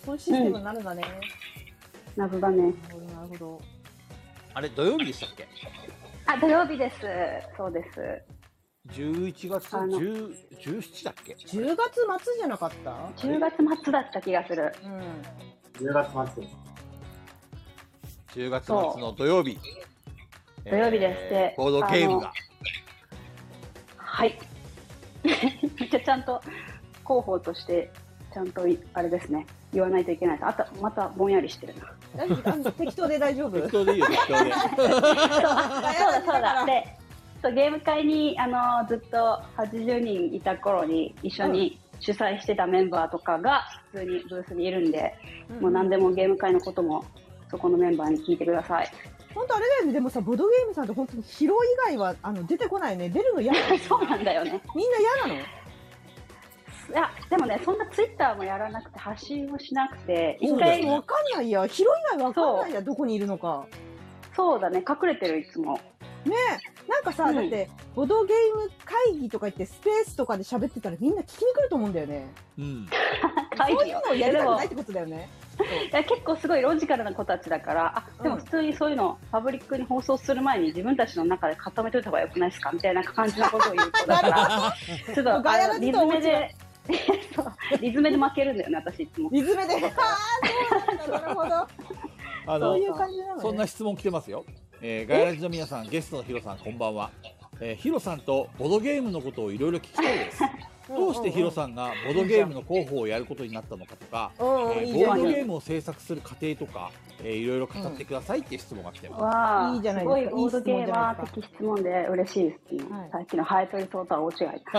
そういうシステムになるんだね。 謎だね。 なるほど。 あれ土曜日でしたっけ？ あ、土曜日です。そうです。 11月17だっけ ？10月末じゃなかった？ 10月末だった気がする。 10月末です。 10月末の土曜日。 土曜日ですって。 ボードゲームが。 はい。めっちゃちゃんと広報としてちゃんとあれですね。言わないといけない。あとまたぼんやりしてるな。 適当で大丈夫？ 適当でいいよ、適当で。 そうだ。で、ゲーム会にずっと80人いた頃に一緒に主催してたメンバーとかが普通にブースにいるんで、もう何でもゲーム会のこともそこのメンバーに聞いてください。 本当あれだよね。でもさ、ボドゲームさんって本当にヒロ以外は出てこないね。出るの嫌なの？ そうなんだよね。 みんな嫌なの？ いや、でもね、そんなツイッターもやらなくて発信をしなくて、 一回わかんないや。ヒロ以外わかんないや。どこにいるのか。 そうだね、隠れてるいつも。 ねえ、なんかさ、だってボドゲーム会議とか言ってスペースとかで喋ってたらみんな聞きに来ると思うんだよね。 うん。 そういうのをやりたくないってことだよね。 いや結構すごいロジカルな子たちだから、でも普通にそういうのパブリックに放送する前に自分たちの中で固めといた方がよくないですかみたいな感じのことを言う子だからちょっとリズムでリズムで負けるんだよね、私いつも。 リズムで。なるほど。そういう感じなのね。 そんな質問来てますよ。ガヤラジの皆さん、ゲストのヒロさん、こんばんは。ヒロさんとボドゲームのことをいろいろ聞きたいです。どうしてヒロさんがボドゲームの広報をやることになったのかとか、ボードゲームを制作する過程とか、いろいろ語ってくださいっていう質問が来てます。 いいじゃないですか。すごいボードゲーマー的質問で嬉しいですね。さっきのハエトリソーとは大違い。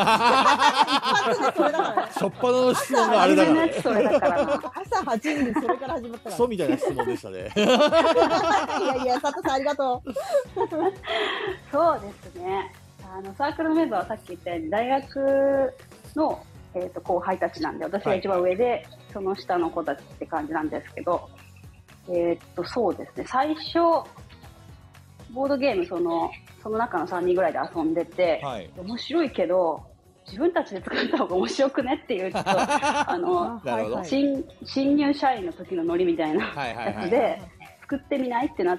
しょっぱなの質問があれだからね。 それだからな。 朝8時にそれから始まったから。 クソみたいな質問でしたね。 いや、佐藤さんありがとう。 そうですね。サークルのメンバーはさっき言ったように大学の、後輩たちなんで、私が一番上で、その下の子たちって感じなんですけど、そうですね、最初ボードゲームその中の3人ぐらいで遊んでて、面白いけど自分たちで作った方が面白くねっていうちょっと新入社員の時のノリみたいなやつで作ってみないってなって、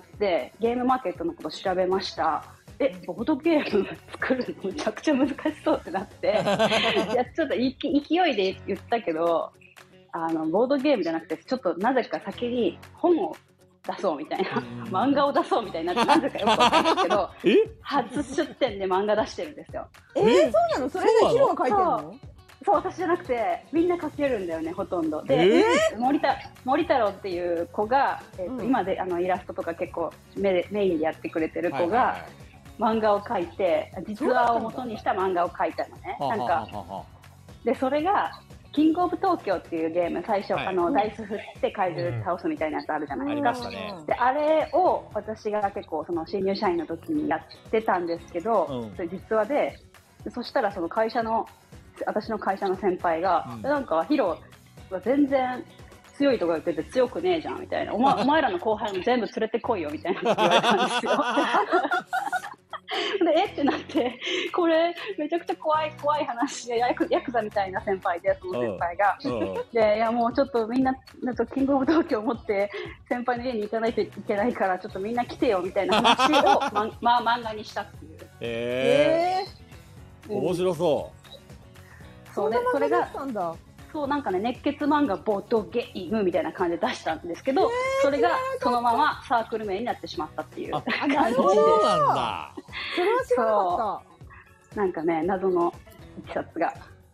ゲームマーケットのこと調べました。ボードゲーム作るのめちゃくちゃ難しそうってなっていやちょっと勢いで言ったけど、ボードゲームじゃなくてちょっとなぜか先に本を出そうみたいな漫画を出そうみたいになって、なぜかよくわかんないですけど初出展で漫画出してるんですよ。 そうなの？それでヒロが書いてるの？ そう、私じゃなくてみんな書けるんだよね、ほとんどで。森太郎っていう子が、今でイラストとか結構メインでやってくれてる子が、漫画を描いて、実話を元にした漫画を描いたのね。なんかでそれがキングオブ東京っていうゲーム、最初ダイス振って怪獣倒すみたいなやつあるじゃないですか。であれを私が結構その新入社員の時にやってたんですけど、それ実話で、そしたらその私の会社の先輩が、なんかヒロは全然強いとか言ってて強くねえじゃんみたいな、お前らの後輩も全部連れてこいよみたいなって言われたんですよ。でってなって、これめちゃくちゃ怖い話で、ヤクザみたいな先輩で、その先輩がで、いやもうちょっとみんなキングオブ東京を持って先輩の家に行かないといけないから、ちょっとみんな来てよみたいな話を漫画にしたっていう。 面白そう。 それがそうなんかね、熱血漫画ボードゲームみたいな感じで出したんですけど、それがそのままサークル名になってしまったっていう感じで。 そうなんだ。 それは知らなかった。なんかね、謎のいきさつが。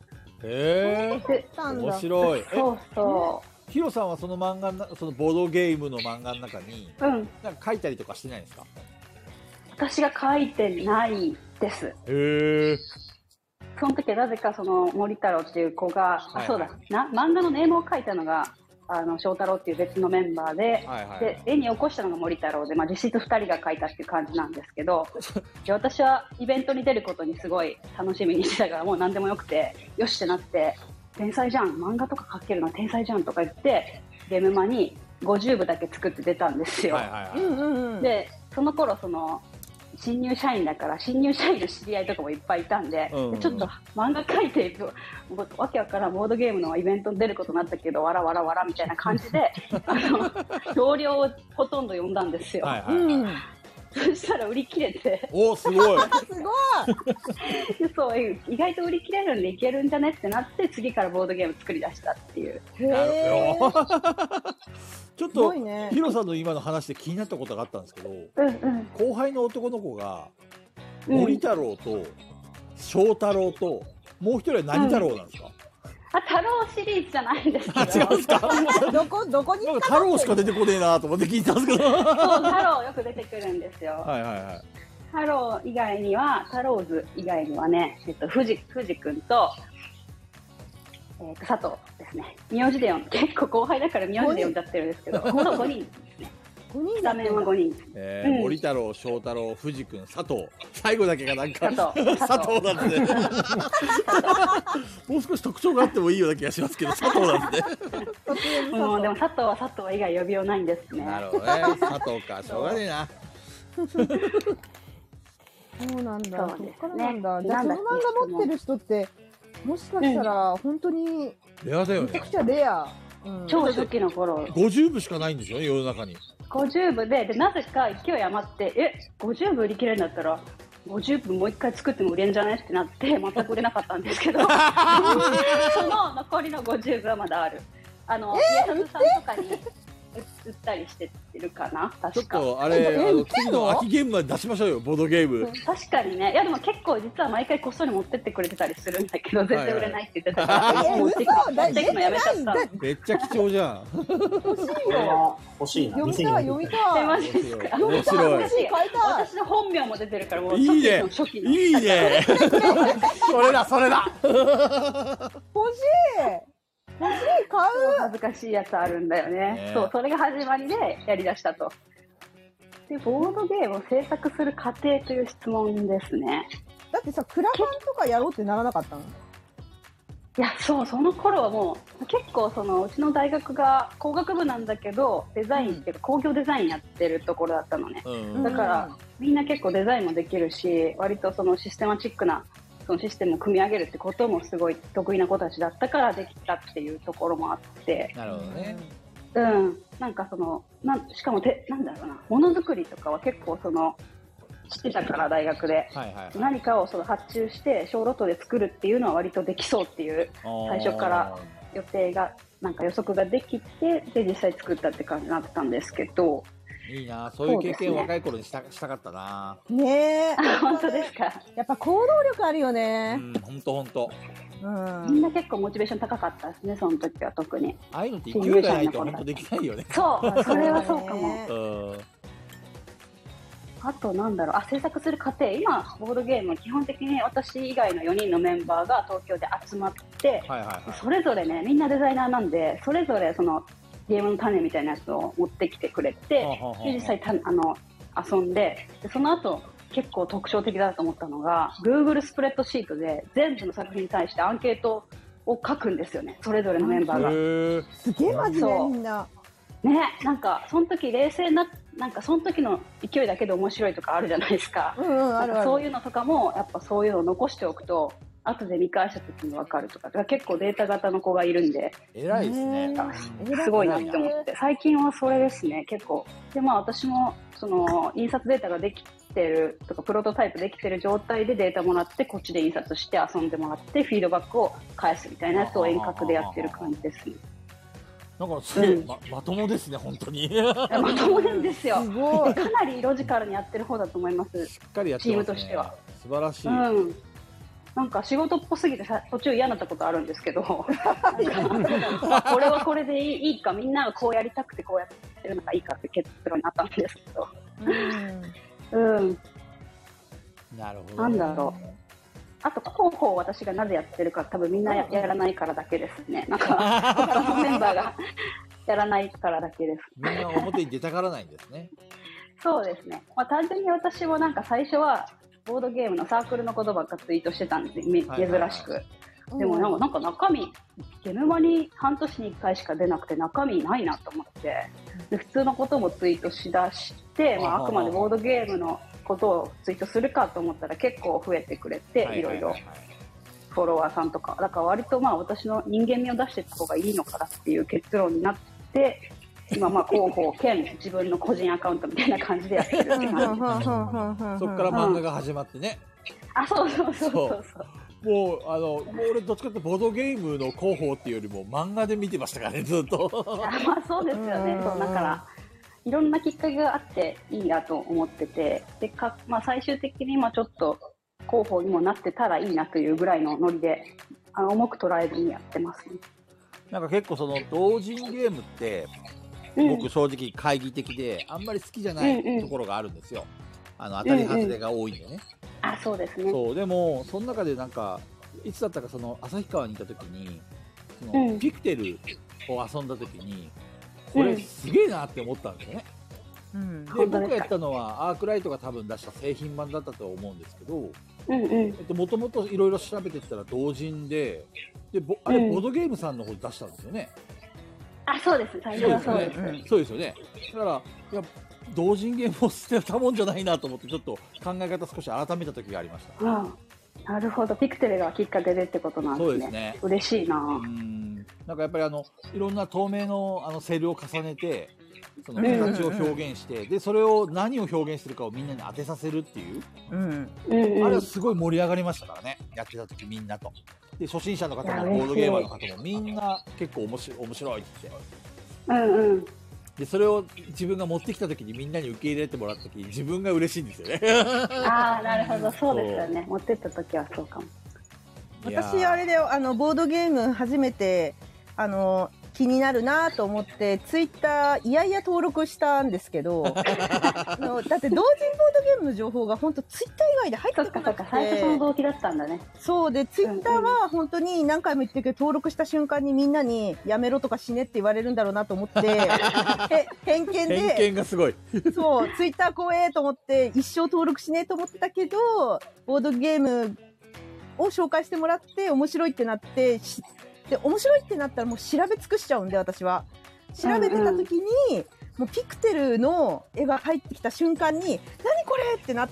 面白い。 そうそう。 ヒロさんはその漫画、そのボードゲームの漫画の中に、なんか書いたりとかしてないんですか？ 私が書いてないです。その時はなぜかその森太郎っていう子が、そうだな、漫画のネームを書いたのが翔太郎っていう別のメンバーで、で絵に起こしたのが森太郎で、実質2人が書いたっていう感じなんですけど、で私はイベントに出ることにすごい楽しみにしてたから、もう何でもよくて、よしってなって、天才じゃん、漫画とか書けるの天才じゃんとか言ってゲームマに50部だけ作って出たんですよ。でその頃その新入社員だから新入社員の知り合いとかもいっぱいいたんで、 うんうん、 ちょっと漫画描いていくわけわからんボードゲームのイベントに出ることになったけどわらわらわらみたいな感じで同僚をほとんど呼んだんですよ。 はいはいはい、 そしたら売り切れておすごいすごいそう意外と売り切れるんでいけるんじゃねってなって次からボードゲーム作り出したっていう。 へちょっと、ね、ヒロさんの今の話で気になったことがあったんですけど、後輩の男の子が森太郎と翔太郎ともう一人は何太郎なんですか？ 太郎シリーズじゃないんですけど。 違うんですか？ どこになんか太郎しか出てこねえなと思って聞いたんですけど。 そう、太郎よく出てくるんですよ。 はいはいはい。 太郎以外には、太郎図以外にはね、藤君と、佐藤ですね。名字で結構後輩だから名字で呼んじゃってるんですけど、5人ですね。スタメンは5人。 森太郎、翔太郎、藤君、佐藤。最後だけがなんか佐藤なんで、ね。もう少し特徴があってもいいような気がしますけど、佐藤なんで。 もうでも佐藤は佐藤以外呼びようないんですね。 なるほどね。佐藤か、しょうがねえな。 そうなんだ。そっからなんだ。じゃあその漫画持ってる人ってもしかしたら本当にレアだよね。 めちゃくちゃレア。 超初期の頃。 50部しかないんでしょ、世の中に。 50部でなぜか勢い余って50部売り切れるんだったら50部もう一回作っても売れんじゃないってなって全く売れなかったんですけどその残りの50部はまだある。家宅さんとかに売ったりしてるかな、確か。 ちょっとあれ次の秋ゲームまで出しましょうよ、ボードゲーム。 確かにね。いやでも結構実は毎回こっそり持ってってくれてたりするんだけど全然売れないって言ってたから持ってくのやめちゃった。 めっちゃ貴重じゃん。 欲しいな。 読みたい読みたい。 マジですか。 面白い。 私の本名も出てるからもういいね。いいね。それだそれだ。 欲しい。買う。 恥ずかしいやつあるんだよね。そう、それが始まりでやりだしたと。で、ボードゲームを制作する過程という質問ですね。 だってさ、クラファンとかやろうってならなかったの？ いや、そう、その頃はもう結構うちの大学が工学部なんだけどデザインっていうか工業デザインやってるところだったのね。だからみんな結構デザインもできるし、割とシステマチックなそのシステムを組み上げるってこともすごい得意な子たちだったからできたっていうところもあって。 なるほどね。 なんかしかもなんだろうな、ものづくりとかは結構知ってたから大学で、何かを発注して小ロットで作るっていうのは割とできそうっていう最初から予定がなんか予測ができてで実際作ったって感じになってたんですけど。 いいな、そういう経験を若い頃にしたかったな。 ねえ。 本当ですか。 やっぱ行動力あるよね。 本当。 みんな結構モチベーション高かったですね、その時は特に。 ああいうのって勢いがないと本当できないよね。 そう、それはそうかも。あとなんだろう、制作する過程、今ボードゲーム基本的に私以外の4人のメンバーが東京で集まって、それぞれね、みんなデザイナーなんで、それぞれゲームの種みたいなやつを持ってきてくれて、で実際遊んで、その後結構特徴的だと思ったのが Google スプレッドシートで全部の作品に対してアンケートを書くんですよね、それぞれのメンバーが。 すげえ真面目みんな。 ね、なんかその時冷静な、なんかその時の勢いだけで面白いとかあるじゃないですか。そういうのとかもやっぱそういうのを残しておくと後で見返した時に分かるとか、結構データ型の子がいるんで偉いですね。 すごいなって思って、最近はそれですね、結構。で私も印刷データができてるとかプロトタイプできてる状態でデータもらってこっちで印刷して遊んでもらってフィードバックを返すみたいなやつを遠隔でやってる感じですね。 なんかすげえ、まともですね、本当に。 まともなんですよ。かなりロジカルにやってる方だと思います。 しっかりやってますね。 チームとしては素晴らしい。 なんか仕事っぽすぎて途中嫌になったことあるんですけどこれはこれでいいか、みんながこうやりたくてこうやってるのがいいかって結論になったんですけど。 なるほど。 なんだろう。あと広報を私がなぜやってるか、多分みんなやらないからだけですね。なんか他のメンバーがやらないからだけです。 みんな表に出たがらないんですね。 そうですね。単純に私もなんか最初はボードゲームのサークルのことばっかツイートしてたんです、珍しく。でもなんか中身、ゲムマに半年に1回しか出なくて中身ないなと思って、で普通のこともツイートしだして、あくまでボードゲームのことをツイートするかと思ったら結構増えてくれて、いろいろフォロワーさんとか、だから割とまあ私の人間味を出していった方がいいのかなっていう結論になって、今まあ広報兼自分の個人アカウントみたいな感じでやってるって感じ。 そっから漫画が始まってね。 あ、そうそうそうそう。 もう俺どっちかというとボードゲームの広報っていうよりも漫画で見てましたからね、ずっと。 まあそうですよね。そうだからいろんなきっかけがあっていいなと思ってて、でまあ最終的にちょっと広報にもなってたらいいなというぐらいのノリで重く捉えずにやってますね。 なんか結構その同人ゲームって、僕正直懐疑的であんまり好きじゃないところがあるんですよ。当たり外れが多いんでね。 あ、そうですね。 そうでもその中でなんかいつだったかその旭川にいた時にその、ピクテルを遊んだ時にこれすげえなって思ったんですよね。で僕がやったのはアークライトが多分出した製品版だったと思うんですけど、もともといろいろ調べてったら同人であれボードゲームさんの方で出したんですよね。 あ、そうです。最初はそうです。 そうですよね。だからいや同人ゲームを捨てたもんじゃないなと思ってちょっと考え方少し改めた時がありました。 なるほど、ピクテルがきっかけでってことなんですね。そうですね。嬉しいな。 なんかやっぱりいろんな透明のセルを重ねてその形を表現して、でそれを何を表現してるかをみんなに当てさせるっていう、あれはすごい盛り上がりましたからね、やってた時みんなと。で初心者の方もボードゲーマーの方もみんな結構面白いって言って。でそれを自分が持ってきた時にみんなに受け入れてもらった時に自分が嬉しいんですよね。 ああ、なるほど、そうですよね。持ってった時はそうかも。 私あれでボードゲーム初めて気になるなと思ってツイッターいやいや登録したんですけどだって同人ボードゲームの情報が本当ツイッター以外で入ってこなくて、 最初その動機だったんだね。 そうでツイッターは本当に何回も言ってるけど登録した瞬間にみんなにやめろとか死ねって言われるんだろうなと思って偏見がすごいそうツイッター怖えと思って一生登録しねえと思ったけどボードゲームを紹介してもらって面白いってなってで面白いってなったらもう調べ尽くしちゃうんで、私は調べてた時に、もうピクテルの絵が入ってきた瞬間に何これってなって、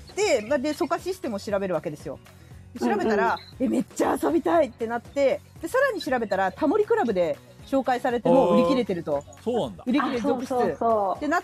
でソカシステムを調べるわけですよ。調べたら、めっちゃ遊びたいってなって、でさらに調べたらタモリクラブで紹介されてもう売り切れてると。 そうなんだ。 売り切れ続出ってなって、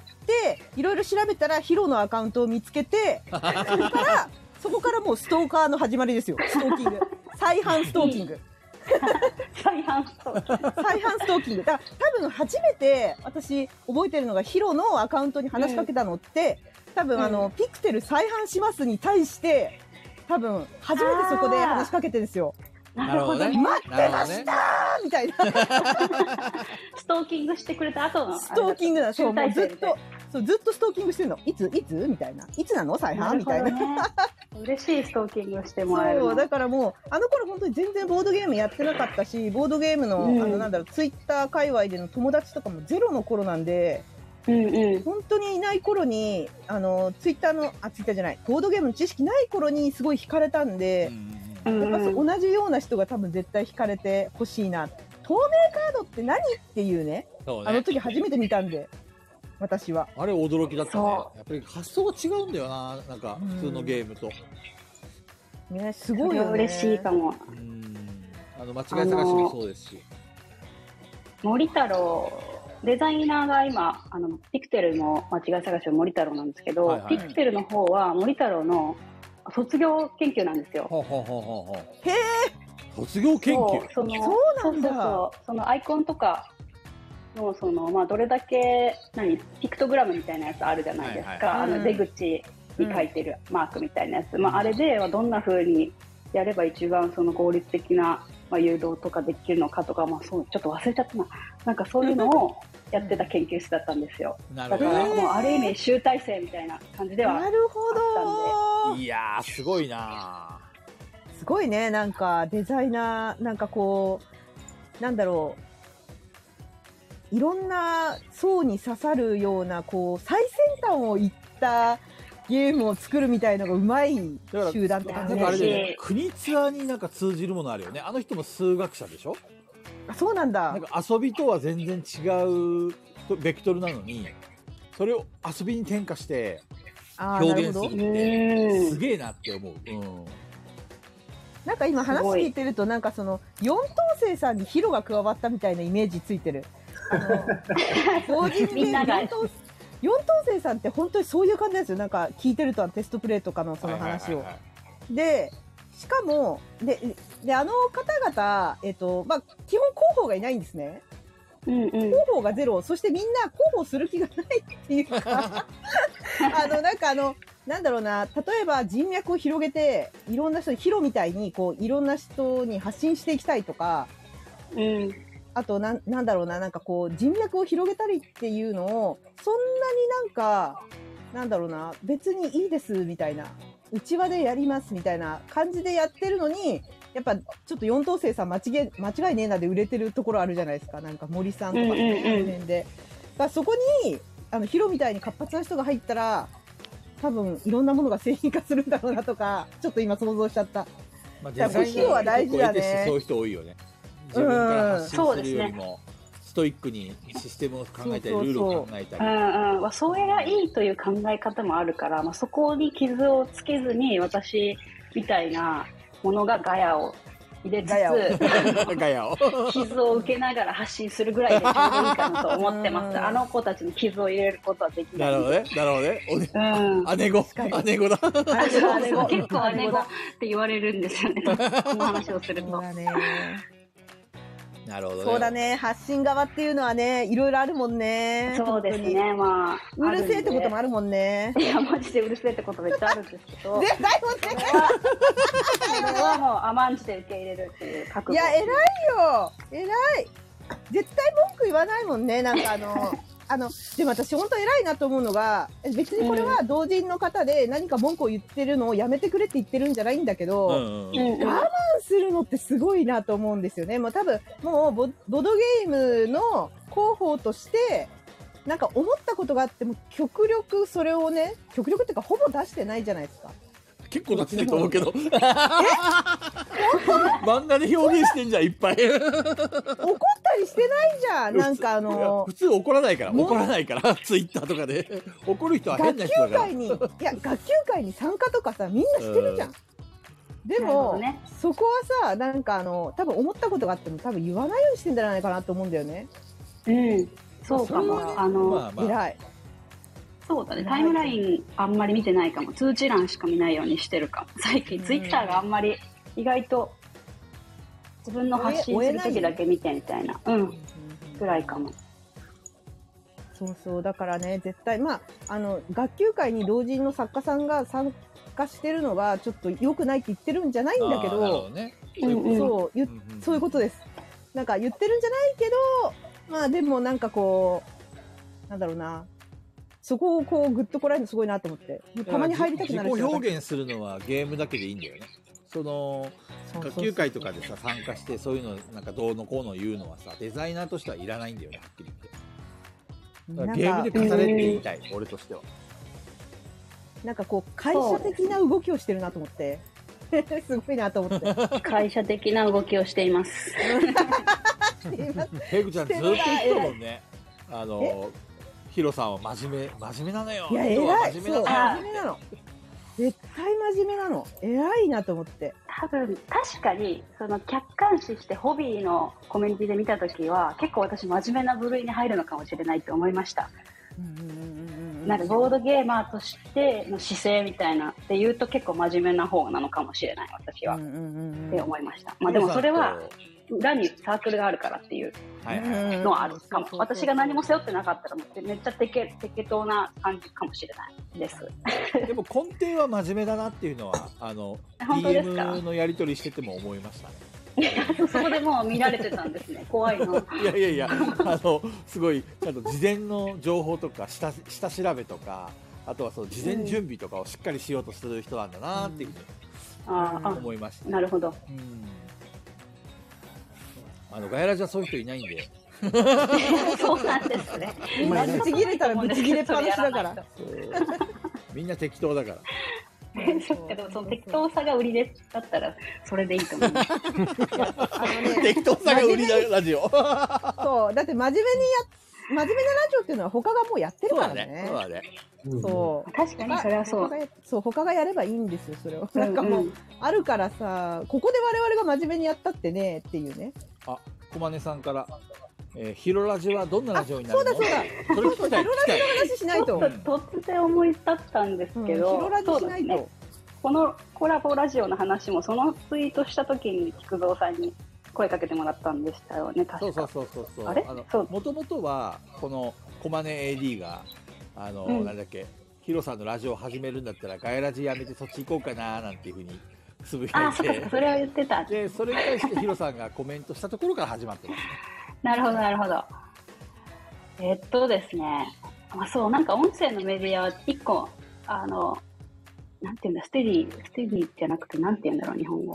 いろいろ調べたらヒロのアカウントを見つけて、そこからもうストーカーの始まりですよ。ストーキング、再販ストーキング。 再販ストーキング。だから多分初めて私覚えてるのがヒロのアカウントに話しかけたのって、多分ピクテル再販しますに対して多分初めてそこで話しかけてるんですよ。 なるほどね。 待ってましたーみたいな。 ストーキングしてくれた後のストーキングだ。そう、もうずっとストーキングしてるの。いつみたいな。いつなの再販みたいな。 嬉しいストーキングしてもらえる。 そう、だからもう頃本当に全然ボードゲームやってなかったし、ボードゲームのツイッター界隈での友達とかもゼロの頃なんで、本当にいない頃にツイッターじゃない、ボードゲームの知識ない頃にすごい惹かれたんで。やっぱ同じような人が多分絶対惹かれてほしいな。透明カードって何っていうね、あの時初めて見たんで、私はあれ驚きだったね。やっぱり発想が違うんだよな、なんか普通のゲームとね。すごいよね。 嬉しいかも。 間違い探しもそうですし、 森太郎デザイナーが今ピクテルも間違い探しは森太郎なんですけど、ピクテルの方は森太郎の卒業研究なんですよ。 へえ。 卒業研究。 そうなんだ。 そのアイコンとかのどれだけピクトグラムみたいなやつあるじゃないですか。出口に書いてるマークみたいなやつ。あれでどんな風にやれば一番その効率的な誘導とかできるのかとか、ちょっと忘れちゃったな。なんかそういうのをやってた研究室だったんですよ。だからもうある意味集大成みたいな感じではあったんで。 なるほど。 いやーすごいな。 すごいね。なんかデザイナーなんかこうなんだろう、いろんな層に刺さるようなこう最先端をいったゲームを作るみたいのがうまい集団って感じで、あれで国ツアーになんか通じるものあるよね。あの人も数学者でしょ。 あ、そうなんだ。 なんか遊びとは全然違うベクトルなのに、それを遊びに転化して表現するってすげえなって思う。 なんか今話聞いてると、なんかその4等星さんにヒロが加わったみたいなイメージついてる。同時にみんなが 4等星さんって本当にそういう感じなんですよ。なんか聞いてるとテストプレイとかのその話を。で、しかも、で、あの方々、まあ、基本広報がいないんですね。広報がゼロ。そしてみんな広報する気がないっていうか、なんだろうな、例えば人脈を広げて、いろんな人に、ヒロみたいに、こう、いろんな人に発信していきたいとか、あと、なんだろうな、なんかこう、人脈を広げたりっていうのを、そんなになんか、なんだろうな、別にいいです、みたいな。内輪でやります、みたいな感じでやってるのに、やっぱ、ちょっと4等星さん間違いねえなで売れてるところあるじゃないですか。なんか森さんとか、ね、で。そこに、ヒロみたいに活発な人が入ったら、多分いろんなものが製品化するんだろうなとか、ちょっと今想像しちゃった。 まあ、デザインは大事だね。そういう人多いよね。自分から発信するよりも、ストイックにシステムを考えたり、ルールを考えたり。 それがいいという考え方もあるから、まあ、そこに傷をつけずに、私みたいなものがガヤを入れつつ、傷を受けながら発信するぐらいでちょうどいいかなと思ってます。あの子たちに傷を入れることはできない。 なるほどね。なるほどね。姉子だ。 結構姉子って言われるんですよね。この話をすると。 そうだね。 なるほどね。 そうだね。発信側っていうのはね、いろいろあるもんね。 そうですね。まあ。 うるせえってこともあるもんね。 いや、マジでうるせえってことめっちゃあるんですけど。 絶対もね。 それはもう甘んじて受け入れるっていう覚悟。 いや、偉いよ。偉い。絶対文句言わないもんね。なんかでも私本当偉いなと思うのが、別にこれは同人の方で何か文句を言ってるのをやめてくれって言ってるんじゃないんだけど、我慢するのってすごいなと思うんですよね。もう多分、もうボドゲームの広報として、なんか思ったことがあっても極力それをね、極力っていうかほぼ出してないじゃないですか。 結構出してると思うけど。漫画で表現してんじゃん、いっぱい。怒ったりしてないじゃん。なんか普通怒らないから、ツイッターとかで。怒る人は変な人だから。 学級会に参加とかさ、みんなしてるじゃん。でも、そこはさ、なんか多分思ったことがあっても多分言わないようにしてんじゃないかなと思うんだよね。 そうかも。 偉い。 そうだね、タイムラインあんまり見てないかも。通知欄しか見ないようにしてるかも。最近ツイッターがあんまり意外と自分の発信する時だけ見てみたいな、ぐらいかも。 そうそう、だからね、絶対、まあ、学級会に同人の作家さんが参加してるのがちょっと良くないって言ってるんじゃないんだけど、そういうことです。なんか言ってるんじゃないけど、まあでもなんかこう、なんだろうな、そこをこうグッとこらえるのすごいなと思って、たまに入りたくなる。 自己表現するのはゲームだけでいいんだよね。その学級会とかでさ参加してそういうのなんかどうのこうの言うのはさ、デザイナーとしてはいらないんだよね、はっきり言って。だからゲームで語れって言いたい、俺としては。なんかこう会社的な動きをしてるなと思って。すごいなと思って。 会社的な動きをしています。 ペグちゃんずっと言ってたもんね。ヒロさんは真面目なのよ。 いや、偉い。真面目なの。絶対真面目なの。偉いなと思って。 多分、確かに、客観視してホビーのコミュニティで見たときは、結構私真面目な部類に入るのかもしれないって思いました。なんかボードゲーマーとしての姿勢みたいなって言うと結構真面目な方なのかもしれない、私は。って思いました。まあでもそれは、裏にサークルがあるからっていうのはあるかも。私が何も背負ってなかったらめっちゃ適当な感じかもしれないです。 でも根底は真面目だなっていうのはDM のやり取りしてても思いましたね。 そこでもう見られてたんですね。怖いな。 いやすごいちゃんと事前の情報とか下調べとか、あとはその事前準備とかをしっかりしようとする人なんだなっていうふうに思いました。 なるほど。 ガヤラジはそういう人いないんで。 そうなんですね。 ブチ切れたらブチ切れっぱなしだから。 みんな適当だから。 でもその適当さが売りだったらそれでいいと思う。 適当さが売りだラジオ。 そうだって真面目に真面目なラジオっていうのは他がもうやってるからね。 そうだね。 そう確かにそれはそうそう他がやればいいんですよそれを。なんかもうあるからさ、ここで我々が真面目にやったってねっていうね。 あ、小金さんから。ヒロラジはどんなラジオになるの？ そうだ。 それ聞きたい。 ヒロラジの話しないと。 突然思い立ったんですけど、 ヒロラジしないと。 このコラボラジオの話もそのツイートした時に菊蔵さんに声かけてもらったんでしたよね。確か。 そう。 あれ？ もともとはこのコマネ AD がなんだっけ、ヒロさんのラジオを始めるんだったらガヤラジやめてそっち行こうかななんていうふうにつぶやいて、 それを言ってた。 でそれに対してヒロさんがコメントしたところから始まってます。 なるほど。ですね。そう、なんか音声のメディアは一個、なんていうんだ、ステディじゃなくて、なんていうんだろう、日本語。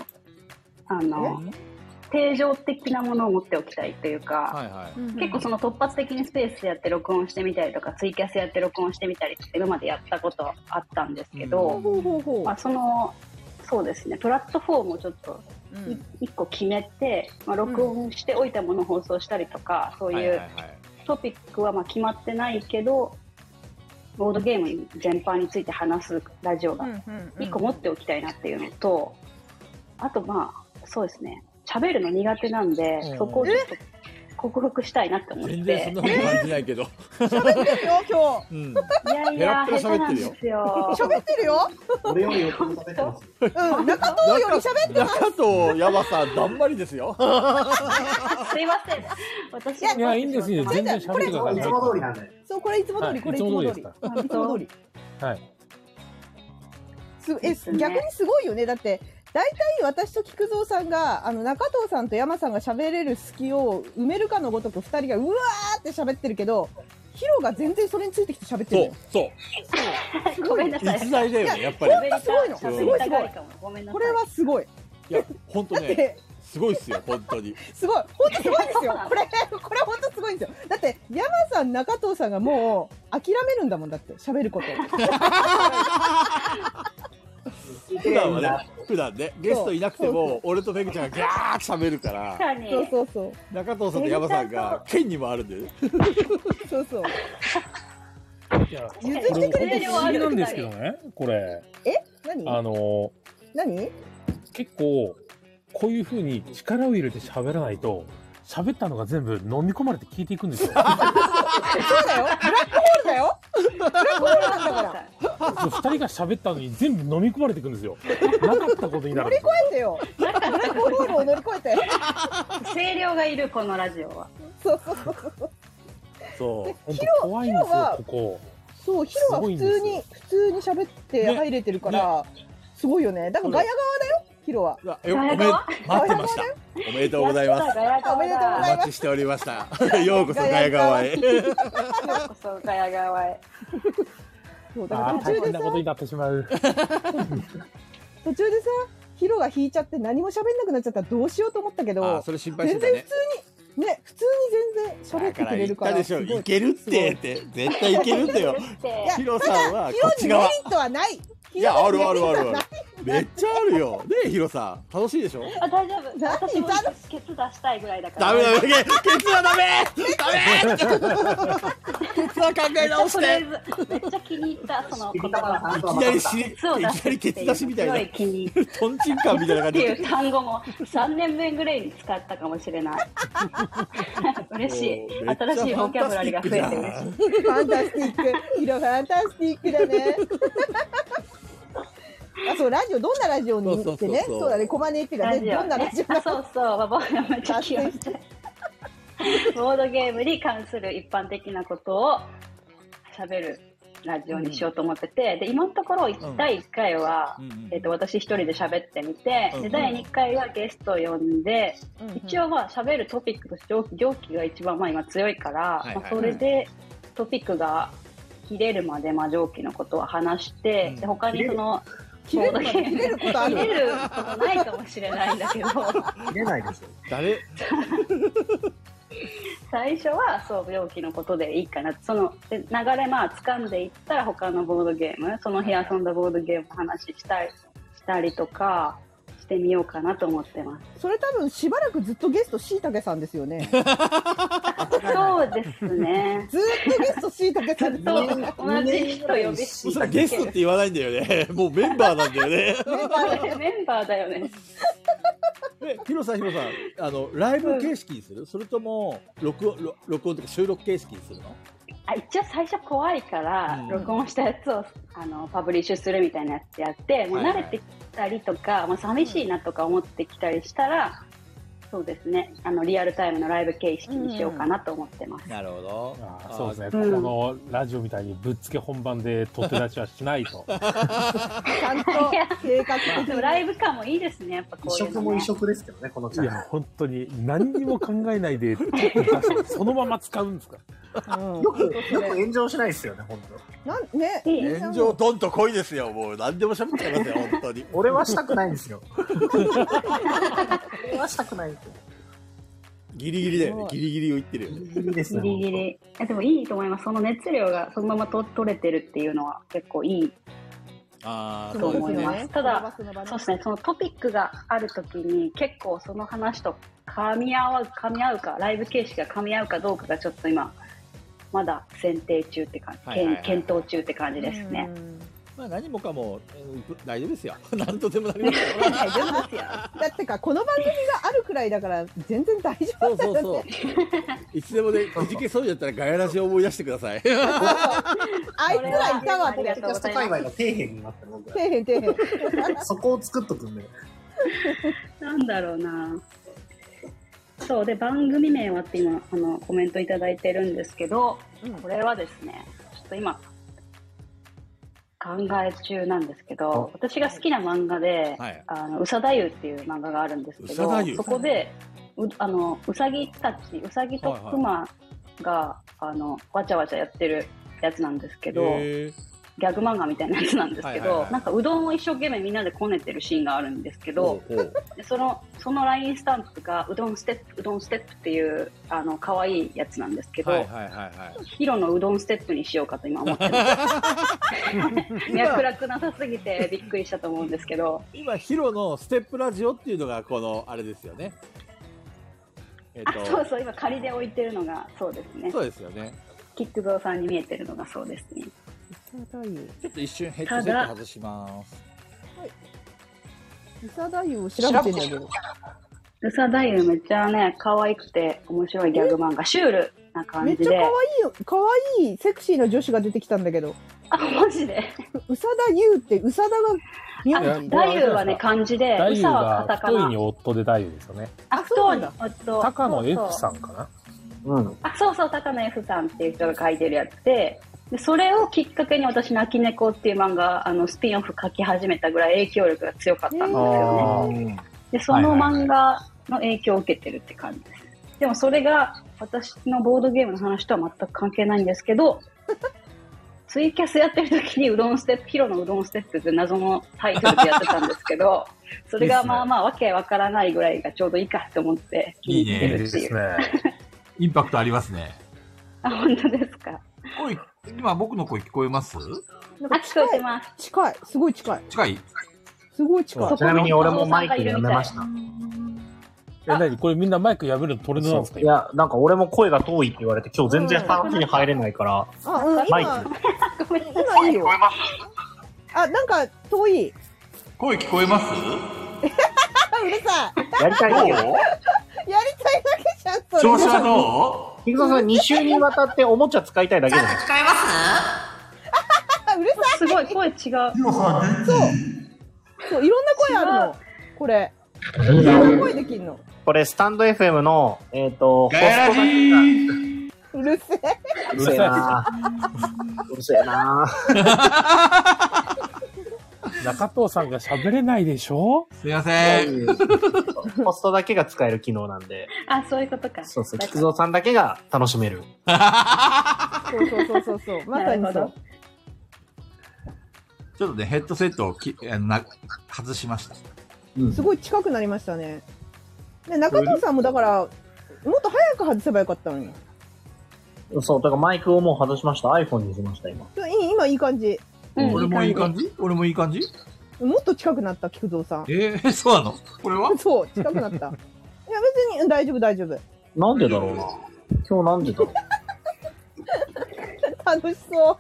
定常的なものを持っておきたいというか、結構その突発的にスペースでやって録音してみたりとか、ツイキャスやって録音してみたりって今までやったことあったんですけど、そうですね、プラットフォームをちょっと一個決めて、録音しておいたものを放送したりとか、そういうトピックは決まってないけど、ボードゲーム全般について話すラジオが一個持っておきたいなっていうのと、あとそうですね、喋るの苦手なんで、そこをちょっと克服したいなって思って。 全然そんなこと感じないけど。 喋ってるよ今日。いや下手なんですよ。 喋ってるよ。 俺よりよく喋ってます。 中藤より喋ってます。 中藤山さんだんまりですよ。 すいません。私いやいいんですよ。全然喋ってください。 いつも通りなんで。 そうこれいつも通り、これいつも通り。いつも通り。 はい。 逆にすごいよね。だって大体私と菊蔵さんが中藤さんと山さんが喋れる隙を埋めるかのごとく2人がうわーって喋ってるけど、ヒロが全然それについてきて喋ってるよ。 そうごめんなさい。 逸材だよね、やっぱり。 すごいの。すごい。これはすごい。 いや本当ね、すごいっすよ本当に。 すごい、本当すごいですよ。これ本当すごいんですよ。だって山さん中藤さんがもう諦めるんだもん、だって喋ること。 普段ねゲストいなくても俺とペグちゃんがギャーッと喋るから、 そう中藤さんと山さんが剣にもあるんで。 そういや譲ってくれる不思議なんですけどね、これ。 何？ 何？結構こういう風に力を入れて喋らないと、喋ったのが全部飲み込まれて消えていくんですよ。 そうだよ。ブラックホールだよ。ブラックホールなんだから。 2人が喋ったのに全部飲み込まれていくんですよ。なかったことになる。 乗り越えてよ。ブラックホールを乗り越えて。 声量がいるこのラジオは。 そう。 本当怖いんですよここ。 そう、ヒロは普通に喋って入れてるからすごいよね。だからガヤ側だよ。ヒロは。 待ってました。おめでとうございます。 おめでとうございます。 お待ちしておりました。ようこそガヤ側へ。 ようこそガヤ側へ。 そうだから大変なことになってしまう。 途中でさ、ヒロが引いちゃって何も喋んなくなっちゃったらどうしようと思ったけど、 それ心配してたね。 普通に全然喋ってくれるから。 だから言ったでしょ、いけるって絶対いけるってよ。ヒロさんはこっち側。 ヒロにメリットはない。 いや、ある。めっちゃあるよ。ねえ、ヒロさん。楽しいでしょ？ 大丈夫。私もケツ出したいぐらいだから。 ダメ。ケツはダメケツは考え直して。 めっちゃ気に入った、その言葉。 いきなりケツ出しみたいな。トンチンカンみたいな感じ。 っていう単語も3年目ぐらいに使ったかもしれない。嬉しい。新しいボキャブラリーが増えて嬉しい。 ファンタスティック。ヒロファンタスティックだね。そう、ラジオ、どんなラジオにってね。そうだね、コマネっていうかね、どんなラジオ。 そう、僕がめっちゃ気をして。ボードゲームに関する一般的なことを喋るラジオにしようと思ってて、で、今のところ第1回は、私一人で喋ってみて、で、第2回はゲストを呼んで、一応喋るトピックとして蒸気が一番今強いから、それでトピックが切れるまで蒸気のことを話して、で、他にその、 切れることないかもしれないんだけど。 切れないでしょ。 誰？ 最初は病気のことでいいかな。その流れ掴んでいったら他のボードゲーム、その日遊んだボードゲームの話したりとかしってみようかなと思ってます。 それ多分しばらくずっとゲストしいたけさんですよね。 そうですね。 ずっとゲストしいたけさんそう、同じ人呼びしそれゲストって言わないんだよね。もうメンバーなんだよね。 メンバーだよね。 ヒロさん、ライブ形式にする？それとも録音とか収録形式にするの？ 一応最初怖いから、録音したやつをパブリッシュするみたいなやつやって、もう慣れてきたりとか、もう寂しいなとか思ってきたりしたら、そうですね、リアルタイムのライブ形式にしようかなと思ってます。 なるほど。 そうですね、このラジオみたいにぶっつけ本番で取って出しはしないと。 ちゃんと計画的でもライブ感もいいですね、やっぱこういうの、ね。 異色も異色ですけどね、このチャンネル。 いや、本当に何にも考えないで、そのまま使うんですか。 よく炎上しないですよね、本当。 炎上どんと濃いですよ。もう何でも喋っちゃいますよ、本当に。 俺はしたくないんですよ。俺はしたくないんですよ。 ギリギリだよね。ギリギリを言ってるよね。 ギリギリですね。 ギリギリ。でもいいと思います。その熱量がそのまま取れてるっていうのは結構いいと思います。ただ、そうですね、そのトピックがあるときに結構その話と噛み合うか、ライブ形式が噛み合うかどうかがちょっと今、まだ選定中って感じ、検討中って感じですね。 まあ何もかも大丈夫ですよ。なんとでもなりますよ。 大丈夫ですよ。だってかこの番組があるくらいだから全然大丈夫だよね。そういつでもね、くじけそうだったらガヤラジを思い出してください。 あいつらいたわって。 ポッドキャスト界隈の底辺になってる僕ら。 底辺。 そこを作っとくんで。 なんだろうな。そうで番組名はって今コメントいただいてるんですけど、これはですね、ちょっと今考え中なんですけど、私が好きな漫画で、うさだゆっていう漫画があるんですけど、そこでうさぎとクマがわちゃわちゃやってるやつなんですけど、ギャグ漫画みたいなやつなんですけど、なんかうどんを一生懸命みんなでこねてるシーンがあるんですけど、でその LINE スタンプがうどんステップっていう可愛いやつなんですけど、ヒロのうどんステップにしようかと今思ってます。脈絡なさすぎてびっくりしたと思うんですけど、 今ヒロのステップラジオっていうのがこのあれですよね。 そうそう、今仮で置いてるのがそうですね。 そうですよね。 キックゾーさんに見えてるのがそうですね。 ちょっと一瞬ヘッドセット外します。 はい。うさだゆを調べてんだけど。 うさだゆめっちゃね、可愛くて面白いギャグ漫画、シュールな感じで。 めっちゃ可愛いセクシーな女子が出てきたんだけど。 マジでうさだゆってうさだがだゆはね漢字で、うさはカタカナ。 太いに夫でだゆですよね。 太いに夫。 高野 F さんかな。 そうそう、高野 F さんっていう人が書いてるやつで、それをきっかけに私、泣き猫っていう漫画、スピンオフ書き始めたぐらい影響力が強かったんですよね。で、その漫画の影響を受けてるって感じです。でもそれが私のボードゲームの話とは全く関係ないんですけど、ツイキャスやってる時にヒロのうどんステップって謎のタイトルでやってたんですけど、それがまあまあわけわからないぐらいがちょうどいいかって思って気に入ってるっていう。 インパクトありますね。 本当ですか。 今僕の声聞こえます？ 聞こえてます。 近い。すごい近い。すごい近い。 ちなみに俺もマイクやめました。 何これみんなマイク破るのトレンドなんですか？ いや、なんか俺も声が遠いって言われて今日全然話に入れないから、マイク。 ごめんなさい。 今いいよ。なんか遠い。 声聞こえます？ うるさい。 やりたいだけやりたいだけじゃん、それ。 調子はどう？ 菊蔵さん2週にわたっておもちゃ使いたいだけじゃないですか。 使います？ うるさい。 すごい、声違う。 ヒロさんそう、いろんな声あるの。これ。いろんな声できんの。 これ、スタンド FM の、 ガヤラジー。 うるせえ。 うるせえなうるせえな中藤さんが喋れないでしょ？ すいません。 ホストだけが使える機能なんで。 そういうことか。 そうそう、菊蔵さんだけが楽しめる。 そう。まさにそう。 ちょっとね、ヘッドセットを外しました。 すごい近くなりましたね。で、中藤さんもだから、もっと早く外せばよかったのに。 そう、だからマイクをもう外しました。iPhone にしました、今。 今いい感じ。 俺もいい感じ？俺もいい感じ？ もっと近くなった、菊蔵さん。 そうなの？これは？ そう、近くなった。いや、別に、大丈夫、大丈夫。 なんでだろうな。今日なんでだろう。 楽しそう。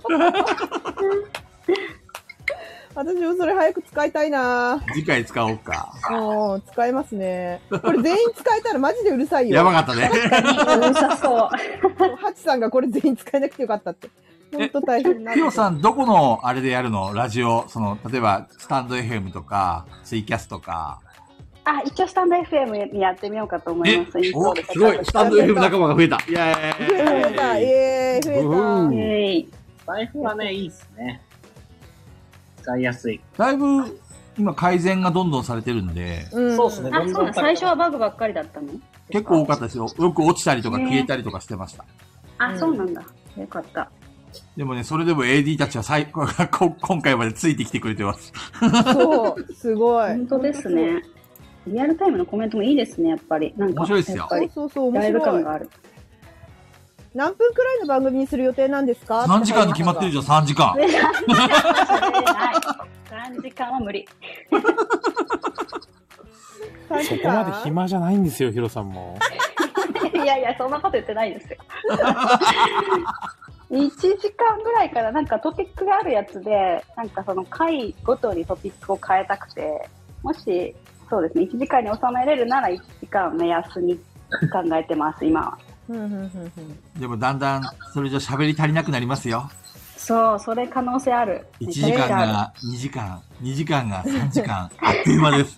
私もそれ早く使いたいな。 次回使おうか。 もう、使えますね。これ全員使えたらマジでうるさいよ。 やばかったね。 うるさそう。 ハチさんがこれ全員使えなくてよかったって。ほんと大変な。 ヒロさん、どこのあれでやるの？ラジオ、例えば、スタンド FM とか、ツイキャスとか。 一応スタンド FM やってみようかと思います。 お、すごい。スタンド FM 仲間が増えた。イェーイ。 増えた、イェーイ、増えた。財布はね、いいっすね。使いやすい。 だいぶ、今改善がどんどんされてるんで。 そうですね。 そうだ、最初はバグばっかりだったの？ 結構多かったですよ。よく落ちたりとか消えたりとかしてました。 そうなんだ。よかった。 でもね、それでも AD たちは今回までついてきてくれてます。 そう、すごい。 本当ですね。リアルタイムのコメントもいいですね、やっぱり。なんか面白いですよ。 そうそう、面白い。 ライブ感がある。 何分くらいの番組にする予定なんですか ？3時間に決まってるじゃん、3時間。 3時間は無理。 そこまで暇じゃないんですよ、ヒロさんも。 いやいや、そんなこと言ってないですよ。1時間ぐらいからなんかトピックがあるやつで、なんかその回ごとにトピックを変えたくて、もし、そうですね、1時間に収めれるなら1時間目安に考えてます、今は。 でもだんだんそれじゃ喋り足りなくなりますよ。 そう、それ可能性ある。 1時間が2時間、2時間が3時間、あっという間です。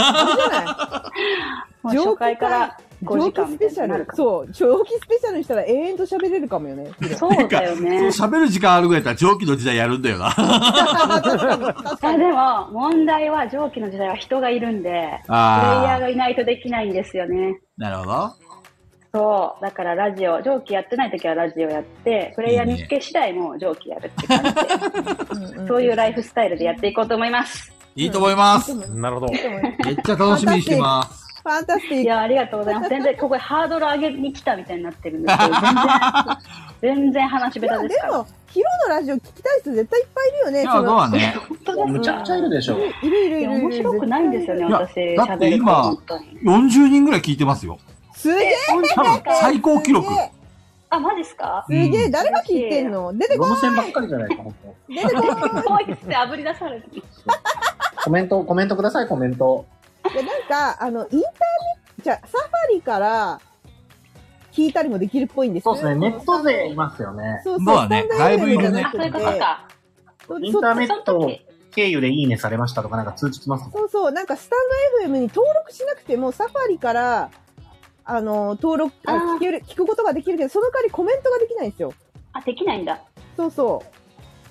もう初回から5時間みたいになるかも。 そう、長期スペシャルにしたら永遠と喋れるかもよね。 そうだよね。 喋る時間あるぐらいだったら蒸気の時代やるんだよな。 でも、問題は蒸気の時代は人がいるんで、プレイヤーがいないとできないんですよね。 なるほど。 そう。だからラジオ、蒸気やってない時はラジオやって、プレイヤー見つけ次第も蒸気やるって感じで、そういうライフスタイルでやっていこうと思います。 いいと思います。 なるほど。 めっちゃ楽しみにしてます。 ファンタスティック。 いや、ありがとうございます。全然、ここでハードル上げに来たみたいになってるんですけど、全然話下手ですから。 でも、ヒロのラジオ聞きたい人絶対いっぱいいるよね。 いや、そうだね。 むちゃくちゃいるでしょ。 いる。 面白くないんですよね、私。 だって今、40人ぐらい聞いてますよ。 すげえ。 多分、最高記録。 あ、マジっすか？ すげえ、誰が聞いてんの？出てこい。 ロム線ばっかりじゃないか、本当。 出てこい。 怖いっすね、炙り出されて。 コメントください、コメント。 いや、なんか、インターネット、じゃサファリから聞いたりもできるっぽいんですよ。そうですね、ネット勢いますよね。 そうだね、だいぶいるね。 そういうことか。 インターネット経由でいいねされましたとかなんか通知来ます。 そう、なんかスタンド FM に登録しなくても、サファリから、登録、聞くことができるけど、その代わりコメントができないんですよ。 あ、できないんだ。 そう。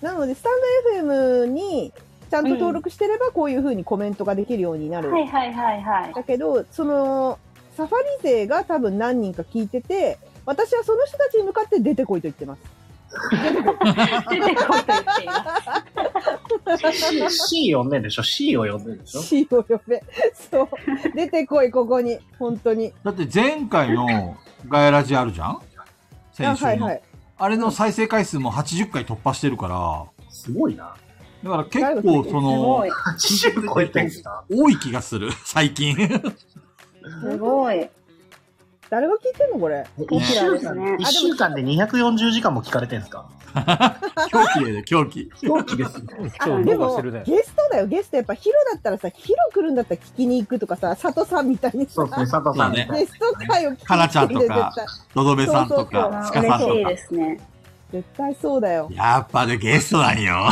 なので、スタンド FM にちゃんと登録してれば、こういう風にコメントができるようになる。 はい。 だけど、サファリ勢が多分何人か聞いてて、私はその人たちに向かって出てこいと言ってます。 出てこいと言っています。 C 呼んでんでしょ ?C を呼んでんでしょ ?C を呼べ。そう。出てこい、ここに。本当に。 だって前回のガヤラジあるじゃん先週の。あれの再生回数も80回突破してるから。 すごいな。 だから結構 80超えてんすか？ 多い気がする、最近。 すごい。 誰が聞いてんのこれ。 1週間で240時間も聞かれてんすか？ 狂気だよ、狂気。 狂気です。 でも、ゲストだよ、ゲスト。やっぱヒロだったらさ、ヒロ来るんだったら聞きに行くとかさ、佐藤さんみたいにさ。 そうですね、佐藤さんね。 ゲスト会を聞きに行く。 かなちゃんとか、ドドベさんとか、スカさんとか。 嬉しいですね。 絶対そうだよ。 やっぱね、ゲストなんよ。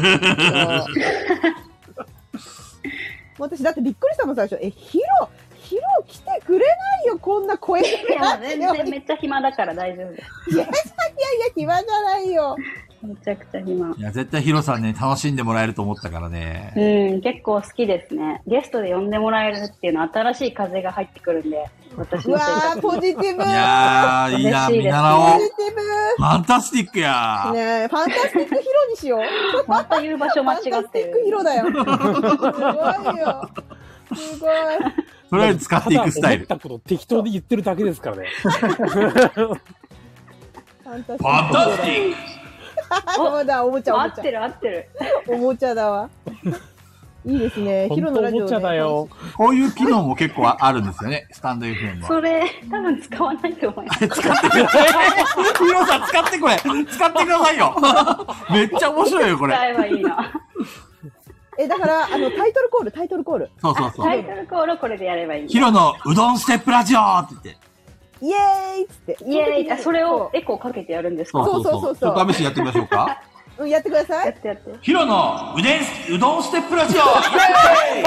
私だってびっくりしたもん最初。ヒロ来てくれないよ、こんな声で。 いや、全然めっちゃ暇だから大丈夫です。 いや、暇じゃないよ。 めちゃくちゃ暇。 いや、絶対ヒロさんね、楽しんでもらえると思ったからね。 結構好きですね。ゲストで呼んでもらえるっていうのは新しい風が入ってくるんで、私の生活。 ポジティブ。 いやー、いいな、見習おう。 ポジティブ。 ファンタスティックやねえ、ファンタスティックヒロにしよう。 また言う場所間違ってる。 ファンタスティックヒロだよ。すごいよ。すごい。 とりあえず使っていくスタイル。 思ったこと適当に言ってるだけですからね。 ファンタスティック。 そうだ、おもちゃ。 合ってる。 おもちゃだわ。 いいですね。ヒロのラジオ、ね。 おもちゃだよ。 こういう機能も結構あるんですよね、スタンド FM は。 それ、多分使わないと思います。 使ってください。ヒロさん使ってこれ。使ってくださいよ。めっちゃ面白いよ、これ。 使えばいいな。 だから、タイトルコール。 そうそうそう。 タイトルコールをこれでやればいい。 ヒロのうどんステップラジオって言って。 イエーイっつって。 イエーイ。それをエコーかけてやるんですか？ そう。ちょっと試しにやってみましょうか。 やってください。 やって。 ヒロのうどんステップラジオイエーイ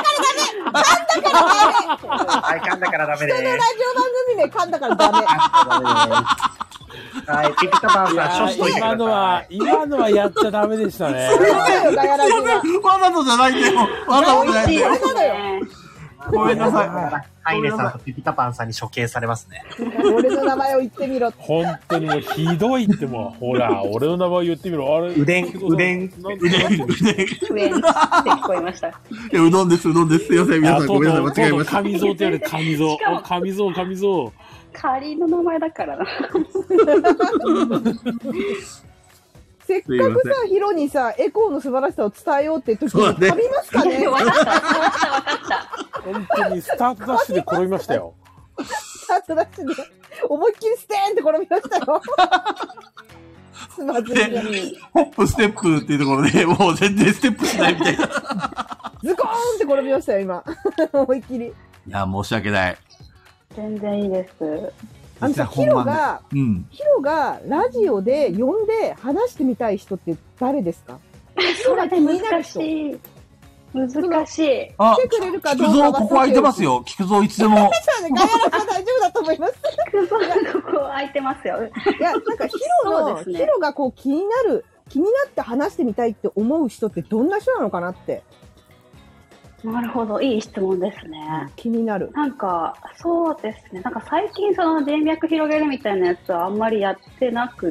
噛んだからダメ。 人のラジオ番組名噛んだからダメ。 はい、ピピタパンさん、少々 今のはやっちゃダメでしたね。 ガヤラジは。 わざとじゃないんだよ。わざとじゃないんだよ。ごめんなさい。 ハイネさんとピピタパンさんに処刑されますね。 俺の名前を言ってみろ。 本当にもうひどいってもう、ほら、俺の名前言ってみろ。あれ、 うでん。 上にって聞こえました。 いや、うどんです。すいません、皆さんごめんなさい、間違えました。 神蔵って言われて、神蔵。 仮の名前だからな。 せっかくさ、ヒロにさ、エコーの素晴らしさを伝えようって時に、噛みますかね？ わかった。 本当にスタートダッシュで転びましたよ。 スタートダッシュで、思いっきりステーンって転びましたよ。すまずに。 ホップ、ステップっていうところで、もう全然ステップしないみたいな。 ズコーンって転びましたよ、今。思いっきり。 いや、申し訳ない。 全然いいです。 ヒロがラジオで呼んで話してみたい人って誰ですか？ それで難しい。難しい。 あ、 来てくれるかどうか菊蔵ここ空いてますよ。菊蔵いつでも。 ガヤラさん大丈夫だと思います。 菊蔵ここ空いてますよ。 いや、なんかヒロがこう気になって話してみたいって思う人ってどんな人なのかなって。 なるほど、いい質問ですね。 気になる。 なんか、そうですね。なんか最近その電脈広げるみたいなやつはあんまりやってなくって、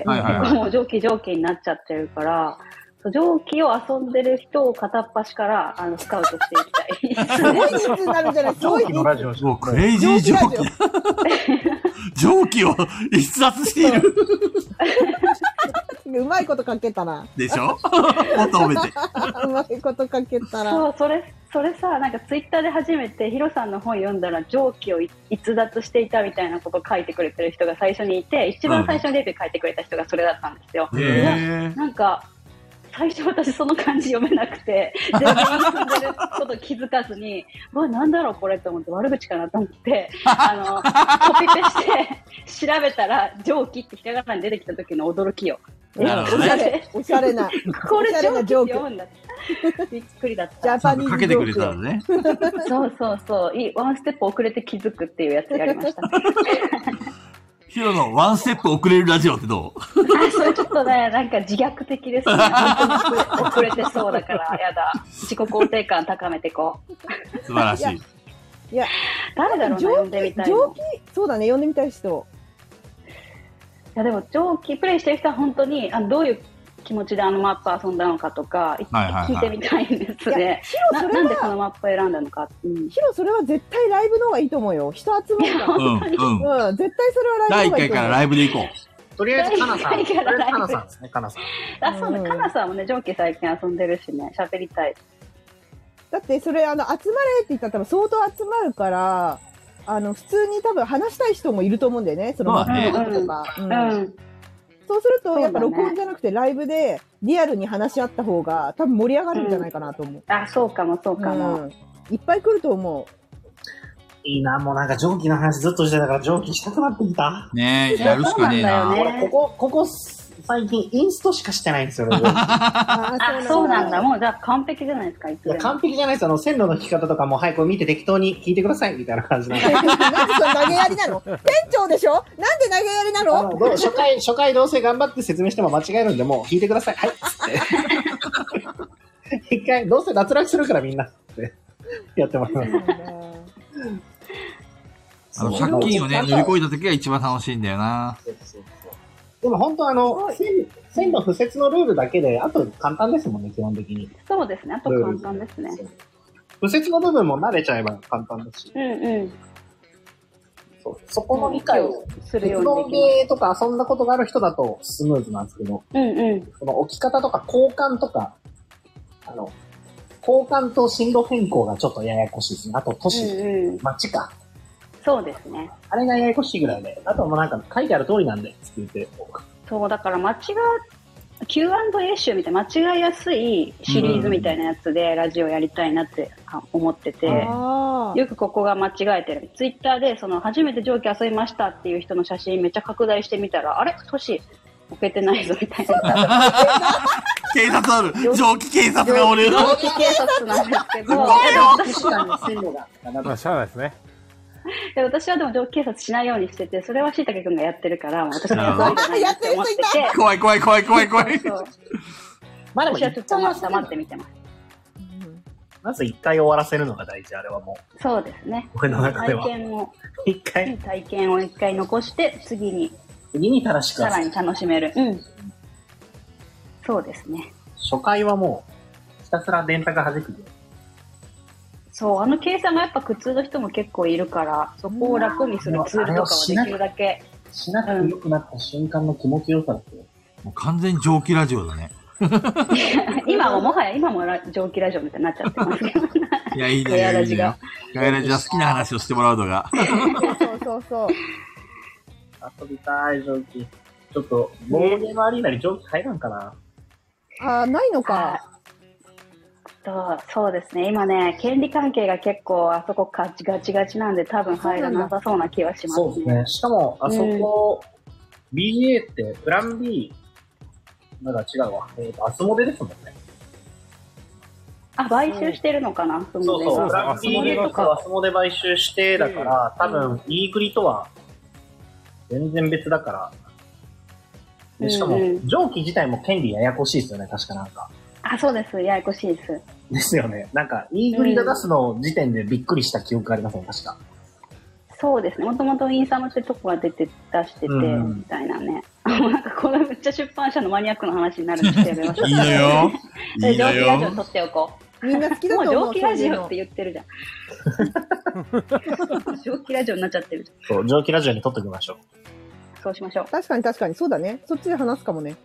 もう蒸気になっちゃってるから、蒸気を遊んでる人を片っ端からスカウトしていきたい。 すごい人数になるんじゃない？ 蒸気のラジオ。 もうクレイジー蒸気。蒸気を逸脱している。 うまいことかけたな。 でしょ？もっと褒めて。 うまいことかけたら。 そう、それさ、なんかツイッターで初めてヒロさんの本読んだら蒸気を逸脱していたみたいなことを書いてくれてる人が最初にいて、一番最初に出て書いてくれた人がそれだったんですよ。なんか、最初私その漢字読めなくて、全然進んでること気づかずに、なんだろうこれと思って、悪口かなと思って、コピペして調べたら、蒸気ってひらがなに出てきた時の驚きよ。 おしゃれな。 これ蒸気読むんだって。びっくりだった。 ジャパニーズかけてくれたのね。 そう。ワンステップ遅れて気づくっていうやつやりました。 ヒロのワンステップ遅れるラジオってどう？ それちょっとね、なんか自虐的ですね。本当に遅れてそうだから、やだ。自己肯定感高めてこう。 素晴らしい。 いや、 誰だろうな、呼んでみたいの。 そうだね、呼んでみたい人。 いや、でも蒸気プレイしてる人は本当に、どういう気持ちであのマップ遊んだのかとか、聞いてみたいんですね。なんでこのマップを選んだのか。 ヒロ、それは絶対ライブの方がいいと思うよ。人集まるから。絶対それはライブの方がいいと思う。 第1回からライブで行こう。とりあえずカナさんですね、カナさん。 そうね、カナさんもね、蒸気最近遊んでるしね、喋りたい。 だってそれ集まれって言ったら多分相当集まるから、普通に多分話したい人もいると思うんだよね。そのマップのこととか。そうすると、やっぱ録音じゃなくてライブでリアルに話し合った方が多分盛り上がるんじゃないかなと思う。 そうかも。 いっぱい来ると思う。 いいな、もうなんか蒸気の話ずっとしてたから蒸気したくなってきた。 ねえ、やるしかねえな。 俺、ここ最近インストしかしてないんですよね。 そうなんだ。もうじゃあ完璧じゃないですか。いや、完璧じゃないです。線路の引き方とかも、はい、これ見て適当に聞いてくださいみたいな感じなんで。 なんでそれ投げやりなの？店長でしょ？なんで投げやりなの？ 初回どうせ頑張って説明しても間違えるんで、もう引いてください。はい。って一回、どうせ脱落するからみんなってやってもらいます。 借金をね、乗り越えた時が一番楽しいんだよな。 でも本当線路不設のルールだけで、あと簡単ですもんね、基本的に。 そうですね、あと簡単ですね。 不設の部分も慣れちゃえば簡単だし。そこの理解をするように。鉄道ゲーとか遊んだことがある人だとスムーズなんですけど、その置き方とか交換とか、 交換と進路変更がちょっとややこしいですね。あと都市、町か。 そうですね。 あれがややこしいぐらいで、あともうなんか書いてある通りなんで、って言って。 そう、だからQ&A 集みたいな間違いやすいシリーズみたいなやつでラジオやりたいなって思ってて、よくここが間違えてる。ツイッターで初めて蒸気遊びましたっていう人の写真めっちゃ拡大してみたら、あれ年置けてないぞみたいな。 警察ある。蒸気警察がおる。 蒸気警察なんですけど、 まあ、しゃあないですね。 で私はでも蒸気警察しないようにしてて、それはしいたけくんがやってるから、私の役割じゃないなって思ってて。 怖い。 まあでも私はちょっと黙って見てます。 まず一回終わらせるのが大事、あれはもう。 そうですね。 俺の中では。 体験を一回残して、次に正しくさらに楽しめる。そうですね。 初回はもう、ひたすら電卓弾くで。 そう、計算がやっぱ苦痛の人も結構いるから、そこを楽にするツールとかはできるだけ。 しなくて良くなった瞬間の気持ちよさってもう完全蒸気ラジオだね。 今も蒸気ラジオみたいになっちゃってますけど。 いや、いいね。ガヤラジは好きな話をしてもらうのが。 そう。 遊びたい、蒸気。ちょっと、ボードゲームアリーナに蒸気入らんかな。 ないのか。 そうですね。今ね、権利関係が結構あそこガチガチなんで多分入らなさそうな気はしますね。 そうですね。しかも、あそこ、BGA ってプラン B、まだ違うわ。アスモデですもんね。 買収してるのかな。 そう。プラン BGA とかアスモデ買収してだから、多分、イーグリとは全然別だから。でしかも、蒸気自体も権利ややこしいですよね、確かなんか。 そうです。ややこしいです。 ですよね。なんか、イーグリが出すの時点でびっくりした記憶がありますね、確か。 そうですね。もともとインサムってとこが出してて、みたいなね。なんかこれめっちゃ出版社のマニアックな話になるんですけど、 いいのよ。 蒸気ラジオ撮っておこう。みんな好きだと思う。 もう蒸気ラジオって言ってるじゃん。蒸気ラジオになっちゃってるじゃん。そう、蒸気ラジオに撮っときましょう。 そうしましょう。 確かに、そうだね。そっちで話すかもね。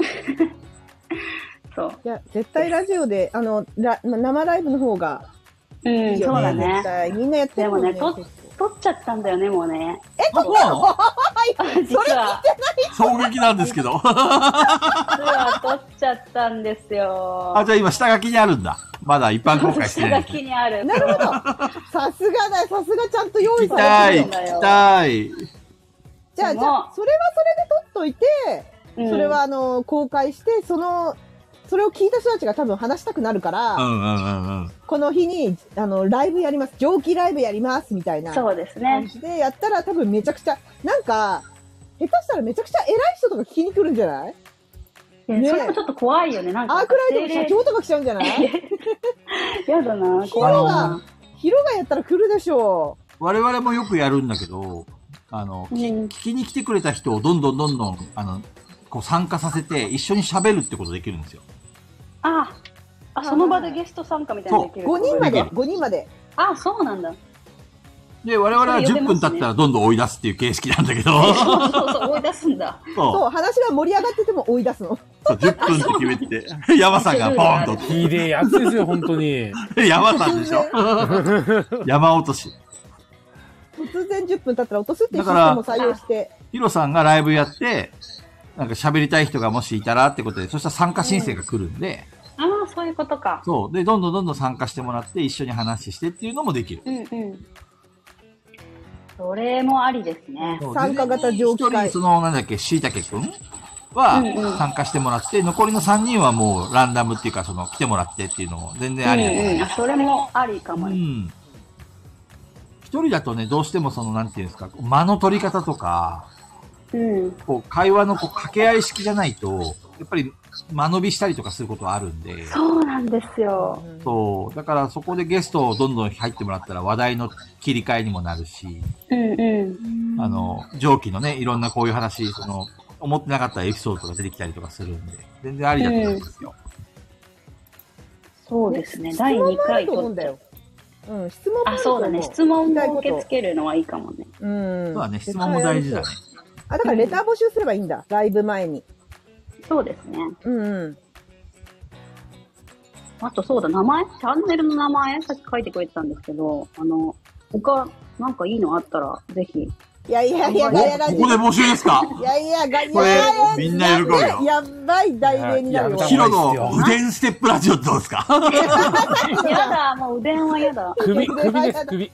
そう。 いや、絶対ラジオで、生ライブの方がいいよね。 そうだね。 絶対みんなやってるもんね。 でもね、撮っちゃったんだよね、もうね。 そうなの実は。 衝撃なんですけど。 実は撮っちゃったんですよ。 じゃあ今下書きにあるんだ。まだ一般公開してない。 下書きにある。 なるほど。さすがだよ。さすがちゃんと用意されてるんだよ。聞きたい。 じゃあ、それはそれで撮っといて、それは公開して、それを聞いた人たちが多分話したくなるから、この日に、ライブやります。蒸気ライブやります。みたいな。 そうですね。 感じでやったら多分めちゃくちゃ、なんか、下手したらめちゃくちゃ偉い人とか聞きに来るんじゃない？ ね、それもちょっと怖いよね。なんかアークライトの社長とか来ちゃうんじゃない？ やだな。 ヒロがやったら来るでしょう。我々もよくやるんだけど、聞きに来てくれた人をどんどん、こう参加させて一緒に喋るってことできるんですよ。 その場でゲスト参加みたいなのできる。 5人まで。 そうなんだ。 で、我々は10分経ったらどんどん追い出すっていう形式なんだけど。 そう、追い出すんだ。 そう、話が盛り上がってても追い出すの。 そう、10分って決めて、山さんがポーンと。 ひでえやつですよ、本当に。 山さんでしょ山落とし。 突然10分経ったら落とすっていうシステムを採用して。 ヒロさんがライブやって、なんか喋りたい人がもしいたらってことで、そしたら参加申請が来るんで。 そういうことか。 そう。で、どんどん参加してもらって、一緒に話してっていうのもできる。 それもありですね。 参加型蒸気会。 一人、なんだっけ、しいたけくんは参加してもらって、残りの3人はもうランダムっていうか、来てもらってっていうのも全然ありだとそれもありかも。 一人だとね、どうしてもなんていうんですか、間の取り方とか、こう、会話の掛け合い式じゃないと、やっぱり間延びしたりとかすることはあるんで。 そうなんですよ。 そう。だからそこでゲストをどんどん入ってもらったら話題の切り替えにもなるし、上記のね、いろんなこういう話、思ってなかったエピソードが出てきたりとかするんで、全然ありだと思うんですよ。 そうですね、第2回と。 質問もそうだね、質問も受け付けるのはいいかもね。 そうだね、質問も大事だね。 だからレター募集すればいいんだ、ライブ前に。 そうですね。 あとそうだ、チャンネルの名前、さっき書いてくれてたんですけど、他、なんかいいのあったら、ぜひ。 いやいやいや、ガヤラジ。 ここで募集ですか？ いやいや、ガヤラジ。 これ、みんな喜ぶよ。 やばい題名になるよ。 ヒロの腕んステップラジオってどうですか？ やだ、もう腕んはやだ。 首です、首。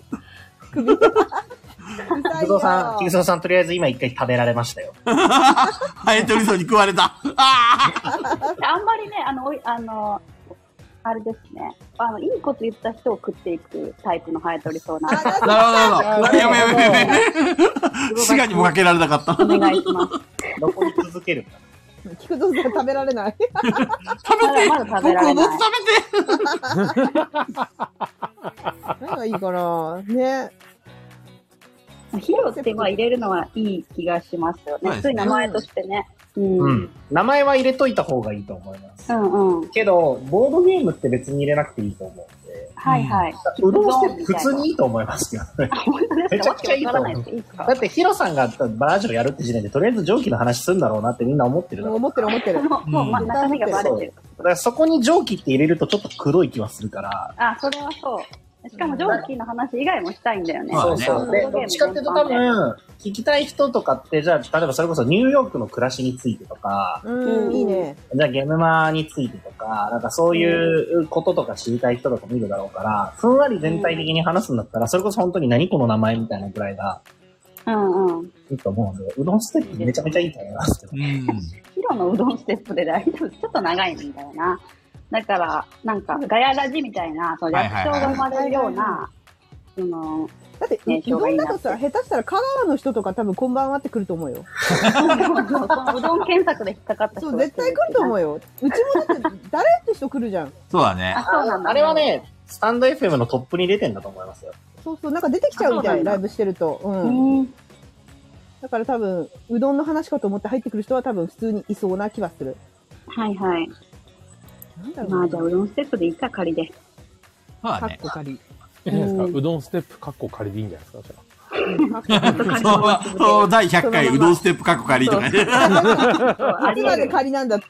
菊蔵さん、とりあえず今一回食べられましたよ。 ハエトリソに食われた。 あんまりね、あれですね。いいこと言った人を食っていくタイプのハエトリソウなんで。 なるほど、なるほど。やめ。滋賀にもかけられなかった。 お願いします。 どこに続けるんだ。 菊蔵さん食べられない。 食べて、 まだ食べられない。 僕も食べて。 何がいいかなね。 ヒロって入れるのはいい気がしますよね。普通に名前としてね。 うん。名前は入れといた方がいいと思います。 うんうん。 けど、ボードゲームって別に入れなくていいと思うんで。 はいはい。 うどんして普通にいいと思いますよ。めちゃくちゃいいと思う。だってヒロさんがバージョンやるって時点で、とりあえず蒸気の話するんだろうなってみんな思ってるだろう。 思ってる。 もう中身がバレてる。 だからそこに蒸気って入れるとちょっと黒い気はするから。 あ、それはそう。しかも蒸気の話以外もしたいんだよね。 そうそう。で、どっちかっていうと多分、聞きたい人とかって、じゃあ、例えばそれこそニューヨークの暮らしについてとか、 いいね。 じゃあゲームマについてとか、なんかそういうこととか知りたい人とかもいるだろうから、ふんわり全体的に話すんだったら、それこそ本当に何この名前みたいなぐらいが、いいと思うんで、うどんステップめちゃめちゃいいと思いますけど。 ヒロのうどんステップで大丈夫。ちょっと長いんだよな。だから、なんか、ガヤラジみたいな、その略称が生まれるような、 だって、うどんだとさ、下手したら香川の人とか多分こんばんはって来ると思うよ。 そのうどん検索で引っかかった人。 そう、絶対来ると思うよ。うちもだって、誰って人来るじゃん。 そうだね。 あれはね、スタンド FM のトップに出てんだと思いますよ。 そうそう、なんか出てきちゃうみたい、ライブしてると。だから多分、うどんの話かと思って入ってくる人は多分普通にいそうな気はする。 はいはい。まあじゃあうどんステップでいいか、仮で。 まあね。 カッコ仮。 うどんステップカッコ仮でいいんじゃないですか、じゃあ。そう、第100回うどんステップカッコ仮とかね。 ありまで仮なんだ。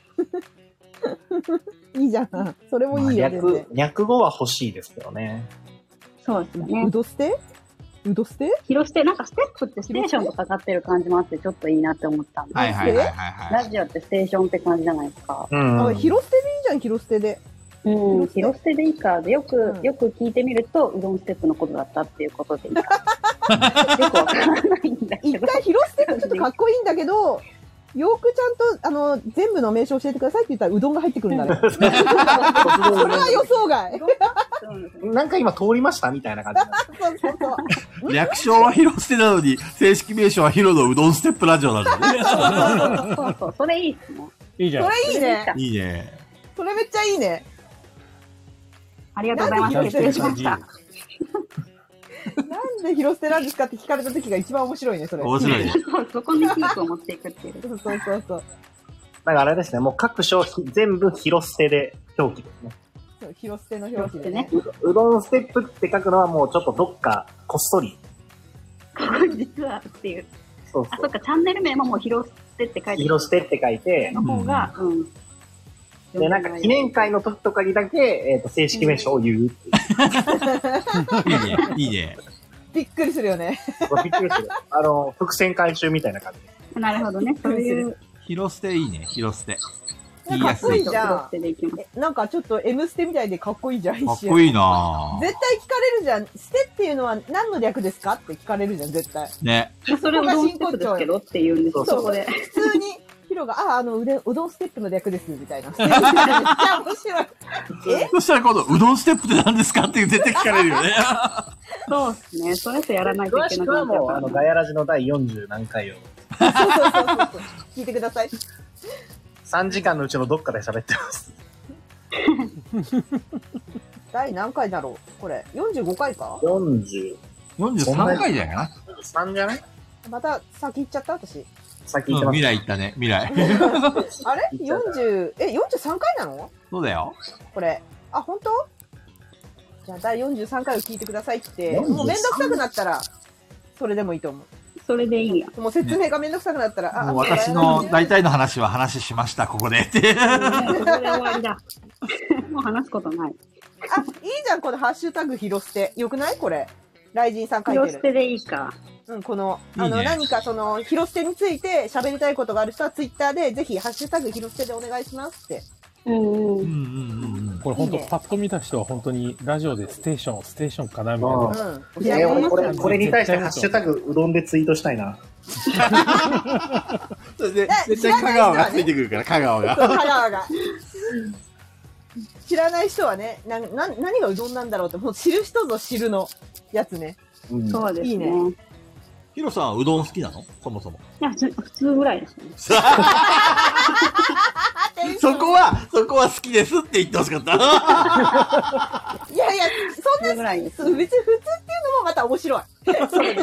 いいじゃん。それもいいよ、 略語は欲しいですけどね。 そうですね。 うどステうどステヒロステ、なんかステップってステーションとかかってる感じもあってちょっといいなって思ったんで。ラジオってステーションって感じじゃないですか。 ヒロステでいいじゃん、ヒロステで。 ヒロステでいいか。で、よく聞いてみると、うどんステップのことだったっていうことでいいか。よくわからないんだけど。 一回ヒロステもちょっとかっこいいんだけど、よくちゃんと、全部の名称教えてくださいって言ったら、うどんが入ってくるんだね。それは予想外。 なんか今通りましたみたいな感じ。 そう。 略称はヒロステなのに、正式名称はヒロのうどんステップラジオなんだね。そう。それいいっすね。 いいじゃん。 それいいね。 いいね。 それめっちゃいいね。 ありがとうございます。失礼しました。 なんで広捨てなんですかって聞かれた時が一番面白いね、それ。 面白いね。 そこにヒークを持っていくっていう。 そう。 だからあれですね、もう各章全部広捨てで表記ですね。 そう、広捨ての表記でね。 うどんステップって書くのはもうちょっとどっかこっそり。 実はっていう。 そう。 あ、そっか、チャンネル名ももう広捨てって書いて。 広捨てって書いて。 の方が、 で、なんか記念会の時とかにだけ、正式名称を言うっていう。 いいね。 びっくりするよね。 びっくりする。伏線回収みたいな感じ。 なるほどね。そういう。 広捨ていいね、広捨て。 かっこいいじゃん。なんかちょっと M ステみたいでかっこいいじゃん、 かっこいいな絶対聞かれるじゃん。ステっていうのは何の略ですかって聞かれるじゃん、絶対。 ね。 それうどんステップですけどって言うんですよ、そこで。 普通に。ヒロが、うどんステップの略です、みたいな。めっちゃ面白い。 そしたら今度、うどんステップって何ですかって絶対聞かれるよね。 そうですね。それとやらないといけない。 詳しくはもう、ガヤラジの第40何回を。 そう。聞いてください。 3時間のうちのどっかで喋ってます。 第何回だろうこれ。45回か ?43 回じゃないかな。 3じゃないまた先行っちゃった私。 先行ってます。 未来行ったね、未来。 あれ ?43 回なのそうだよ。 これ。あ、本当？じゃあ第43回を聞いてくださいって、もうめんどくさくなったら、それでもいいと思う。 それでいいや。 もう説明がめんどくさくなったら、 もう私の大体の話は話しました、ここでって。 これで終わりだ。もう話すことない。 いいじゃん、このハッシュタグヒロステ。よくないこれ。ライジンさん書いてる。 ヒロステでいいか。 この、 いいね、 何かその、ヒロステについて喋りたいことがある人はツイッターで、ぜひ、ハッシュタグヒロステでお願いしますって。 これ本当パッと見た人は本当にラジオでステーションかなみたいな。 これに対してハッシュタグうどんでツイートしたいな。 それで、絶対香川がついてくるから、香川が。 香川が。知らない人はね、何がうどんなんだろうって、もう知る人ぞ知るのやつね。 そうですね。いいね。 ヒロさんはうどん好きなのそもそも。 いや、普通ぐらいですね。 そこは好きですって言ってほしかった。 いやいや、そんな、別に普通っていうのもまた面白い。それで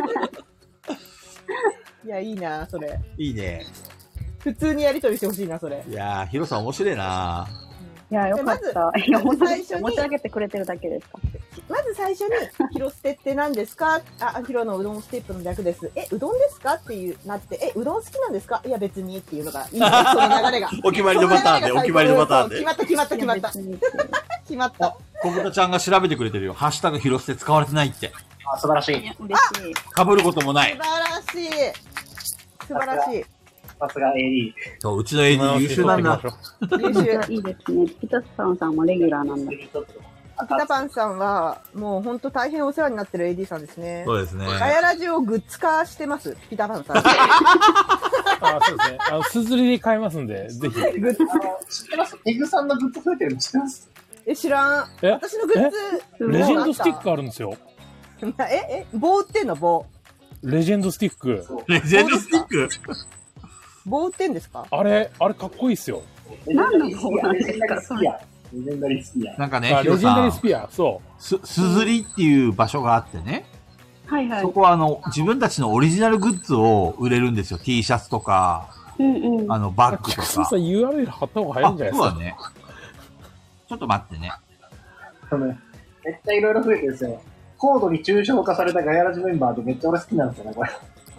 いや、いいな、それ。 いいね。 普通にやりとりしてほしいな、それ。 いやー、ヒロさん面白いな。 いや、よかった。いや、本当に持ち上げてくれてるだけですか。 まず最初に、ヒロステって何ですか？ヒロのうどんステップの略です。うどんですかっていう、なって、うどん好きなんですか？いや、別にっていうのがいいね、その流れが。 お決まりのパターンで、お決まりのパターンで。 決まった。決まった。 小豚ちゃんが調べてくれてるよ。ハッシュタグヒロステ使われてないって。 あ、素晴らしい。 嬉しい。 被ることもない。 素晴らしい。 さすが AD。 そう、うちの AD 優秀なんだ。 優秀。いいですね。ピタパンさんもレギュラーなんだ。 ピタパンさんは、もう本当大変お世話になってる AD さんですね。 そうですね。 ガヤラジオグッズ化してます、ピタパンさん。 そうですね。すずりで買えますんで、ぜひ。 知ってます？ペグさんのグッズ増えてるの知ってます？ 知らん。私のグッズ。 レジェンドスティックあるんですよ。 棒売ってんの棒。 レジェンドスティック。 レジェンドスティック棒売ってんですか？ あれかっこいいっすよ。 何の棒なんですか？ レジェンダリースピア。 なんかね、 レジェンダリースピア、そう。 すずりっていう場所があってね。 はいはい。 そこは自分たちのオリジナルグッズを売れるんですよ。T シャツとか、バッグとか。 そうさ、URL 貼った方が早いんじゃないですか。 そうだね。ちょっと待ってね。 めっちゃいろいろ増えてるんですよ。高度に抽象化されたガヤラジメンバーでめっちゃ俺好きなんですよね、これ。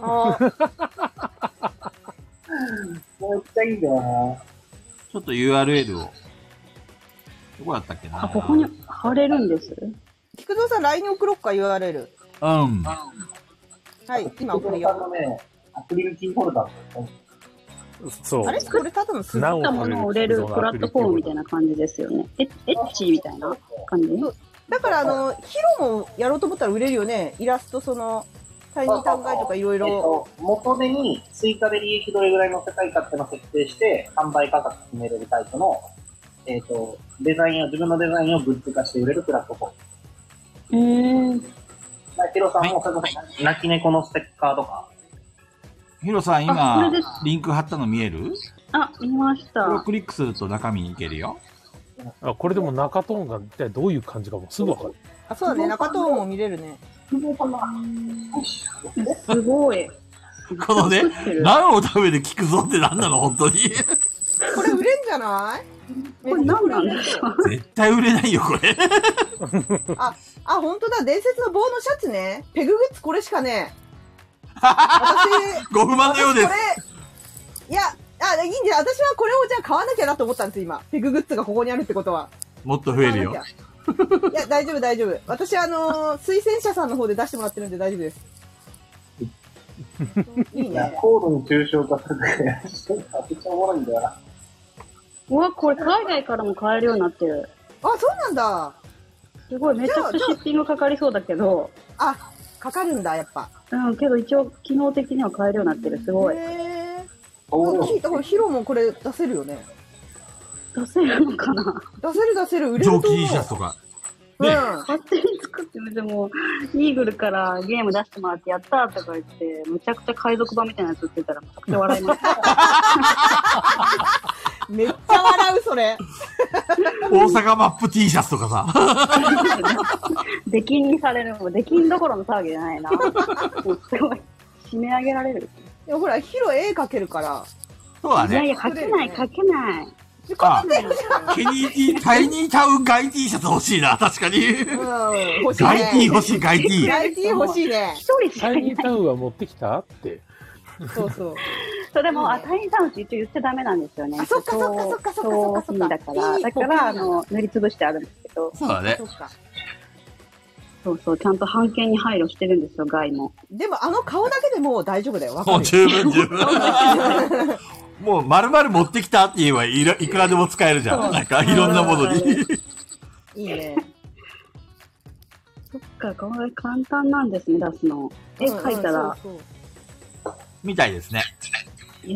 めっちゃいいんだよな。 ちょっと URL を。どこだったっけな。 ここに貼れるんです。 菊蔵さん、LINE 送ろっか、URL。はい、今送るよ。 アクリルキーホルダー。 そう。 あれこれただの作ったものを売れるプラットフォームみたいな感じですよね。エッチみたいな感じ。 だからヒロもやろうと思ったら売れるよね。イラストタイニータウンガイとかいろいろ。 元手に追加で利益どれぐらい載せたいかっていうのを設定して、販売価格決めれるタイプの、自分のデザインをグッズ化して売れるプラットフォーム。ヒロさんも、それこそ、泣き猫のステッカーとか。 ヒロさん、今、リンク貼ったの見える？ 見ました。 これをクリックすると中身に行けるよ。 これでも中トーンが一体どういう感じかもすぐわかる。 そうだね、中トーンも見れるね。 すごい。 このね、何を食べて聞くぞって何なの、本当に。 これ売れんじゃない？ これ何なんですか？ 絶対売れないよ、これ。 本当だ、伝説の棒のシャツね。ペググッズこれしかねえ。私、 ご不満のようです。 いや、いいんだよ。私はこれをじゃあ買わなきゃなと思ったんです、今。ペググッズがここにあるってことは。 もっと増えるよ。 いや、大丈夫、大丈夫。私、推薦者さんの方で出してもらってるんで大丈夫です。いいね。 高度に抽象化されて、めっちゃおもろいんだよな。 うわ、これ海外からも買えるようになってる。 そうなんだ。 すごい、めちゃくちゃシッピングかかりそうだけど。 かかるんだ、やっぱ。 けど一応、機能的には買えるようになってる。すごい。 だからヒロもこれ出せるよね。 出せるのかな？ 出せる、売れると思う。 蒸気 T シャツとか。 勝手に作ってみても、イーグルからゲーム出してもらってやったーとか言って、むちゃくちゃ海賊版みたいなやつ売ってたらめちゃくちゃ笑います。 めっちゃ笑う、それ。 大阪マップ T シャツとかさ。 出禁にされる。もう出禁どころの騒ぎじゃないな。もうすごい。締め上げられる。 でもほら、ヒロ絵描けるから。 そうだね。 いやいや、描けない。 あ、タイニータウンガイ T シャツ欲しいな、確かに。 欲しいね。 ガイ T 欲しい、ガイ T。 ガイ T 欲しいね。 一人しかいない。 タイニータウンは持ってきたって。 そうそう。 そう、でも、タイニータウンって言っちゃダメなんですよね。 あ、そっか。 だから、塗りつぶしてあるんですけど。 そうだね。 そう、ちゃんと半径に配慮してるんですよ、ガイも。 でも、顔だけでもう大丈夫だよ。 もう十分。もう、丸々持ってきたって言えばいくらでも使えるじゃん。なんか、いろんなものに。 いいね。 そっか、これ簡単なんですね、出すの。絵描いたら。 みたいですね。 ジ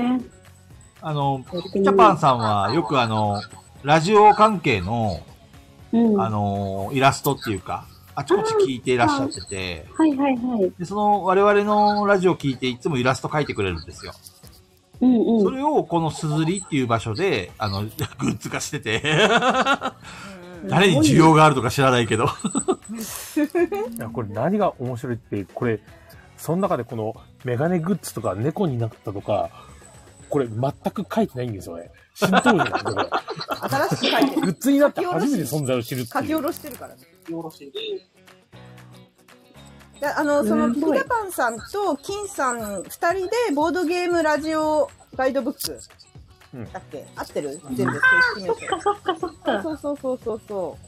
ャパンさんはよくラジオ関係の、イラストっていうか、あちこち聞いていらっしゃってて、 はい。 で、我々のラジオを聞いていつもイラスト描いてくれるんですよ。それをこのすずりっていう場所で、グッズ化してて、誰に需要があるとか知らないけど。 いや、これ何が面白いって、これ、その中でこのメガネグッズとか猫になったとか、これ全く書いてないんですよね。新登場なんですよ、これ。 新しく書いてる。 グッズになって初めて存在を知るっていう。 書き下ろしてるからね。 書き下ろしてる。 ピタパンさんと金さん2人でボードゲームラジオガイドブックだっけ、合ってる全部正式名称。 そっか。 そう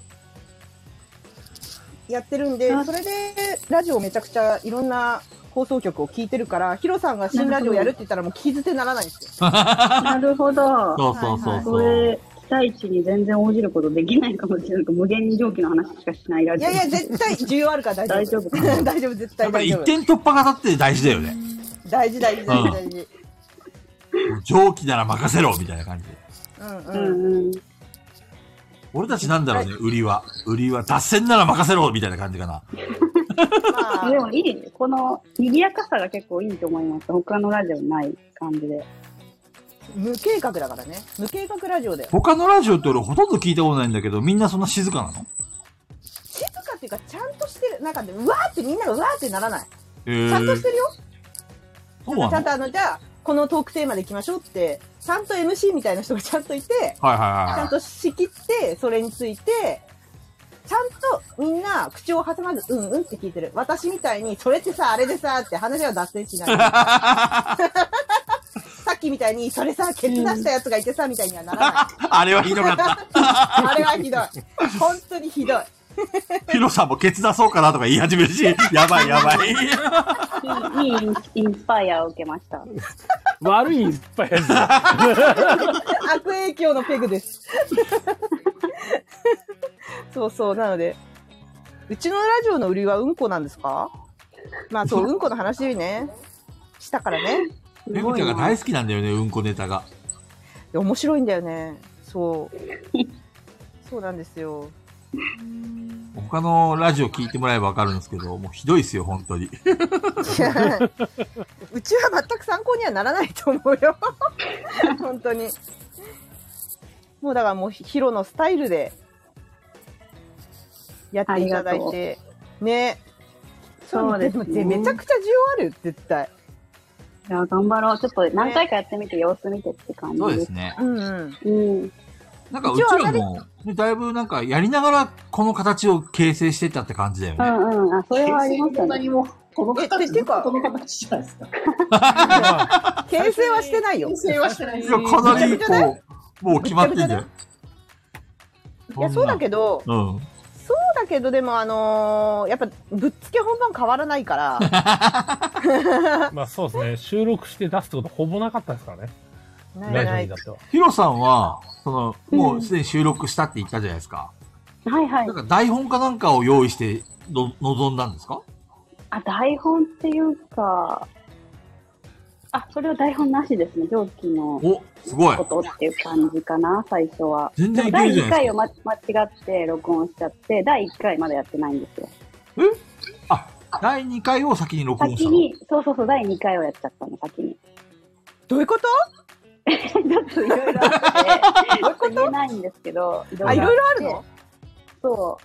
やってるんで、それでラジオめちゃくちゃいろんな放送局を聞いてるから、ヒロさんが新ラジオやるって言ったらもう聞き捨てならないんですよ。 なるほど。 そう。 これ、期待値に全然応じることできないかもしれない。無限に蒸気の話しかしないラジオ。 いや、絶対需要あるから大丈夫。大丈夫、絶対やっぱり大丈夫。 一点突破型って大事だよね。 大事。 蒸気なら任せろみたいな感じで。俺たちなんだろうね、売りは。脱線なら任せろみたいな感じかな。 でもいい。この賑やかさが結構いいと思います。他のラジオない感じで。 無計画だからね。無計画ラジオだよ。 他のラジオって俺ほとんど聞いたことないんだけど、みんなそんな静かなの？ 静かっていうか、ちゃんとしてる。なんかね、うわーってみんながうわーってならない。ちゃんとしてるよ。ちゃんとじゃあ、このトークテーマでいきましょうって、ちゃんと MC みたいな人がちゃんといて、ちゃんと仕切って、それについて、ちゃんとみんな口を挟まず、うんって聞いてる。私みたいに、それってさ、あれでさ、って話は脱線しない。さっきみたいに、それさ、ケツ出したやつがいてさ、みたいにはならない。 あれはひどかった。 あれはひどい。本当にひどい。 ヒロさんもケツ出そうかなとか言い始めるし、やばい。 いいインスパイアを受けました。 悪いインスパイアです。 悪影響のペグです。そう、なので、うちのラジオの売りはうんこなんですか？まあそう、うんこの話ね、したからね。 ペグちゃんが大好きなんだよね、うんこネタが。 面白いんだよね。そうなんですよ。 他のラジオ聞いてもらえばわかるんですけど、もうひどいですよ、本当に。 うちは全く参考にはならないと思うよ。本当に。もうだからもうヒロのスタイルでやっていただいて。ね。そうですね。めちゃくちゃ需要ある、絶対。 いや、頑張ろう。ちょっと何回かやってみて、様子見てって感じです。 そうですね。 うんなんかうちらも、だいぶなんかやりながらこの形を形成してったって感じだよね。 あ、それはありますよね。 何も、この形じゃないですか。 形成はしてないよ。 形成はしてないですいや、かなりこう、もう決まってんじゃん。 いや、そうだけど、でもやっぱぶっつけ本番変わらないから。 まあそうですね。収録して出すってことほぼなかったですからね。 ない。 ヒロさんは、もうすでに収録したって言ったじゃないですか。 はい。 なんか台本かなんかを用意して臨んだんですか？ 台本っていうか、それは台本なしですね。上記のすごいことっていう感じかな、最初は。 全然いけるじゃないですか。 第2回を間違って録音しちゃって、第1回まだやってないんですよ。 第2回を先に録音したの？ そう、第2回をやっちゃったの、先に。 どういうこと？ ちょっといろいろあって、言えないんですけど、 いろいろあるの？ そう。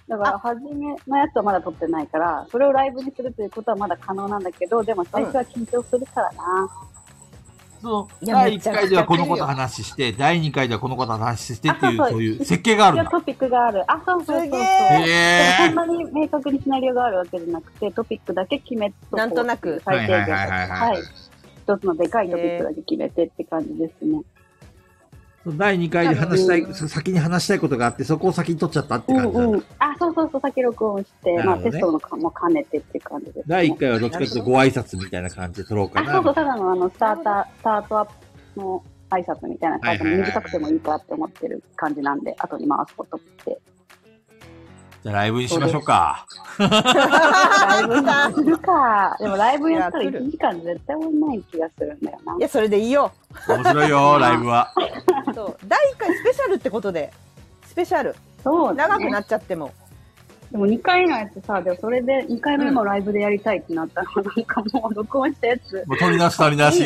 だから、初めのやつはまだ撮ってないから、それをライブにするということはまだ可能なんだけど、でも最初は緊張するからな。 その、第1回ではこのこと話して、第2回ではこのこと話してっていう、そういう設計があるんだ。 トピックがある。あ、そうそうそうそう。そんなに明確にシナリオがあるわけじゃなくて、トピックだけ決めとこう。 なんとなく。 最低限。はい。一つのでかいトピックだけ決めてって感じですね。 第2回で話したい、先に話したいことがあって、そこを先に取っちゃったって感じなんだ。 あ、そうそうそう、先録音して、まあテストも兼ねてっていう感じです。 第1回はどっちかというとご挨拶みたいな感じで撮ろうかな。 そうそう、ただのスタートアップの挨拶みたいな感じで短くてもいいかって思ってる感じなんで、後に回すことって。 じゃあライブにしましょうか。 ライブだ。 するか。でもライブやったら1時間絶対終わんない気がするんだよな。 いや、それでいいよ。 面白いよ、ライブは。 そう。第1回スペシャルってことで。スペシャル。 そう、 長くなっちゃっても。 でも2回のやつさ、でもそれで2回目もライブでやりたいってなったら、なんかもう録音したやつ。 もう取り出し取り出し。 い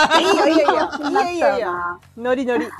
や。ノリノリ。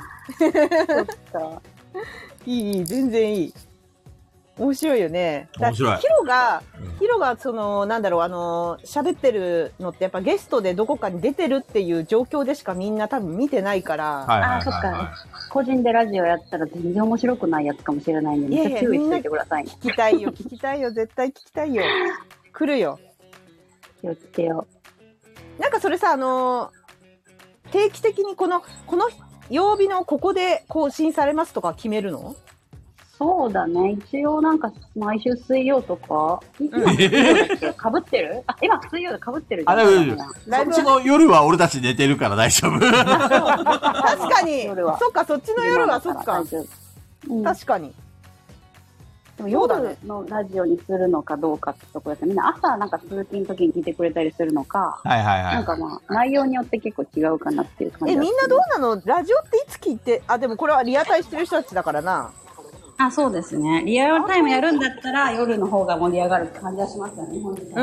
いい、全然いい。面白いよね。 面白い。 ヒロが、その、なんだろう、喋ってるのってやっぱゲストでどこかに出てるっていう状況でしかみんな多分見てないから。 あ、そっか。個人でラジオやったら全然面白くないやつかもしれないんで、めっちゃ注意しておいてくださいね。 聞きたいよ、絶対聞きたいよ。来るよ。 気をつけよう。なんかそれさ、定期的にこの曜日のここで更新されますとか決めるの？ そうだね。一応なんか毎週水曜とか。かぶってる？あ、今水曜でかぶってるじゃん。 その夜は俺たち寝てるから大丈夫。確かに。そっか、そっちの夜はそっか。確かに。 でも夜のラジオにするのかどうかってところですね。みんな朝なんか通勤の時に聞いてくれたりするのか。なんかまあ内容によって結構違うかなっていう感じ。 みんなどうなの？ラジオっていつ聞いて、でもこれはリアタイしてる人たちだからな。 あ、そうですね。リアルタイムやるんだったら夜の方が盛り上がる感じはしますよね。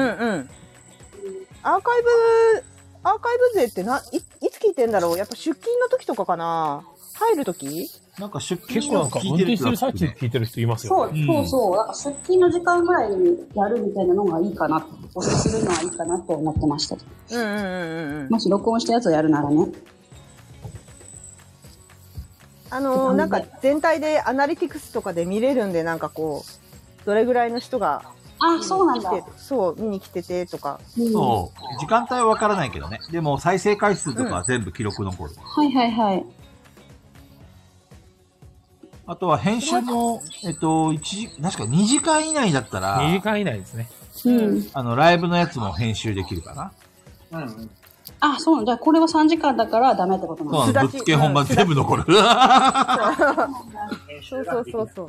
アーカイブ勢っていつ聞いてんだろう？やっぱ出勤の時とかかな？入る時？ なんか出勤結構なんか運転してる最中に聞いてる人いますよね。 そう。なんか出勤の時間ぐらいにやるみたいなのがいいかな、おすするのはいいかなと思ってました。もし録音したやつをやるならね。 なんか全体でアナリティクスとかで見れるんで、なんかこう、どれぐらいの人が、 そうなんだ。 そう、見に来ててとか。 そう。時間帯はわからないけどね。でも再生回数とかは全部記録残る。 はい。 あとは編集も、確か2時間以内だったら、 2時間以内ですね。 ライブのやつも編集できるかな。 あ、そうなんだ。これは3時間だからダメってことなんです。ぶっつけ本番全部残る。 そう。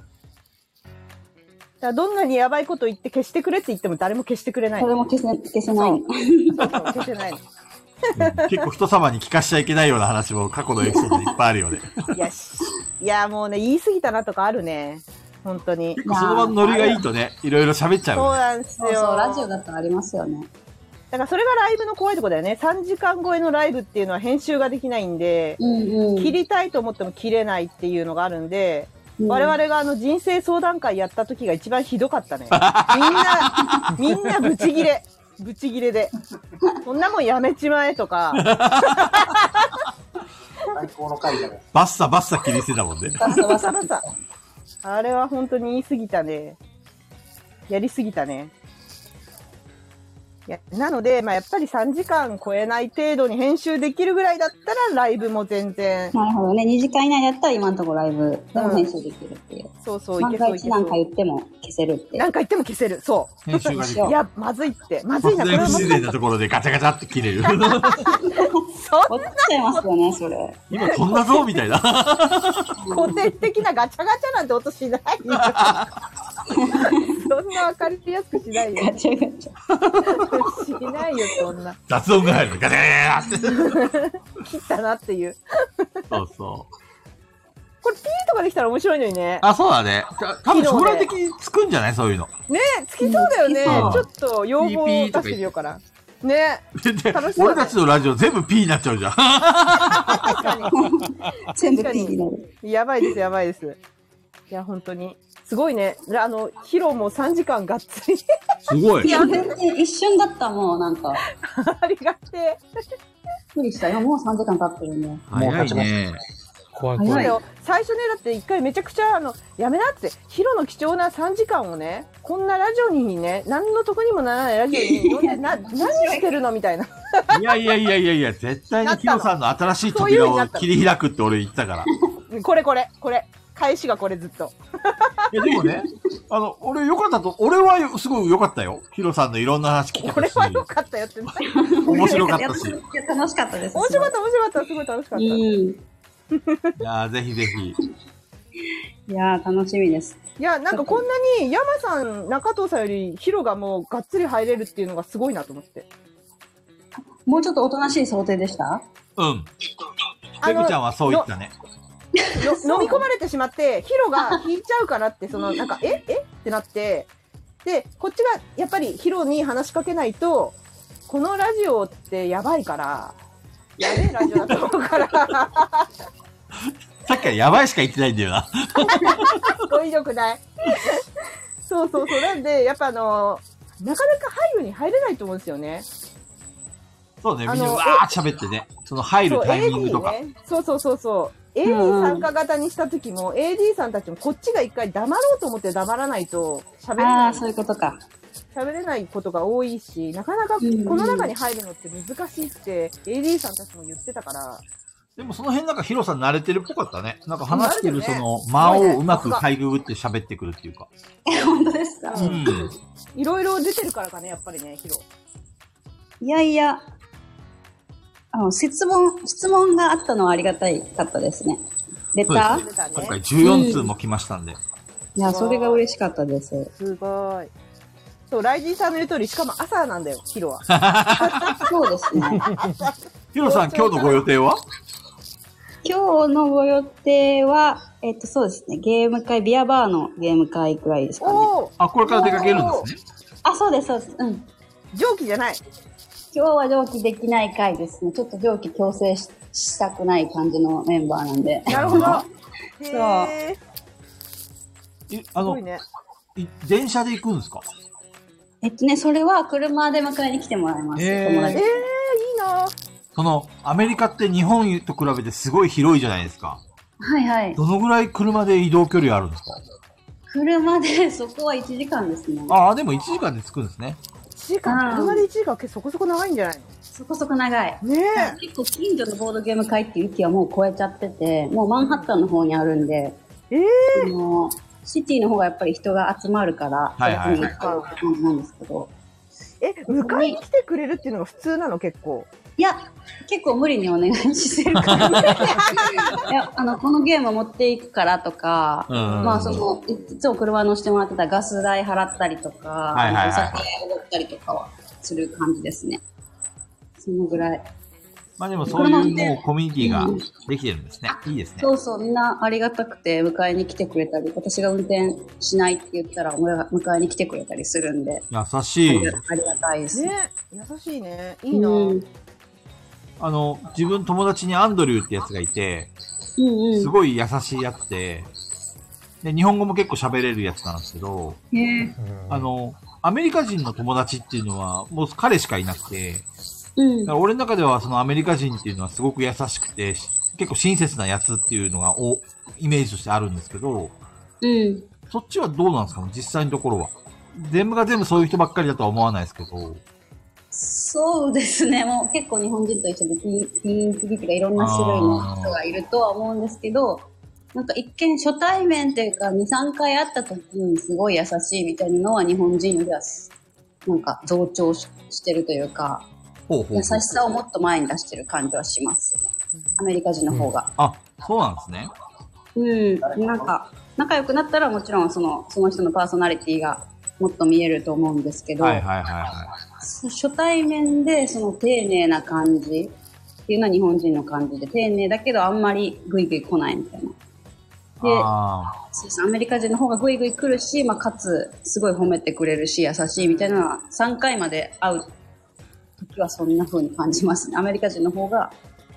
どんなにやばいこと言って消してくれって言っても誰も消してくれない。 それも消せない。 消せない。 結構人様に聞かしちゃいけないような話も過去のエピソードでいっぱいあるよね。 いや、もうね、言い過ぎたなとかあるね。本当に。 結構その場のノリがいいとね、いろいろ喋っちゃう、ね。 そうなんですよ。 そう、ラジオだったらありますよね。 だからそれがライブの怖いところだよね。3時間超えのライブっていうのは編集ができないんで、切りたいと思っても切れないっていうのがあるんで、我々が人生相談会やった時が一番ひどかったね。みんなブチギレ。ブチギレで。そんなもんやめちまえとか。 最高の回だね。 バッサ切り捨てたもんね。 バッサ。あれは本当に言い過ぎたね。やりすぎたね。なので、やっぱり3時間超えない程度に編集できるぐらいだったらライブも全然。 なるほどね。2時間以内だったら今のところライブでも編集できるっていう。 そう、 万が一なんか言っても消せるって。 なんか言っても消せる。そう。 編集ができる。 いや、まずいって。まずいな、 これは。不自然なところでガチャガチャって切れる。 そんな。落ちゃいますよね、それ。 今こんなぞみたいな。 古典的なガチャガチャなんて音しないよ。そんな分かりやすくしないよ。 ガチャガチャ。 しないよ、そんな。 雑音が入る。ガチャガチャって。 切ったなっていう。 そうそう。 これ P とかできたら面白いのにね。 あ、そうだね。多分将来的につくんじゃないそういうの。 ねつきそうだよね。ちょっと要望出してみようかな。ね俺たちのラジオ全部 P になっちゃうじゃん。 確かに。 全部 P になる。 やばいです、やばいです。いや、本当に。すごいね。ヒロも3時間がっつり。 すごい。 いや、全然一瞬だったもん、なんか。 ありがてえ。 くりした。今もう3時間経ってるね。 早いね。 怖い怖い。 そうだよ。最初ね、だって一回めちゃくちゃ、やめなって、ヒロの貴重な3時間をね、こんなラジオにね、何の得にもならないラジオに呼んで、何してるのみたいな。 いや、絶対にヒロさんの新しい扉を切り開くって俺言ったから。 これ。返しがこれずっと。 いや、でもね、俺良かったと、俺はすごい良かったよ。ヒロさんのいろんな話聞けたし。 これは良かったよって何。 面白かったし。 いや、楽しかったです。 面白かった。すごい楽しかった。 いやぜひぜひ。 いや楽しみです。 いや、なんかこんなに山さん、中藤さんよりヒロがもうがっつり入れるっていうのがすごいなと思って。 もうちょっとおとなしい想定でした？ うん。ペグちゃんはそう言ったね。 飲み込まれてしまって、ヒロが引いちゃうからって、なんか、えってなって、で、こっちがやっぱりヒロに話しかけないと、このラジオってやばいから、やべえラジオだと思うから。 さっきからやばいしか言ってないんだよな。 語彙力ない。そう。なんで、やっぱなかなか背後に入れないと思うんですよね。 そうね、みんなわーって喋ってね。その入るタイミングとか。 ね、そう。AD 参加型にした時も、AD さんたちもこっちが一回黙ろうと思って黙らないと喋れない。 ああ、そういうことか。 喋れないことが多いし、なかなかこの中に入るのって難しいって、AD さんたちも言ってたから。 でもその辺なんかヒロさん慣れてるっぽかったね。なんか話してるその間をうまくかいくぐって喋ってくるっていうか。 本当ですか？ いろいろ出てるからかね、やっぱりね、ヒロ。 いや、質問があったのはありがたかったですね。レター？ 今回14通も来ましたんで。 いや、それが嬉しかったです。 すごい。そう、ライジンさんの言う通り、しかも朝なんだよ、ヒロは。 そうですね。 ヒロさん、今日のご予定は？ 今日のご予定は、そうですね、ゲーム会、ビアバーのゲーム会くらいですかね。 あ、これから出かけるんですね。 あ、そうです。うん。 蒸気じゃない。 今日は蒸気できない回ですね。ちょっと蒸気強制したくない感じのメンバーなんで。 なるほど。 そう。 電車で行くんですか？ それは車で迎えに来てもらいます。友達。 いいな。 アメリカって日本と比べてすごい広いじゃないですか。 はい。 どのぐらい車で移動距離あるんですか？ 車で、そこは1時間ですね。 ああ、でも1時間で着くんですね。 1時間、車で1時間そこそこ長いんじゃないの？ そこそこ長い。 ねえ。 結構近所のボードゲーム会っていう域はもう超えちゃってて、もうマンハッタンの方にあるんで、シティの方がやっぱり人が集まるから、 はい。 感じなんですけど。 迎えに来てくれるっていうのが普通なの？結構。 いや、結構無理にお願いしてるから、いや、このゲームを持っていくからとか、まあいつも車乗せてもらってたガス代払ったりとか、お酒おごったりとかはする感じですね。そのぐらい。 まあでもそういうもうコミュニティができてるんですね。いいですね。 そう、みんなありがたくて迎えに来てくれたり、私が運転しないって言ったら迎えに来てくれたりするんで。 優しい。 ありがたいですね。優しいね。いいな。 自分友達にアンドリューってやつがいて、すごい優しいやつで、日本語も結構喋れるやつなんですけど、アメリカ人の友達っていうのはもう彼しかいなくて、だから俺の中ではそのアメリカ人っていうのはすごく優しくて、結構親切なやつっていうのがイメージとしてあるんですけど、そっちはどうなんですかね、実際のところは。全部が全部そういう人ばっかりだとは思わないですけど。 そうですね。もう結構日本人と一緒でピンキリとかいろんな種類の人がいるとは思うんですけど、なんか一見初対面というか2、3回会った時にすごい優しいみたいなのは日本人よりはなんか増長してるというか、優しさをもっと前に出してる感じはしますね。アメリカ人の方が。 あ、そうなんですね。 なんか仲良くなったらもちろんその人のパーソナリティがもっと見えると思うんですけど、初対面でその丁寧な感じっていうのは日本人の感じで、丁寧だけどあんまりグイグイ来ないみたいな。で、アメリカ人の方がグイグイ来るし、まあ、かつすごい褒めてくれるし優しいみたいなのは3回まで会う時はそんな風に感じますね。アメリカ人の方が、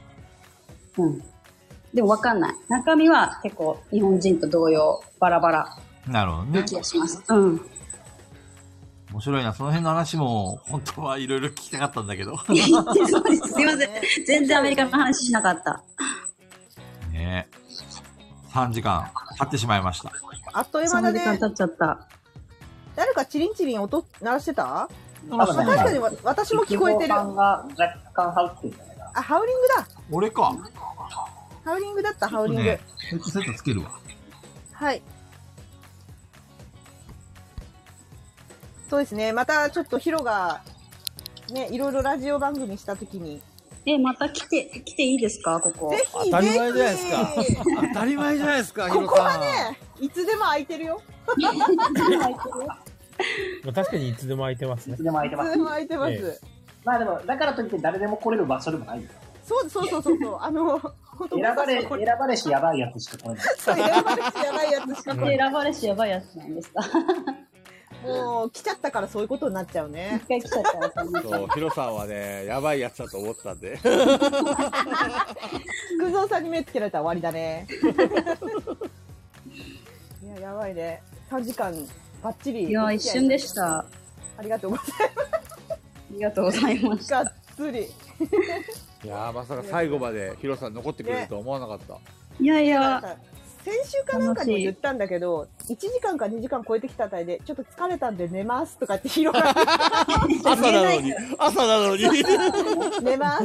でも分かんない。中身は結構日本人と同様バラバラ。 なるほどね。 気がします。 面白いな。その辺の話も、本当はいろいろ聞きたかったんだけど。 そうです。すいません。全然アメリカの話しなかった。 ねえ。3時間経ってしまいました。 あっという間だね。 3時間経っちゃった。 誰かチリンチリン音鳴らしてた？ 多分確かに私も聞こえてる。 が若干ハウってるんじゃないかな。 あ、ハウリングだ。 俺か。 ハウリングだった、ハウリング。 ヘッドセットつけるわ。 はい。そうですね。またちょっとヒロが、ね、いろいろラジオ番組したときに。 また来ていいですか、ここ。 ぜひ、 当たり前じゃないですか。当たり前じゃないですか、ヒロさん。 ここはね、いつでも空いてるよ。 確かにいつでも空いてますね。 いつでも空いてます。 いつでも空いてます。 まあでも、だからといって誰でも来れる場所でもないよ。 そう。本当選ばれしやばいやつしか来れない。 選ばれしやばいやつしか来れない。 選ばれしやばいやつなんですか。 もう来ちゃったからそういうことになっちゃうね。 一回来ちゃったらそう、ヒロさんはね、やばいやつだと思ってたんで。 福蔵さんに目つけられたら終わりだね。いや、やばいね。3時間バッチリ。 いや、一瞬でした。 ありがとうございます。 ありがとうございました。 がっつり。 いやー、まさか最後までヒロさん残ってくれるとは思わなかった。 いやいや。 先週かなんかにも言ったんだけど、1時間か2時間超えてきたあたりで、ちょっと疲れたんで寝ますとかってヒロが朝なのに、朝なのに。 寝ます。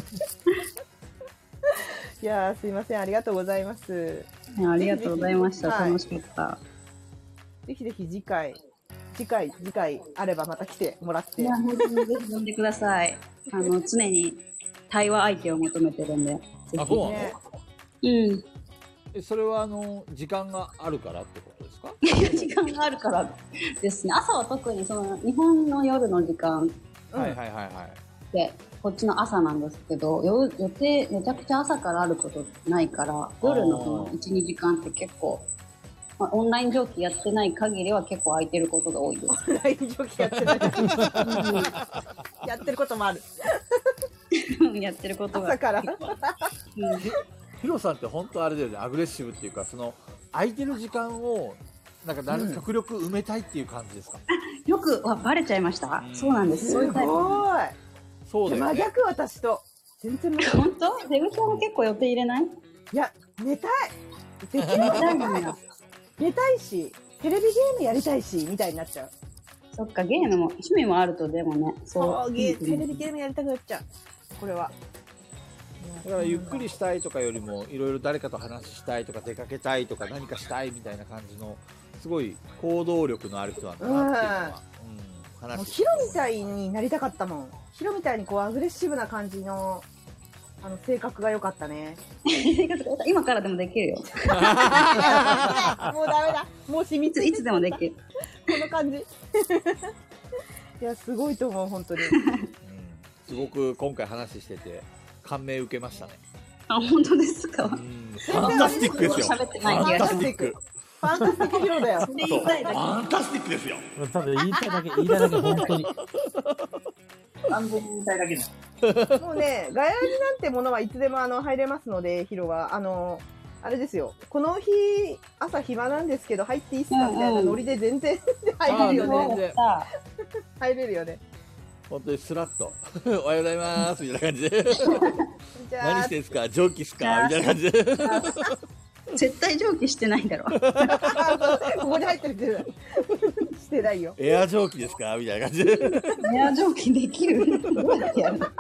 いやー、すいません、ありがとうございます。 ありがとうございました。楽しかった。 ぜひぜひ次回あればまた来てもらって。 いや、本当にぜひ呼んでください。常に対話相手を求めてるんで。 あ、そうなの？ ね、 うん。 それは時間があるからってことですか？ 時間があるからですね。朝は特にその日本の夜の時間で、こっちの朝なんですけど、予定めちゃくちゃ朝からあることないから、夜のその 1,2 時間って結構、まあ、オンライン上記やってない限りは結構空いてることが多いです。 オンライン上記やってないやってることもある。 やってることが朝からヒロさんって本当あれだよね、アグレッシブっていうか、その空いてる時間をなんか極力埋めたいっていう感じですか？ よくバレちゃいました。そうなんです。そういうタイプ。 そうだよね。 真逆、私と全然真逆。 本当？デグちゃんも結構予定入れない？ いや、寝たい。できるたいのよ。寝たいし、テレビゲームやりたいしみたいになっちゃう。 そっか、ゲームも趣味もあるとでもね。 そう、テレビゲームやりたくなっちゃう。これは。 だからゆっくりしたいとかよりも、いろいろ誰かと話したいとか出かけたいとか何かしたいみたいな感じのすごい行動力のある人なんだなっていうのは、 もうヒロみたいになりたかったもん。ヒロみたいにこうアグレッシブな感じの性格が良かったね。 今からでもできるよ。 もうダメだ。もう染みついていつでもできる。 この感じ。いや、すごいと思う、本当に。 すごく今回話してて感銘受けましたね。 あ、本当ですか？ ファンタスティックですよ。 喋ってない。 ファンタスティック。 ファンタスティックヒロだよ。 ファンタスティックですよ。 ただ言いたいだけ、本当に。 完全に言いたいだけだ。 もうね、ガヤラジなんてものはいつでも入れますので、ヒロは。あれですよ。この日、朝暇なんですけど、入っていいっすかみたいなノリで全然入れるよね。入れるよね。 本当にスラッとおはようございますみたいな感じで何してんすか、蒸気っすかみたいな感じで絶対蒸気してないだろ。 ここに入ってるしてないよ。 エア蒸気ですかみたいな感じでエア蒸気できる？どうやってやるの？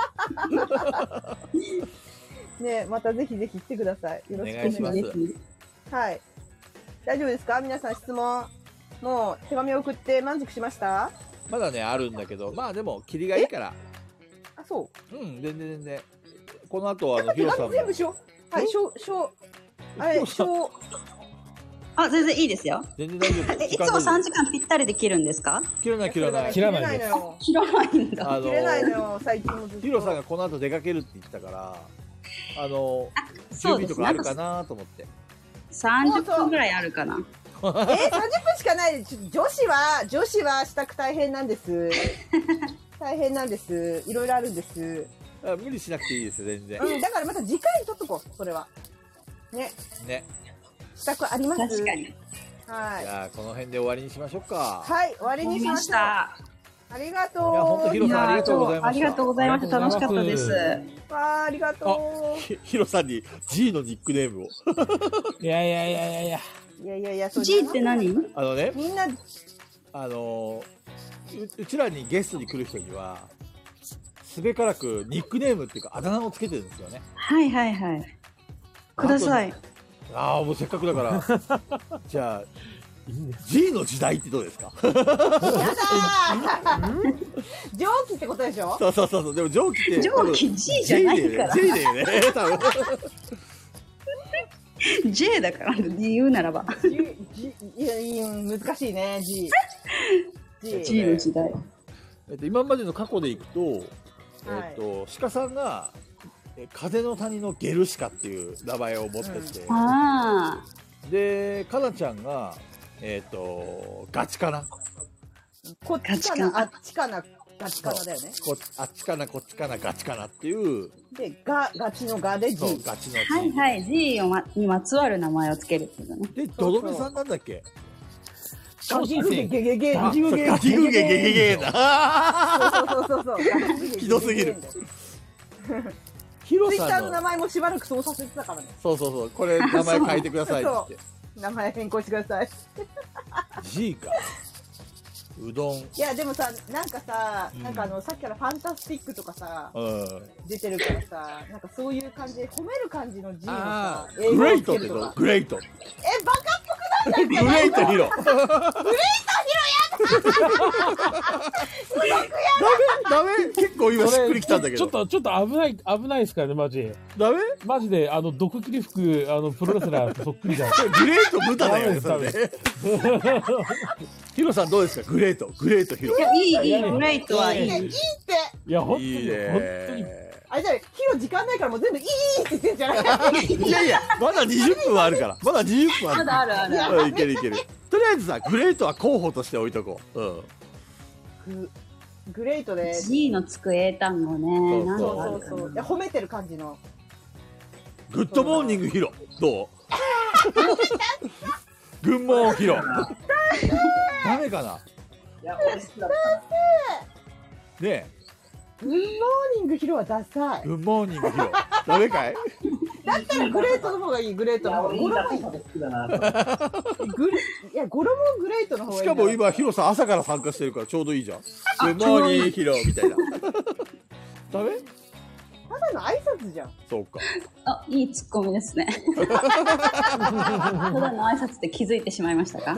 ね、またぜひぜひ来てください。よろしくお願いします。はい。大丈夫ですか？皆さん質問。もう手紙を送って満足しました？ まだね、あるんだけど、まあでも、キリがいいから。 あ、そう。 うん、全然。この後ヒロさんも。 全部はい、 あ、全然いいですよ。 全然大丈夫。 いつも3時間ぴったりで切るんですか？ 切らない。 切らないのよ。 切らないんだ。 切れないのよ、最近もずっと。 ヒロさんがこの後出かけるって言ったから、準備とかあるかなと思って。 30分ぐらいあるかな。 30分しかない。女子は支度大変なんです。大変なんです。いろいろあるんです。 無理しなくていいですよ、全然。 だからまた次回に取っとこう、それは。ね。 ね。 支度あります。 確かに。 はい。 じゃあこの辺で終わりにしましょうか。 はい、終わりにしました。ありがとう。 いや本当ヒロさんありがとうございました。 ありがとうございました。楽しかったです。 ありがとう。 ヒロさんに G のニックネームを。 いや。 G って何？ ね、 みんなうちらにゲストに来る人にはすべからくニックネームっていうかあだ名をつけてるんですよね。 はいはいはい。ください。 ああもうせっかくだからじゃあ G の時代ってどうですか？ やだー蒸気ってことでしょ？ そうでも蒸気って蒸気 G じゃないから J だよね多分 J だから言うならばいや難しいね G の時代。 今までの過去でいくと鹿さんが風の谷のゲルシカっていう名前を持ってて、でかなちゃんがガチかな、 こっちかなあっちかなガチかなだよね。 あっちかなこっちかなガチかなっていうでガチのガで G。 そうガチの G。 はいはい G にまつわる名前をつけるっていうのね。 でドドメさんなんだっけ？ ガチグゲゲゲゲガチグゲゲゲゲだ。 そうひどすぎる。 ヒロさんのツイッターの名前もしばらくそうさせてたからね。 そうこれ名前変えてくださいって名前変更してください。 G かうどん。いやでもさなんかさ、なんかさっきからファンタスティックとかさ、出てるからさ、なんかそういう感じで褒める感じの G のさグレイトってどう？グレイト。 バカっぽくないんだグレイトヒロ。 グレイトヒロやだ。 ダメ結構今しっくりきたんだけど。 ちょっと危ないですからねマジ。 ダメ？ マジで毒切り服プロレスラーとそっくりじゃん。 グレート豚だよね。それね。ヒロさんどうですか？グレートヒロ。 いやいいグレートはいい。 いいって。 いや本当に。 あれじゃヒロ時間ないからもう全部いいって言ってんじゃない？ いやまだ20分はあるから。まだ20分ある。 まだある。 いける。とりあえずさグレートは候補として置いとこう。 グレートで G のつく英単語ね。 そういや褒めてる感じの。 グッドモーニングヒロどう？グンモーヒロ。ダメかな。 いや俺好きだった。 ねえ。 グッモーニングヒロはダサい。 グッモーニングヒロ。ダメかい？ だったらグレートの方がいい。グレートの方がいい。 いやゴロもグレートの方がいい。 しかも今ヒロさん朝から参加してるからちょうどいいじゃん。グッモーニングヒロみたいな。ダメ？ ただの挨拶じゃん。 そうか。 あ、いいツッコミですね。ただの挨拶で気づいてしまいましたか？ グ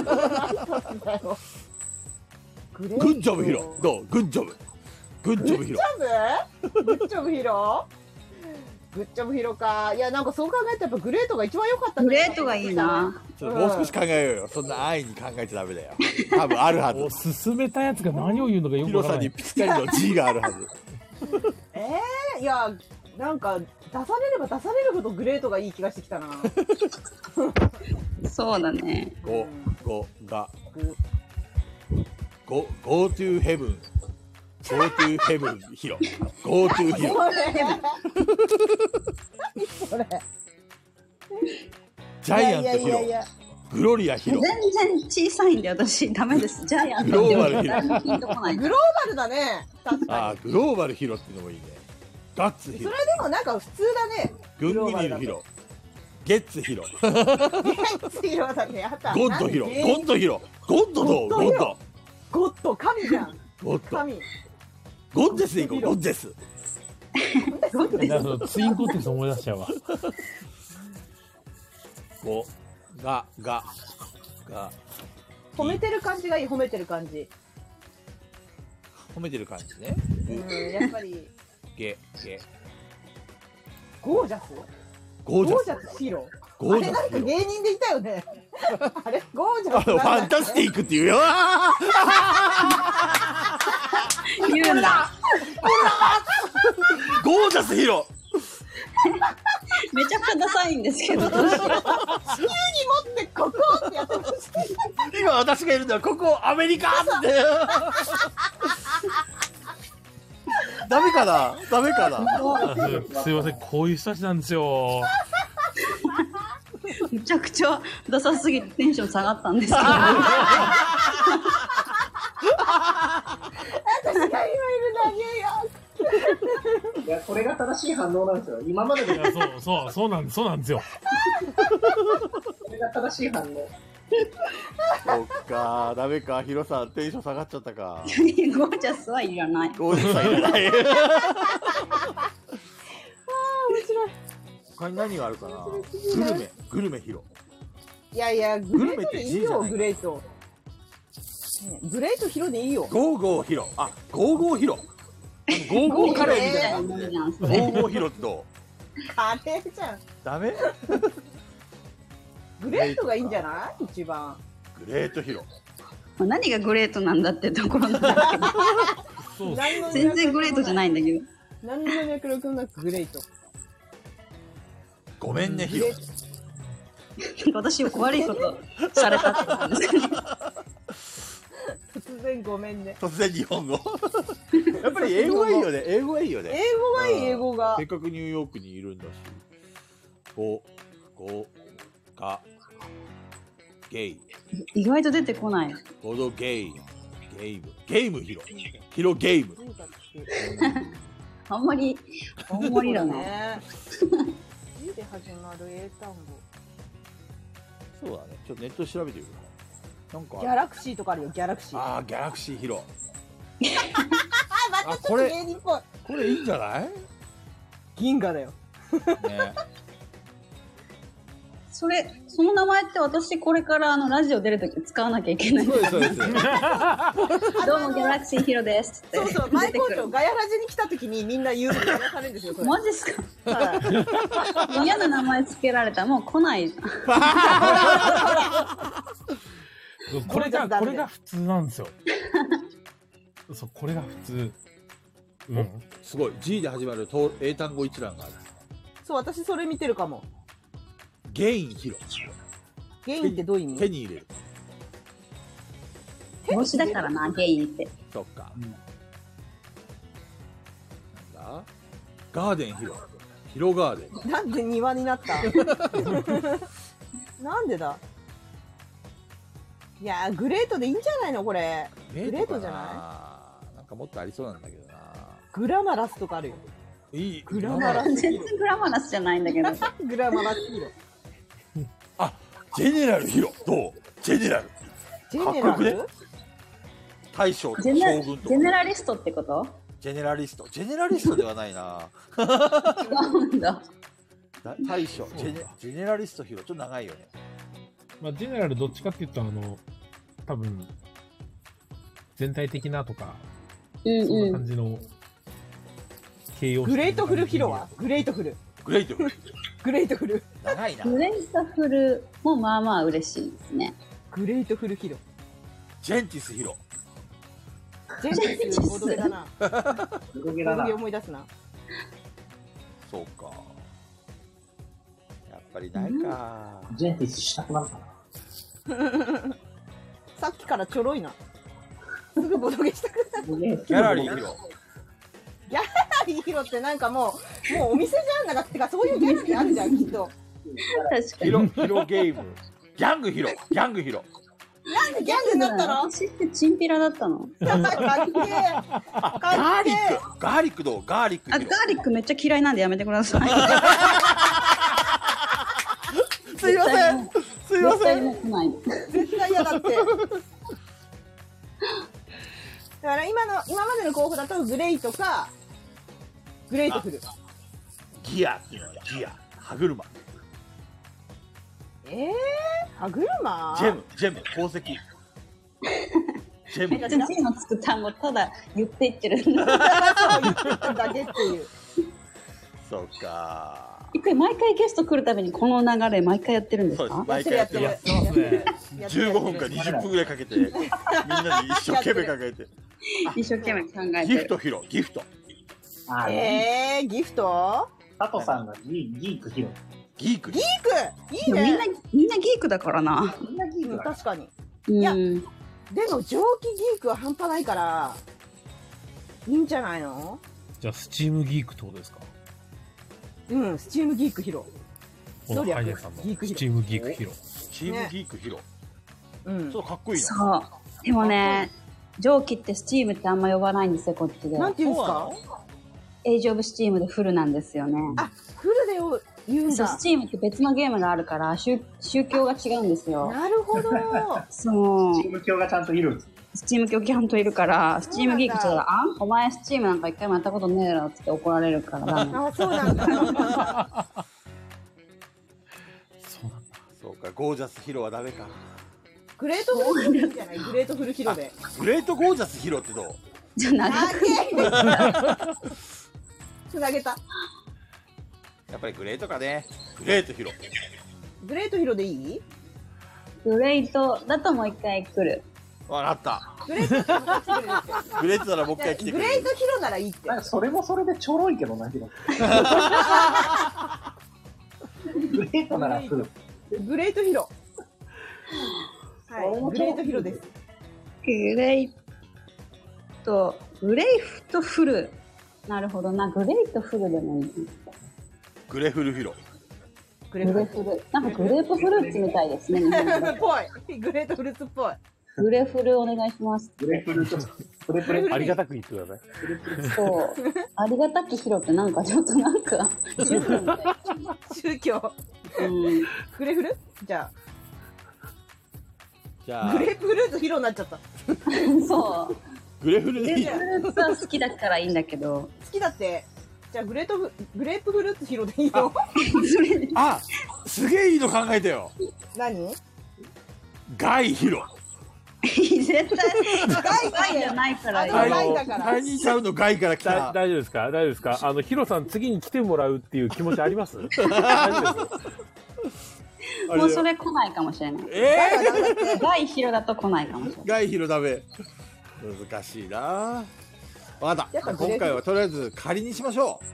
ッジョブヒロ。どう？グッジョブ。グッジョブヒロ。 グッジョブヒロ。グッジョブヒロか。いやなんかそう考えたらやっぱグレートが一番良かった。 グレートがいいな。 ちょっともう少し考えようよ。そんな安易に考えちゃダメだよ。多分あるはず。 進めたやつが何を言うのかよくわからない。 ヒロさんにぴったりの G があるはず。 いやなんか出されれば出されるほどグレートがいい気がしてきたな。 そうだね。 Go to heaven。Go to heaven ヒロ。Go to ヒロ。 それ。 ジャイアントヒロ。グロリアヒロ。 全然小さいんで私ダメです。ジャイアントグローバルヒロ。 グローバルだね。確かに。 あ、グローバルヒロってのもいいね。ガッツヒロ。 それでもなんか普通だね。 グンギミルヒロ。ゲッツヒロ。 ゲッツヒロだね。あった。 ゴッドヒロ。ゴッドヒロ。ゴッドどう？ゴッド。 ゴッド神じゃん。 ゴッド。 神。 ゴッデスでいこう。ゴッデス。 ツインコンテスト思い出しちゃうわ。 褒めてる感じがいい。褒めてる感じ。 褒めてる感じね。 やっぱり。ゴージャス。 ゴージャスヒロ。 ゴージャス。 あれなんか芸人でいたよね。あれゴージャス。 ファンタスティックって言うよ。 言うんだ。 ゴージャスヒロ。 めちゃくちゃダサいんですけど。 地球に持ってここってやってました。 今私がいるのはここアメリカって。ダメかな。 すいませんこういう人たちなんですよ。 グめちゃくちゃダサすぎてテンション下がったんですけど。 私が今いるだけよ。いや、これが正しい反応なんですよ。今までで。 そうなんですよ。 これが正しい反応。 そっか、ダメか、ヒロさん、テンション下がっちゃったか。 ゴージャスはいらない。 ゴージャスはいらない。 面白い。 他に何があるかな。グルメヒロ。 いやいや、グレートでいいよ、グレート。グレートヒロでいいよ。 ゴーゴーヒロ。あ、ゴーゴーヒロ。ゴーゴーカレーみたいな。ゴーゴーヒロってどう？カレーじゃん。 ダメ？ グレートがいいんじゃない？一番。 グレートヒロ。 何がグレートなんだってところなんだけど。全然グレートじゃないんだけど。 何の脈絡もなくグレート。 ごめんね、ヒロ。 私を悪いことされたってことですね。 突然ごめんね。 突然日本語。やっぱり英語がいいよね。英語がいいよね。 英語がいい、英語が。 せっかくニューヨークにいるんだし。ゲイ。 意外と出てこない。 ボドゲイ。ゲームヒロ。ヒロゲーム。 あんまりだね。 G で始まる英単語。 そうだね。ちょっとネット調べてみるか。なんかギャラクシーとかあるよ、ギャラクシー。 ああ、ギャラクシーヒロ。 またちょっと芸人っぽい。 これいいんじゃない？ 銀河だよ。 ね。 その名前って私これからラジオ出るとき使わなきゃいけない。 そうです、そうです。 どうもギャラクシーヒロですって。 そうそう、前校長ガヤラジに来たときにみんな言うのやらされるんですよ、 マジっすか？嫌な名前つけられたらもう来ない。 これが普通なんですよ。そう、これが普通。うん。 すごい。G で始まる英単語一覧がある。 そう、私それ見てるかも。 ゲインヒロ。 ゲインってどういう意味？ 手に入れる。 帽子だからな、ゲインって。 そっか。なんだ？ガーデンヒロ。ヒロガーデン。 なんで庭になったなんでだ？いやー、グレートでいいんじゃないのこれ。グレートじゃない？ なんかもっとありそうなんだけどな。 グラマラスとかあるよ。 いい。 グラマラス。 全然グラマラスじゃないんだけど。 グラマラスヒロ。 あ、ジェネラルヒロ。どう？ジェネラル。 ジェネラル？ 大将と将軍と。 ジェネラリストってこと？ ジェネラリスト。ジェネラリストではないな。 違うんだ。 大将。ジェネラリストヒロ。ちょっと長いよね。 まあ、ジェネラルどっちかっていうと、多分、全体的なとか、そんな感じの形容詞。 グレートフルヒロは？グレートフル。 グレートフル。 グレートフル。 長いな。 グレートフルもまあまあ嬉しいですね。 グレートフルヒロ。 ジェンティスヒロ。 ジェンティスボドゲだな。 ボドゲだな。 思い出すな。 そうか。やっぱりないか。 ジェンティスしたくなったな。 さっきからちょろいな。すぐボドゲしたくなる。 ギャラリーヒロ。 ギャラリーヒロってなんかもうお店じゃんなんかってかそういうギャラリーあるじゃんきっと。 確かに。 ヒロゲーム。ギャングヒロ。ギャングヒロ。 なんでギャングになったの？ 私ってチンピラだったの？ かっけー。 ガーリック。ガーリックどう？ガーリックヒロ。 ガーリックめっちゃ嫌いなんでやめてください。 すいません。すいません。 絶対嫌だって。だから今までの候補だとグレイとかグレートフル。 ギア。歯車。 歯車？ ジェム。宝石。ジェム。 G のつく単語ただ言っていってる。 そう言ってただけっていう。 そうか。 一回毎回ゲスト来るたびにこの流れ毎回やってるんですか？ そうです。毎回やってます。15分か20分ぐらいかけてみんなで一生懸命考えて。 一生懸命考えて。 ギフトヒロ。ギフト。 ギフト？ 佐藤さんがギークヒロ。 ギーク。 いいね。 みんなギークだからな。 みんなギーク。確かに。 いやでも蒸気ギークは半端ないからいいんじゃないの？ じゃあスチームギークってことですか？ スチームギークヒロ。 おこのハイネさんのスチームギークヒロ。 スチームギークヒロ。 うん。 ちょっとかっこいいな。 そう。でもね、蒸気ってスチームってあんま呼ばないんですよ、こっちで。 なんて言うんですか？ エイジオブスチームでフルなんですよね。 あ、フルで言うんだ。 スチームって別のゲームがあるから、宗教が違うんですよ。 なるほど。 そう。 スチーム教がちゃんといるんです。 スチーム教ちゃんといるから、スチームギークって言ったら、お前スチームなんか一回もやったことねえだろって怒られるからダメ。 あ、そうなんだ。 そうか、ゴージャスヒロはダメか。 グレートフルヒロじゃない？グレートフルヒロで。 グレートゴージャスヒロってどう？ じゃあつなげた。 やっぱりグレートかね。グレートヒロ。 グレートヒロでいい？ グレートだともう一回来る。 わかった。 グレートグレートならもう一回来てくれる。 グレートヒロならいいって。 それもそれでちょろいけどな、ヒロ。グレートなら来る。 グレートヒロ。はい、グレートヒロです。 グレートフル。なるほどな、グレートフルでもいい。 グレフルヒロ。 グレフル。なんかグレープフルーツみたいですね。 ぽい。グレートフルーツっぽい。 グレフルお願いします。 グレフルと、プレプレ。 ありがたく言ってください。 そう。ありがたきヒロってなんかちょっとなんか、宗教みたい。 宗教。グレフル？じゃあ。グレープフルーツヒロになっちゃった。 そう。 グレフルでいい。 グレープフルーツは好きだからいいんだけど。 好きだって。じゃあグレープフルーツヒロでいいよ。 あ、すげえいいの考えたよ。 何？ ガイヒロ。 絶対ガイじゃないからいい。 タイニータウンのガイから来た。 大丈夫ですか？大丈夫ですか？ヒロさん次に来てもらうっていう気持ちあります？大丈夫です？ もうそれ来ないかもしれない。ガイヒロだと来ないかもしれない。 ガイヒロダメ。難しいな。わかった。今回はとりあえず仮にしましょう。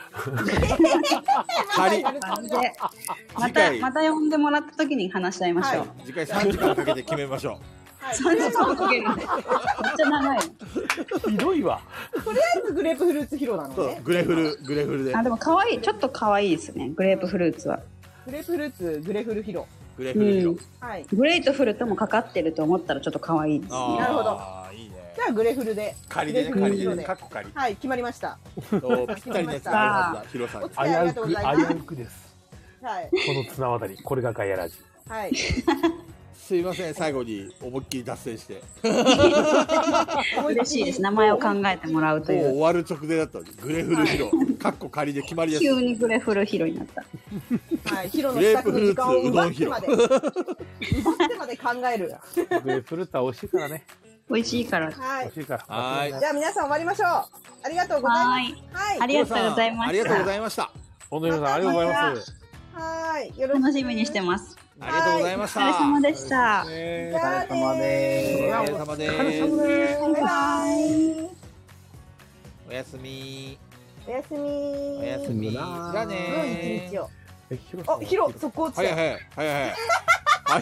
仮。 また呼んでもらった時に話し合いましょう。 次回3時間かけて決めましょう。 3時間かける。めっちゃ長い。 ひどいわ。 とりあえずグレープフルーツヒロなのね。 グレフルで。 あ、でも可愛い。ちょっと可愛いですね。グレープフルーツは。 グレープフルーツ、グレフルヒロ。 グレフルヒロ。 はい。 グレートフルともかかってると思ったらちょっと可愛いですね。 なるほど。 いいね。 じゃあグレフルで。 仮でね、仮で。カッコ仮。 はい、決まりました。 ぴったりのやつがあるはずだ、ヒロさん。 お付き合いありがとうございます。 危うくです。 はい。 この綱渡り、これがガヤラジ。 はい。 すいません、最後に思いっきり脱線して。 嬉しいです。名前を考えてもらうという。 もう終わる直前だったのに、グレフルヒロ、カッコ仮で決まりやすい。 急にグレフルヒロになった。 はい、ヒロのスタッフの時間を奪ってまで考える。 グレープフルーツは美味しいからね。 美味しいから。 はい。 美味しいから。 はい。 じゃあ皆さん終わりましょう。ありがとうございます。 はい。ありがとうございました。 ありがとうございました。 本当に皆さんありがとうございます。 はい。 楽しみにしてます。 ありがとうございました。 お疲れ様でした。 お疲れ様です。 お疲れ様です。 バイバイ。 おやすみ。 おやすみ。 おやすみ。じゃあね。 良い一日を。 あ、 ヒロ、速攻落ちた。 はい。